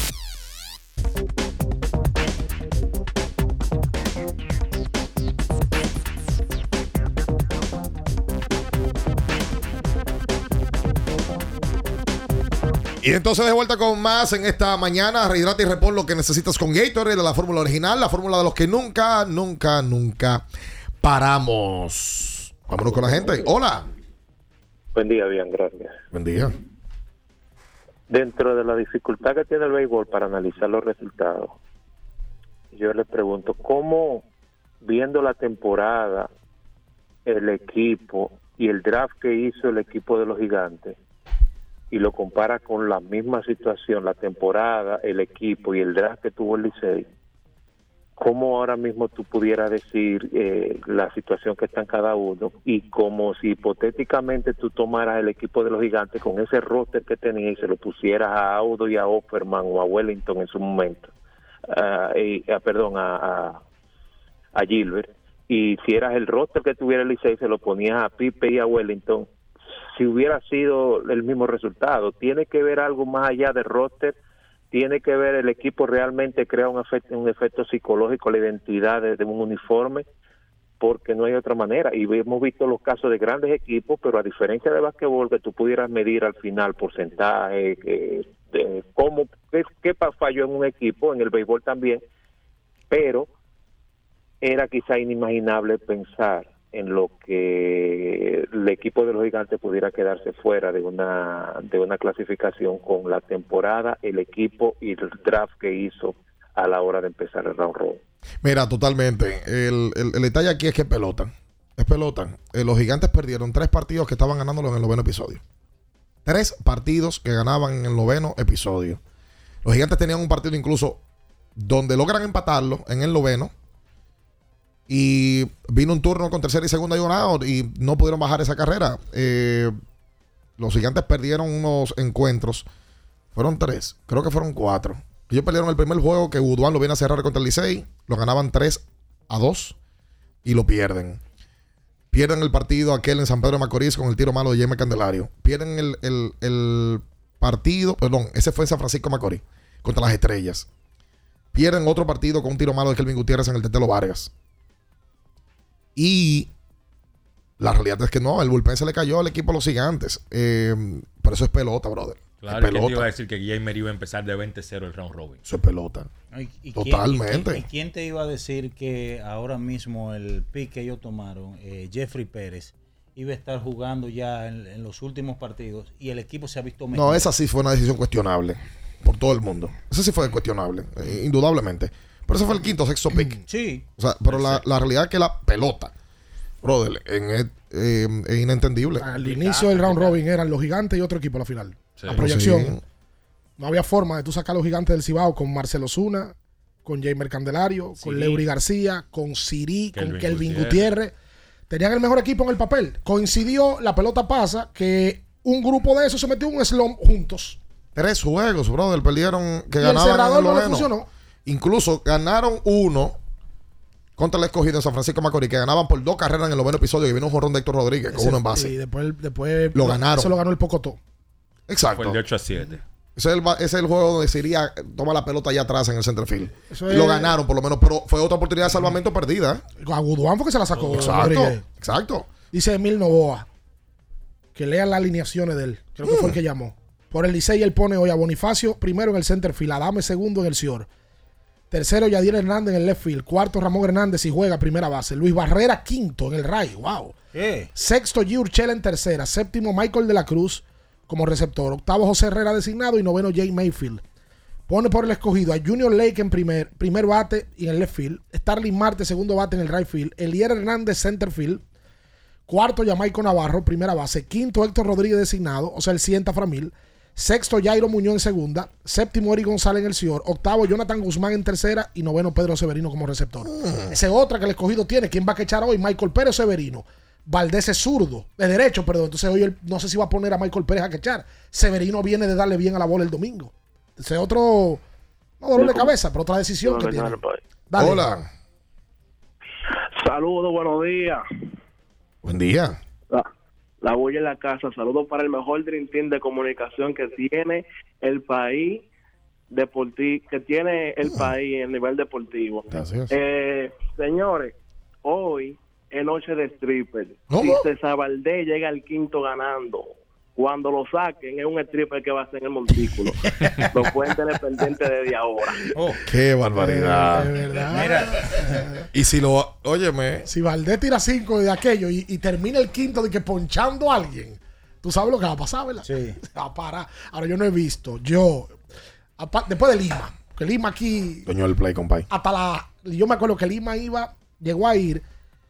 Y entonces de vuelta con más en esta mañana. Rehidrata y repon lo que necesitas con Gatorade, de la fórmula original, la fórmula de los que nunca, nunca, nunca paramos. Vámonos con la gente. Hola. Buen día, bien, gracias. Buen día. Dentro de la dificultad que tiene el béisbol para analizar los resultados, yo les pregunto, ¿cómo, viendo la temporada, el equipo y el draft que hizo el equipo de los Gigantes, y lo compara con la misma situación, la temporada, el equipo y el draft que tuvo el Licey, ¿cómo ahora mismo tú pudieras decir eh, la situación que está en cada uno? Y como si hipotéticamente tú tomaras el equipo de los Gigantes con ese roster que tenía y se lo pusieras a Audo y a Offerman o a Wellington en su momento, uh, y, uh, perdón, a, a, a Gilbert, y si eras el roster que tuviera el Licey, se lo ponías a Pipe y a Wellington, si hubiera sido el mismo resultado. Tiene que ver algo más allá del roster. Tiene que ver el equipo realmente crea un efecto, un efecto psicológico, la identidad de, de un uniforme, porque no hay otra manera. Y hemos visto los casos de grandes equipos, pero a diferencia de basquetbol, que tú pudieras medir al final porcentaje, que, de cómo, qué, qué falló en un equipo, en el béisbol también, pero era quizá inimaginable pensar en lo que el equipo de los Gigantes pudiera quedarse fuera de una de una clasificación con la temporada, el equipo y el draft que hizo a la hora de empezar el round robin. Mira, totalmente. El, el, el detalle aquí es que pelotan. Es pelotan. Eh, los Gigantes perdieron tres partidos que estaban ganándolos en el noveno episodio. Tres partidos que ganaban en el noveno episodio. Los Gigantes tenían un partido incluso donde logran empatarlo en el noveno. Y vino un turno con tercera y segunda y un out y no pudieron bajar esa carrera. Eh, los Gigantes perdieron unos encuentros. Fueron tres, creo que fueron cuatro. Ellos perdieron el primer juego que Uduan lo viene a cerrar contra el Licey. Lo ganaban tres a dos y lo pierden. Pierden el partido aquel en San Pedro de Macorís con el tiro malo de Jaime Candelario. Pierden el, el, el partido, perdón, ese fue en San Francisco de Macorís contra las Estrellas. Pierden otro partido con un tiro malo de Kelvin Gutiérrez en el Tetelo Vargas. Y la realidad es que no, el bullpen se le cayó al equipo de los Gigantes. Eh, pero eso es pelota, brother. Claro, es pelota. ¿quién te iba a decir que Jamer iba a empezar de veinte cero el round robin? Eso es pelota. ¿Y, y Totalmente. Quién, y, quién, ¿Y quién te iba a decir que ahora mismo el pick que ellos tomaron, eh, Jeffrey Pérez, iba a estar jugando ya en, en los últimos partidos y el equipo se ha visto mejor? No, esa sí fue una decisión cuestionable por todo el mundo. Esa sí fue cuestionable, eh, indudablemente. Pero ese fue el quinto o sexto pick. Sí. O sea, pero la, la realidad es que la pelota, brother, en, eh, eh, es inentendible. Al inicio del round robin eran los Gigantes y otro equipo a la final. Sí. La proyección. Sí. No había forma de tú sacar a los Gigantes del Cibao con Marcelo Zuna, con Jamer Candelario, Siri. con Leury García, con Siri, Kelvin con Kelvin Gutiérrez. Gutiérrez. Tenían el mejor equipo en el papel. Coincidió, la pelota pasa, que un grupo de esos se metió en un slump juntos. Tres juegos, brother, perdieron que Y el ganaban cerrador en el no le noveno. funcionó. Incluso ganaron uno contra el Escogido en San Francisco de Macorís, que ganaban por dos carreras en el noveno episodio y vino un jorrón de Héctor Rodríguez con Ese- uno en base. Y después, después Lo ganaron. Eso lo ganó el Pocotó. Exacto. Fue el de ocho a siete. Ese es, el, ese es el juego donde se iría, toma la pelota allá atrás en el center field. Eso Y es- lo ganaron por lo menos, pero fue otra oportunidad de salvamento perdida. A Guduán fue que se la sacó. Exacto, Rodríguez. exacto. Dice Emil Novoa que lean las alineaciones de él. Creo que fue el que llamó. Por el Licey él pone hoy a Bonifacio primero en el center field, Adame segundo en el Cior. Tercero, Yadier Hernández en el left field. Cuarto, Ramón Hernández y juega primera base. Luis Barrera quinto en el right. Wow. ¿Qué? Sexto, G. Urchela en tercera. Séptimo, Michael de la Cruz como receptor. Octavo, José Herrera designado. Y noveno, Jay Mayfield. Pone por el Escogido a Junior Lake en primer, primer bate y en el left field. Starling Marte, segundo bate en el right field. Elier Hernández, center field. Cuarto, Jamaico Navarro, primera base. Quinto, Héctor Rodríguez designado, o sea, el Cienta Framil. Sexto, Jairo Muñoz en segunda. Séptimo, Eric González en el Cior. Octavo, Jonathan Guzmán en tercera. Y noveno, Pedro Severino como receptor. Mm. Esa es otra que el Escogido tiene. ¿Quién va a quechar hoy? Michael Pérez o Severino. Valdés es zurdo, de derecho, perdón. Entonces hoy él, no sé si va a poner a Michael Pérez a quechar. Severino viene de darle bien a la bola el domingo. Ese es otro, no dolor de cabeza, pero otra decisión que tiene. Dale. Hola. Saludos, buenos días. Buen día. La, la bulla en la casa. Saludos para el mejor Dream Team de comunicación que tiene el país deportivo, que tiene el país en nivel deportivo. Gracias. Eh, señores, hoy es noche de stripper. ¿Cómo? Si César Valdés llega al quinto ganando, cuando lo saquen es un stripper que va a ser en el montículo. Lo pueden tener pendiente desde ahora. Oh, Qué barbaridad. De verdad. mira, Y si lo, óyeme, Si Valdés tira cinco de aquello y, y termina el quinto de que ponchando a alguien, tú sabes lo que va a pasar, ¿verdad? Sí. Va a parar. Ahora yo no he visto, yo, apa- después de Lima, que Lima aquí, doño el play, compay. hasta la, yo me acuerdo que Lima iba, llegó a ir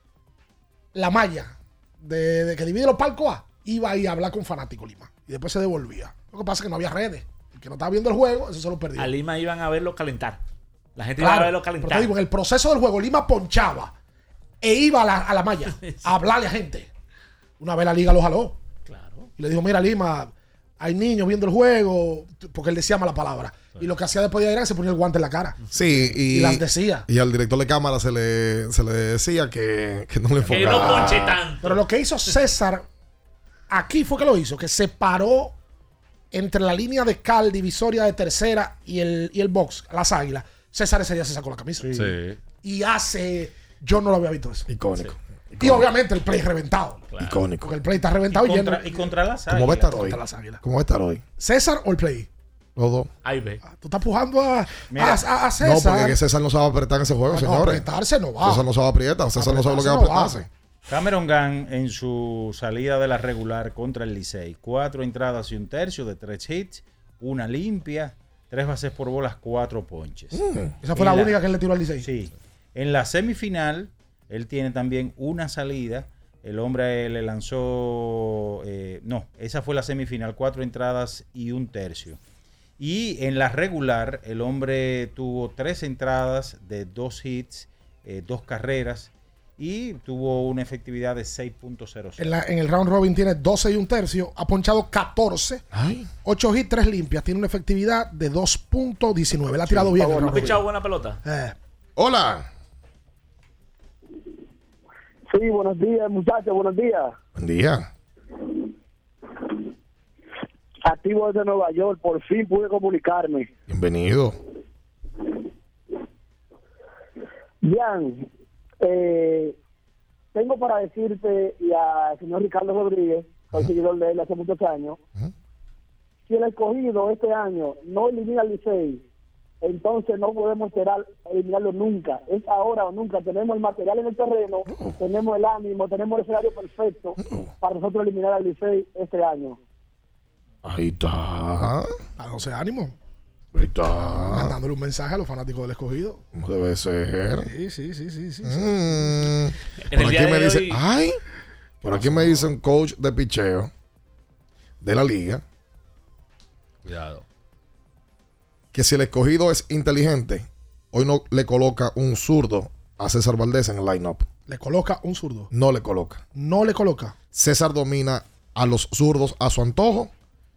la malla de, de que divide los palcos A, iba a ir a hablar con fanáticos Lima y después se devolvía. Lo que pasa es que no había redes. El que no estaba viendo el juego, eso se lo perdió. A Lima iban a verlo calentar. La gente claro, iba a verlo pero te calentar. digo, en el proceso del juego, Lima ponchaba e iba a la, a la malla a hablarle a gente. Una vez la liga lo jaló. Claro. Y le dijo, mira, Lima, hay niños viendo el juego, porque él decía mala palabra. Sí. Y lo que hacía después de ir era que se ponía el guante en la cara. Sí, y, y las decía. Y al director de cámara se le, se le decía que, que no le enfocaba. Que no ponche tanto. Pero lo que hizo César, aquí fue que lo hizo, que se paró entre la línea de cal divisoria de tercera y el, y el box, las águilas. César ese día se sacó la camisa. Sí. sí. Y hace... Yo no lo había visto eso. Icónico. Sí. Icónico. Y obviamente el play reventado. Claro. Icónico. Porque el play está reventado y, y contra, lleno. Y contra las águilas. ¿Cómo va a estar hoy? Contra las águilas. ¿Cómo va a estar hoy? ¿César o el play? Los dos. Ahí ve. Ah, tú estás pujando a, Mira, a, a, a César. No, porque que César no sabe apretar en ese juego, no, señores. No, apretarse no va. César no sabe apretar. César no sabe lo que va a apretarse. No Cameron Gunn en su salida de la regular contra el Licey. Cuatro entradas y un tercio de tres hits, una limpia, tres bases por bolas, cuatro ponches. Mm. Esa fue la, la única que él le tiró al Licey. Sí. En la semifinal, él tiene también una salida. El hombre le lanzó... Eh, no, esa fue la semifinal, cuatro entradas y un tercio. Y en la regular, el hombre tuvo tres entradas de dos hits, eh, dos carreras, y tuvo una efectividad de seis punto cero cero. En, la, en el round robin tiene doce y un tercio, ha ponchado catorce, Ay. ocho hits, tres limpias, tiene una efectividad de dos punto diecinueve. La ha tirado sí, bien. ¿Ha pichado buena pelota? Eh. Hola. Sí, buenos días, muchachos, buenos días. Buen día. Activo desde Nueva York, por fin pude comunicarme. Bienvenido. Bien, eh, tengo para decirte y al señor Ricardo Rodríguez, soy uh-huh. seguidor de él hace muchos años, uh-huh. si el escogido este año no elimina al Licey, entonces no podemos esperar eliminarlo nunca. Es ahora o nunca. Tenemos el material en el terreno, uh-huh. tenemos el ánimo, tenemos el escenario perfecto uh-huh. para nosotros eliminar al Licey este año. Ahí está. A doce ánimo. Ahí está. Mandándole un mensaje a los fanáticos del escogido. Debe ser. Sí, sí, sí, sí. sí, mm. sí. Por aquí me dice, hoy... ay, por aquí me dice un coach de picheo de la liga. Cuidado. Que si el escogido es inteligente, hoy no le coloca un zurdo a César Valdés en el line-up. ¿Le coloca un zurdo? No le coloca. No le coloca. César domina a los zurdos a su antojo.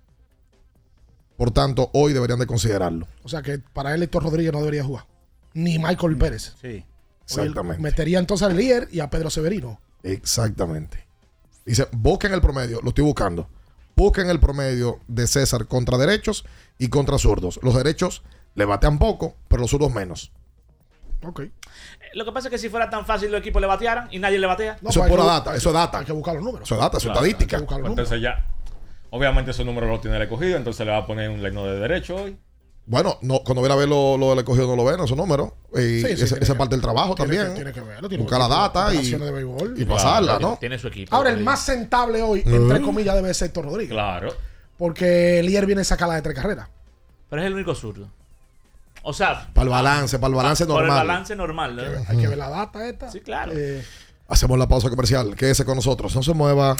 Por tanto, hoy deberían de considerarlo. O sea que para él Héctor Rodríguez no debería jugar. Ni Michael Pérez. Sí. Exactamente. Metería entonces al líder y a Pedro Severino. Exactamente. Dice, busquen el promedio, lo estoy buscando. Busquen el promedio de César contra derechos y contra zurdos. Los derechos le batean poco, pero los zurdos menos. Ok. Lo que pasa es que si fuera tan fácil los equipos le batearan y nadie le batea. No, eso es pura data, eso es data. Hay que buscar los números. Eso es data, eso es estadística. Hay que buscar los Entonces números. ya... Obviamente esos números los tiene el escogido, entonces le va a poner un line de derecho hoy. Bueno, no, cuando viene a ver lo, lo del escogido no lo ven, esos números. Y sí, sí, esa, esa parte del trabajo tiene también. Que, tiene que verlo. Tiene buscar la data y, de béisbol. y pasarla, claro, ¿no? Tiene su equipo. Ahora, el más sentable hoy, uh-huh. entre comillas, debe ser Héctor Rodríguez. Claro. Porque Lier viene a sacarla de tres carreras. Pero es el único zurdo. O sea... Para el balance, para el balance normal. Para el balance normal. ¿no? Hay, que ver, hay que ver la data esta. Sí, claro. Eh, Hacemos la pausa comercial. Quédese con nosotros. No se mueva.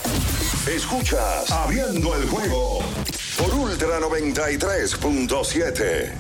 Escuchas Abriendo el Juego por Ultra noventa y tres punto siete.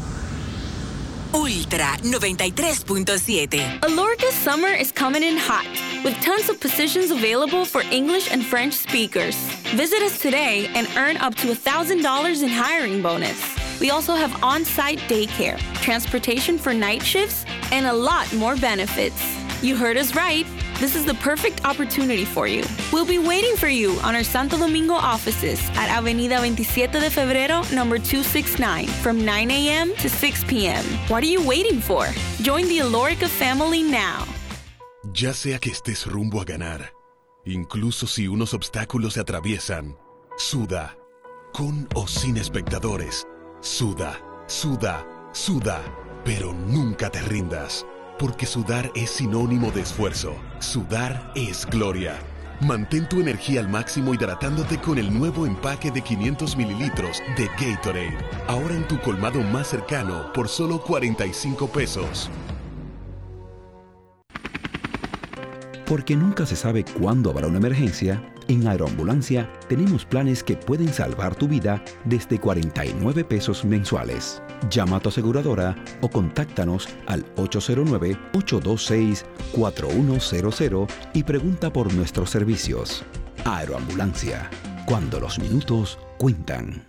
Ultra noventa y tres punto siete. Alorca's summer is coming in hot, with tons of positions available for English and French speakers. Visit us today and earn up to one thousand dollars in hiring bonus. We also have on-site daycare, transportation for night shifts, and a lot more benefits. You heard us right. This is the perfect opportunity for you. We'll be waiting for you on our Santo Domingo offices at Avenida veintisiete de Febrero, number two sixty-nine, from nine a.m. to six p.m. What are you waiting for? Join the Alorica family now. Ya sea que estés rumbo a ganar, incluso si unos obstáculos se atraviesan, suda. Con o sin espectadores, suda, suda, suda, pero nunca te rindas. Porque sudar es sinónimo de esfuerzo. Sudar es gloria. Mantén tu energía al máximo hidratándote con el nuevo empaque de quinientos mililitros de Gatorade. Ahora en tu colmado más cercano por solo cuarenta y cinco pesos. Porque nunca se sabe cuándo habrá una emergencia, En Aeroambulancia tenemos planes que pueden salvar tu vida desde cuarenta y nueve pesos mensuales. Llama a tu aseguradora o contáctanos al ocho cero nueve, ocho dos seis, cuatro uno cero cero y pregunta por nuestros servicios. Aeroambulancia, cuando los minutos cuentan.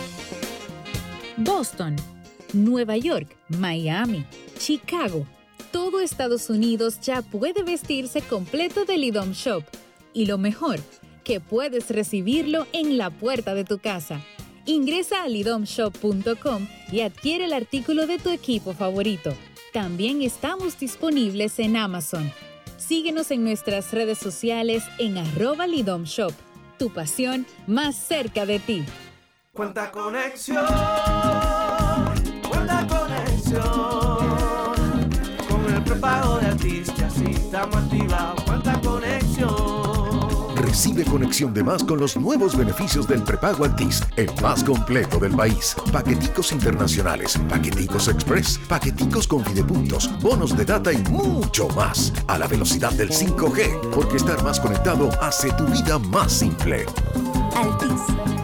Boston, Nueva York, Miami, Chicago. Todo Estados Unidos ya puede vestirse completo del IDOM Shop. Y lo mejor, que puedes recibirlo en la puerta de tu casa. Ingresa a lidom shop punto com y adquiere el artículo de tu equipo favorito. También estamos disponibles en Amazon. Síguenos en nuestras redes sociales en arroba Lidom Shop. Tu pasión más cerca de ti. Cuenta conexión, cuenta conexión. Con el prepago de Altis ya sí estamos activados. Cuenta conexión. Recibe conexión de más con los nuevos beneficios del prepago Altis, el más completo del país. Paqueticos internacionales, paqueticos express, paqueticos con videopuntos, bonos de data y mucho más. A la velocidad del cinco G, porque estar más conectado hace tu vida más simple. Altis.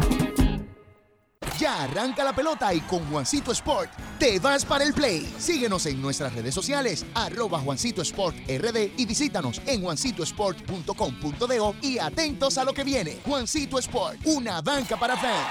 Ya arranca la pelota y con Juancito Sport te vas para el play. Síguenos en nuestras redes sociales, arroba Juancito Sport R D y visítanos en juancito sport punto com punto do y atentos a lo que viene. Juancito Sport, una banca para fans.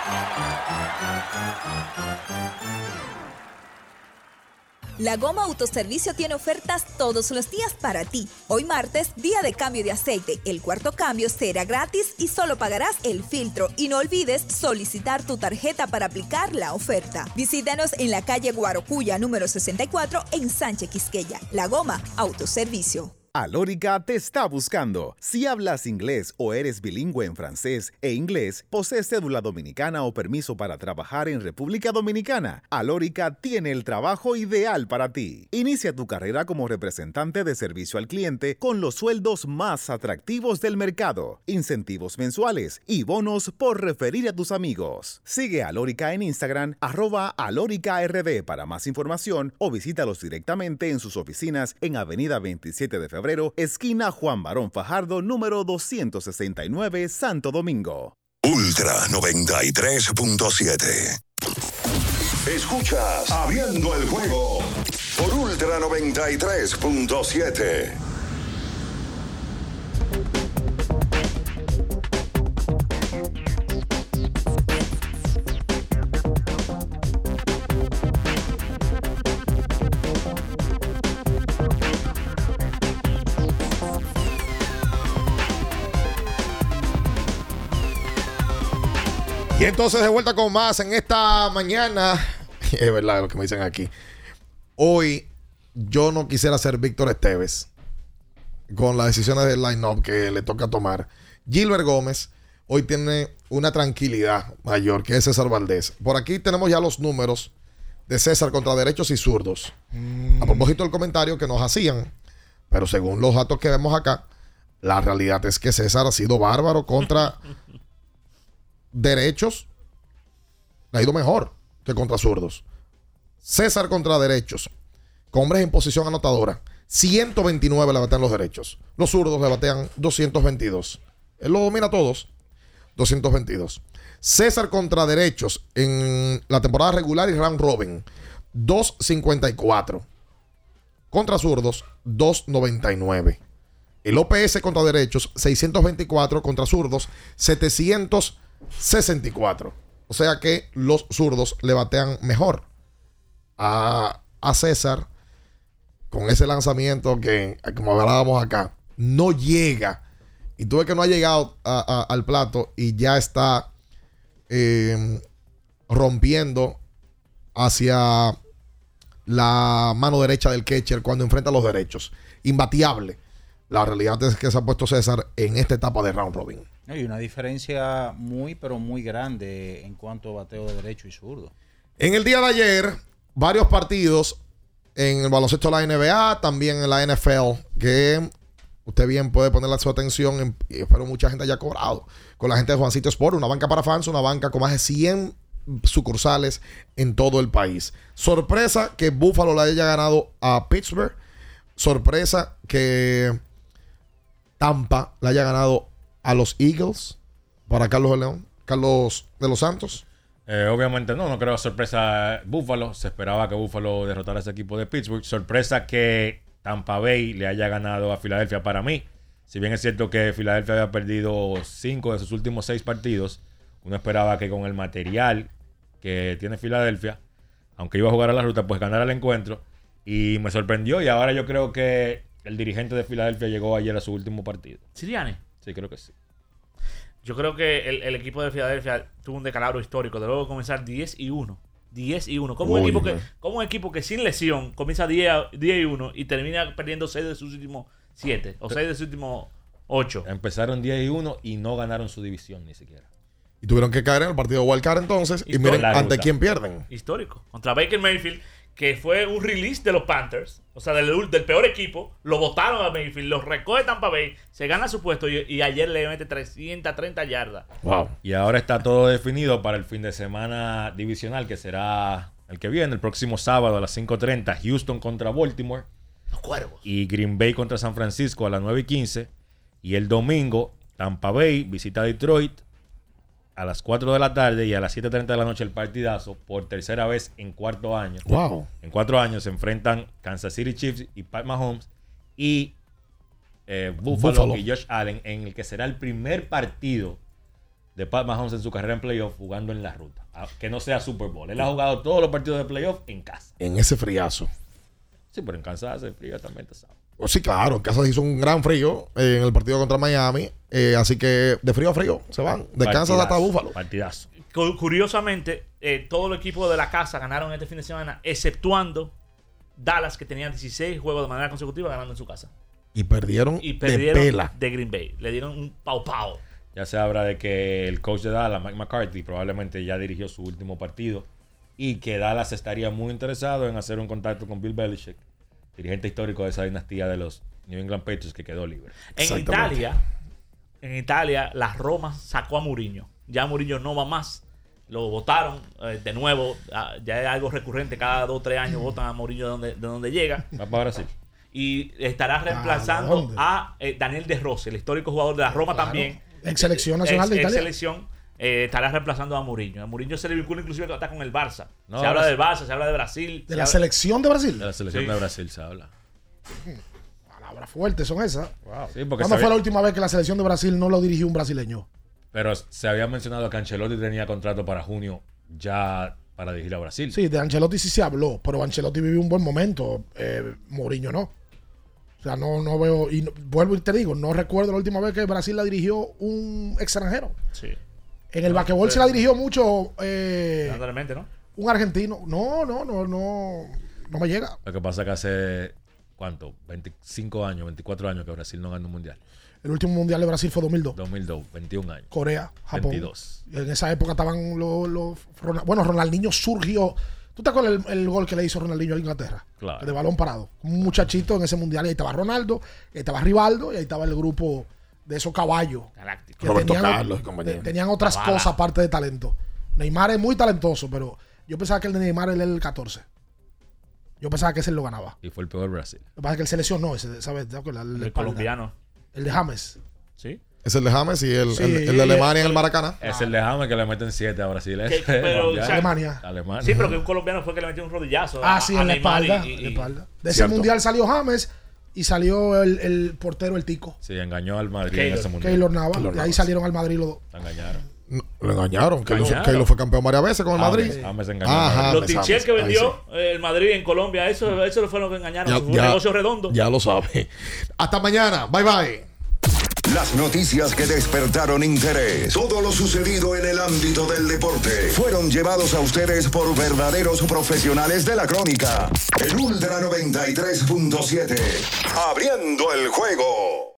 La Goma Autoservicio tiene ofertas todos los días para ti. Hoy martes, día de cambio de aceite. El cuarto cambio será gratis y solo pagarás el filtro. Y no olvides solicitar tu tarjeta para aplicar la oferta. Visítanos en la calle Guarocuya, número sesenta y cuatro, en Sánchez Quisqueya. La Goma Autoservicio. Alórica te está buscando. Si hablas inglés o eres bilingüe en francés e inglés, posees cédula dominicana o permiso para trabajar en República Dominicana, Alórica tiene el trabajo ideal para ti. Inicia tu carrera como representante de servicio al cliente con los sueldos más atractivos del mercado, incentivos mensuales y bonos por referir a tus amigos. Sigue a Alórica en Instagram, arroba alóricard para más información o visítalos directamente en sus oficinas en Avenida veintisiete de febrero, esquina Juan Barón Fajardo, número doscientos sesenta y nueve, Santo Domingo. Ultra noventa y tres punto siete. Escuchas Abriendo el Juego por Ultra noventa y tres punto siete. Y entonces de vuelta con más en esta mañana. Es verdad lo que me dicen aquí. Hoy yo no quisiera ser Víctor Esteves con las decisiones del line-up que le toca tomar. Gilbert Gómez hoy tiene una tranquilidad mayor, que es César Valdés. Por aquí tenemos ya los números de César contra derechos y zurdos. Mm. A propósito del comentario que nos hacían, pero según los datos que vemos acá, la realidad es que César ha sido bárbaro contra derechos. Le ha ido mejor que contra zurdos. César contra derechos, con hombres en posición anotadora, ciento veintinueve le batean los derechos. Los zurdos le batean doscientos veintidós. Él lo domina a todos. doscientos veintidós. César contra derechos en la temporada regular y round robin, doscientos cincuenta y cuatro. Contra zurdos, doscientos noventa y nueve. El O P S contra derechos, seiscientos veinticuatro. Contra zurdos, setecientos sesenta y cuatro. O sea que los zurdos le batean mejor a, a César con ese lanzamiento que, como hablábamos acá, no llega. Y tú ves que no ha llegado a, a, al plato y ya está eh, rompiendo hacia la mano derecha del catcher cuando enfrenta los derechos. Imbatiable. La realidad es que se ha puesto César en esta etapa de round robin. Hay una diferencia muy, pero muy grande en cuanto a bateo de derecho y zurdo. En el día de ayer, varios partidos en el baloncesto de la N B A, también en la N F L, que usted bien puede ponerle su atención, en, y espero mucha gente haya cobrado, con la gente de Juancito Sport, una banca para fans, una banca con más de cien sucursales en todo el país. Sorpresa que Buffalo le haya ganado a Pittsburgh. Sorpresa que Tampa le haya ganado a los Eagles para Carlos de León, Carlos de los Santos? Eh, obviamente no, no creo sorpresa Buffalo. Se esperaba que Buffalo derrotara a ese equipo de Pittsburgh. Sorpresa que Tampa Bay le haya ganado a Filadelfia para mí. Si bien es cierto que Filadelfia había perdido cinco de sus últimos seis partidos, uno esperaba que con el material que tiene Filadelfia, aunque iba a jugar a la ruta, pues ganara el encuentro. Y me sorprendió y ahora yo creo que el dirigente de Filadelfia llegó ayer a su último partido. ¿Sirianni? Sí, creo que sí. Yo creo que el, el equipo de Filadelfia tuvo un decalabro histórico de luego comenzar diez y uno. diez y uno. Como un, equipo que, como un equipo que sin lesión comienza diez y uno y termina perdiendo seis de sus últimos siete o seis de sus últimos ocho. Empezaron diez y uno y no ganaron su división ni siquiera. Y tuvieron que caer en el partido de Wild Card entonces. Histórico. Y miren ante quién pierden. Histórico. Contra Baker Mayfield, que fue un release de los Panthers, o sea, del, del peor equipo. Lo botaron a Mayfield, lo recoge Tampa Bay, se gana su puesto y, y ayer le mete trescientas treinta yardas. Wow. Y ahora está todo definido para el fin de semana divisional, que será el que viene, el próximo sábado a las cinco treinta. Houston contra Baltimore. Los Cuervos. Y Green Bay contra San Francisco a las nueve y quince. Y el domingo, Tampa Bay visita Detroit a las cuatro de la tarde y a las siete treinta de la noche el partidazo por tercera vez en cuarto año. Wow. En cuatro años se enfrentan Kansas City Chiefs y Pat Mahomes y eh, Buffalo, Buffalo y Josh Allen en el que será el primer partido de Pat Mahomes en su carrera en playoff jugando en la ruta. Que no sea Super Bowl. Él ha jugado todos los partidos de playoff en casa. En ese friazo. Sí, pero en Kansas hace frío también, te sabes. Oh, sí, claro, en casa hizo un gran frío eh, en el partido contra Miami. Eh, así que de frío a frío se van. De Kansas hasta Búfalo. Partidazo. Curiosamente, eh, todo el equipo de la casa ganaron este fin de semana, exceptuando Dallas, que tenían dieciséis juegos de manera consecutiva ganando en su casa. Y perdieron, y perdieron de pela. De Green Bay. Le dieron un pau pau. Ya se habla de que el coach de Dallas, Mike McCarthy, probablemente ya dirigió su último partido y que Dallas estaría muy interesado en hacer un contacto con Bill Belichick, dirigente histórico de esa dinastía de los New England Patriots que quedó libre. En Italia, en Italia, la Roma sacó a Mourinho. Ya Mourinho no va más. Lo votaron eh, de nuevo. Ya es algo recurrente. Cada dos o tres años votan a Mourinho de donde, de donde llega. Va para Brasil. Y estará reemplazando a eh, Daniel De Rossi, el histórico jugador de la Roma claro. también. Ex selección nacional ex, de Italia. Ex selección. Eh, estará reemplazando a Mourinho. A Mourinho se le vincula inclusive que está con el Barça. No, se habla del Barça, se habla de Brasil. ¿De la habla... selección de Brasil? De la selección sí. de Brasil se habla. Palabras fuertes son esas. Wow. Sí, ¿Cuándo fue había... la última vez que la selección de Brasil no lo dirigió un brasileño? Pero se había mencionado que Ancelotti tenía contrato para junio ya para dirigir a Brasil. Sí, de Ancelotti sí se habló, pero Ancelotti vivió un buen momento. Eh, Mourinho no. O sea, no, no veo, y no, vuelvo y te digo, no recuerdo la última vez que Brasil la dirigió un extranjero. Sí. En el no, basquetbol se la dirigió mucho eh, ¿no? un argentino. No, no, no, no, no me llega. Lo que pasa es que hace, ¿cuánto? veinticinco años, veinticuatro años que Brasil no ganó un mundial. El último mundial de Brasil fue dos mil dos. dos mil dos, veintiún años. Corea, Japón. veintidós. Y en esa época estaban los... los bueno, Ronaldinho surgió... ¿Tú te acuerdas el, el gol que le hizo Ronaldinho a Inglaterra? Claro. De balón parado. Un muchachito en ese mundial. Y ahí estaba Ronaldo, y ahí estaba Rivaldo, y ahí estaba el grupo de esos caballos. Galáctico. Que Roberto tenían, Carlos, de, tenían otras Cabala. cosas aparte de talento. Neymar es muy talentoso, pero yo pensaba que el de Neymar era el catorce. Yo pensaba que ese lo ganaba. Y fue el peor Brasil. Lo que pasa es que él se lesionó, ese, ¿sabes? El, el, el colombiano. El de James. Sí. Es el de James y el, sí, el, el de Alemania el, en el Maracaná. Es el de James que le meten siete a Brasil. Que, pero, o sea, Alemania. Alemania. Sí, pero que un colombiano fue que le metió un rodillazo. Ah, a, sí, a en la espalda, y, y, en la espalda. De Cierto. ese mundial salió James y salió el, el portero, el Tico. Sí, engañó al Madrid Keylor. en ese mundial. Keylor Navas. Y ahí salieron al Madrid los dos. Lo engañaron. No, lo engañaron. Keylor, Keylor fue campeón varias veces con el James, Madrid. James engañó. Ah, los tichets que vendió sí. el Madrid en Colombia, eso, eso fue lo que engañaron. Ya, fue ya, un negocio redondo. Ya lo sabe. Hasta mañana. Bye bye. Las noticias que despertaron interés, todo lo sucedido en el ámbito del deporte, fueron llevados a ustedes por verdaderos profesionales de la crónica. El Ultra noventa y tres punto siete, abriendo el juego.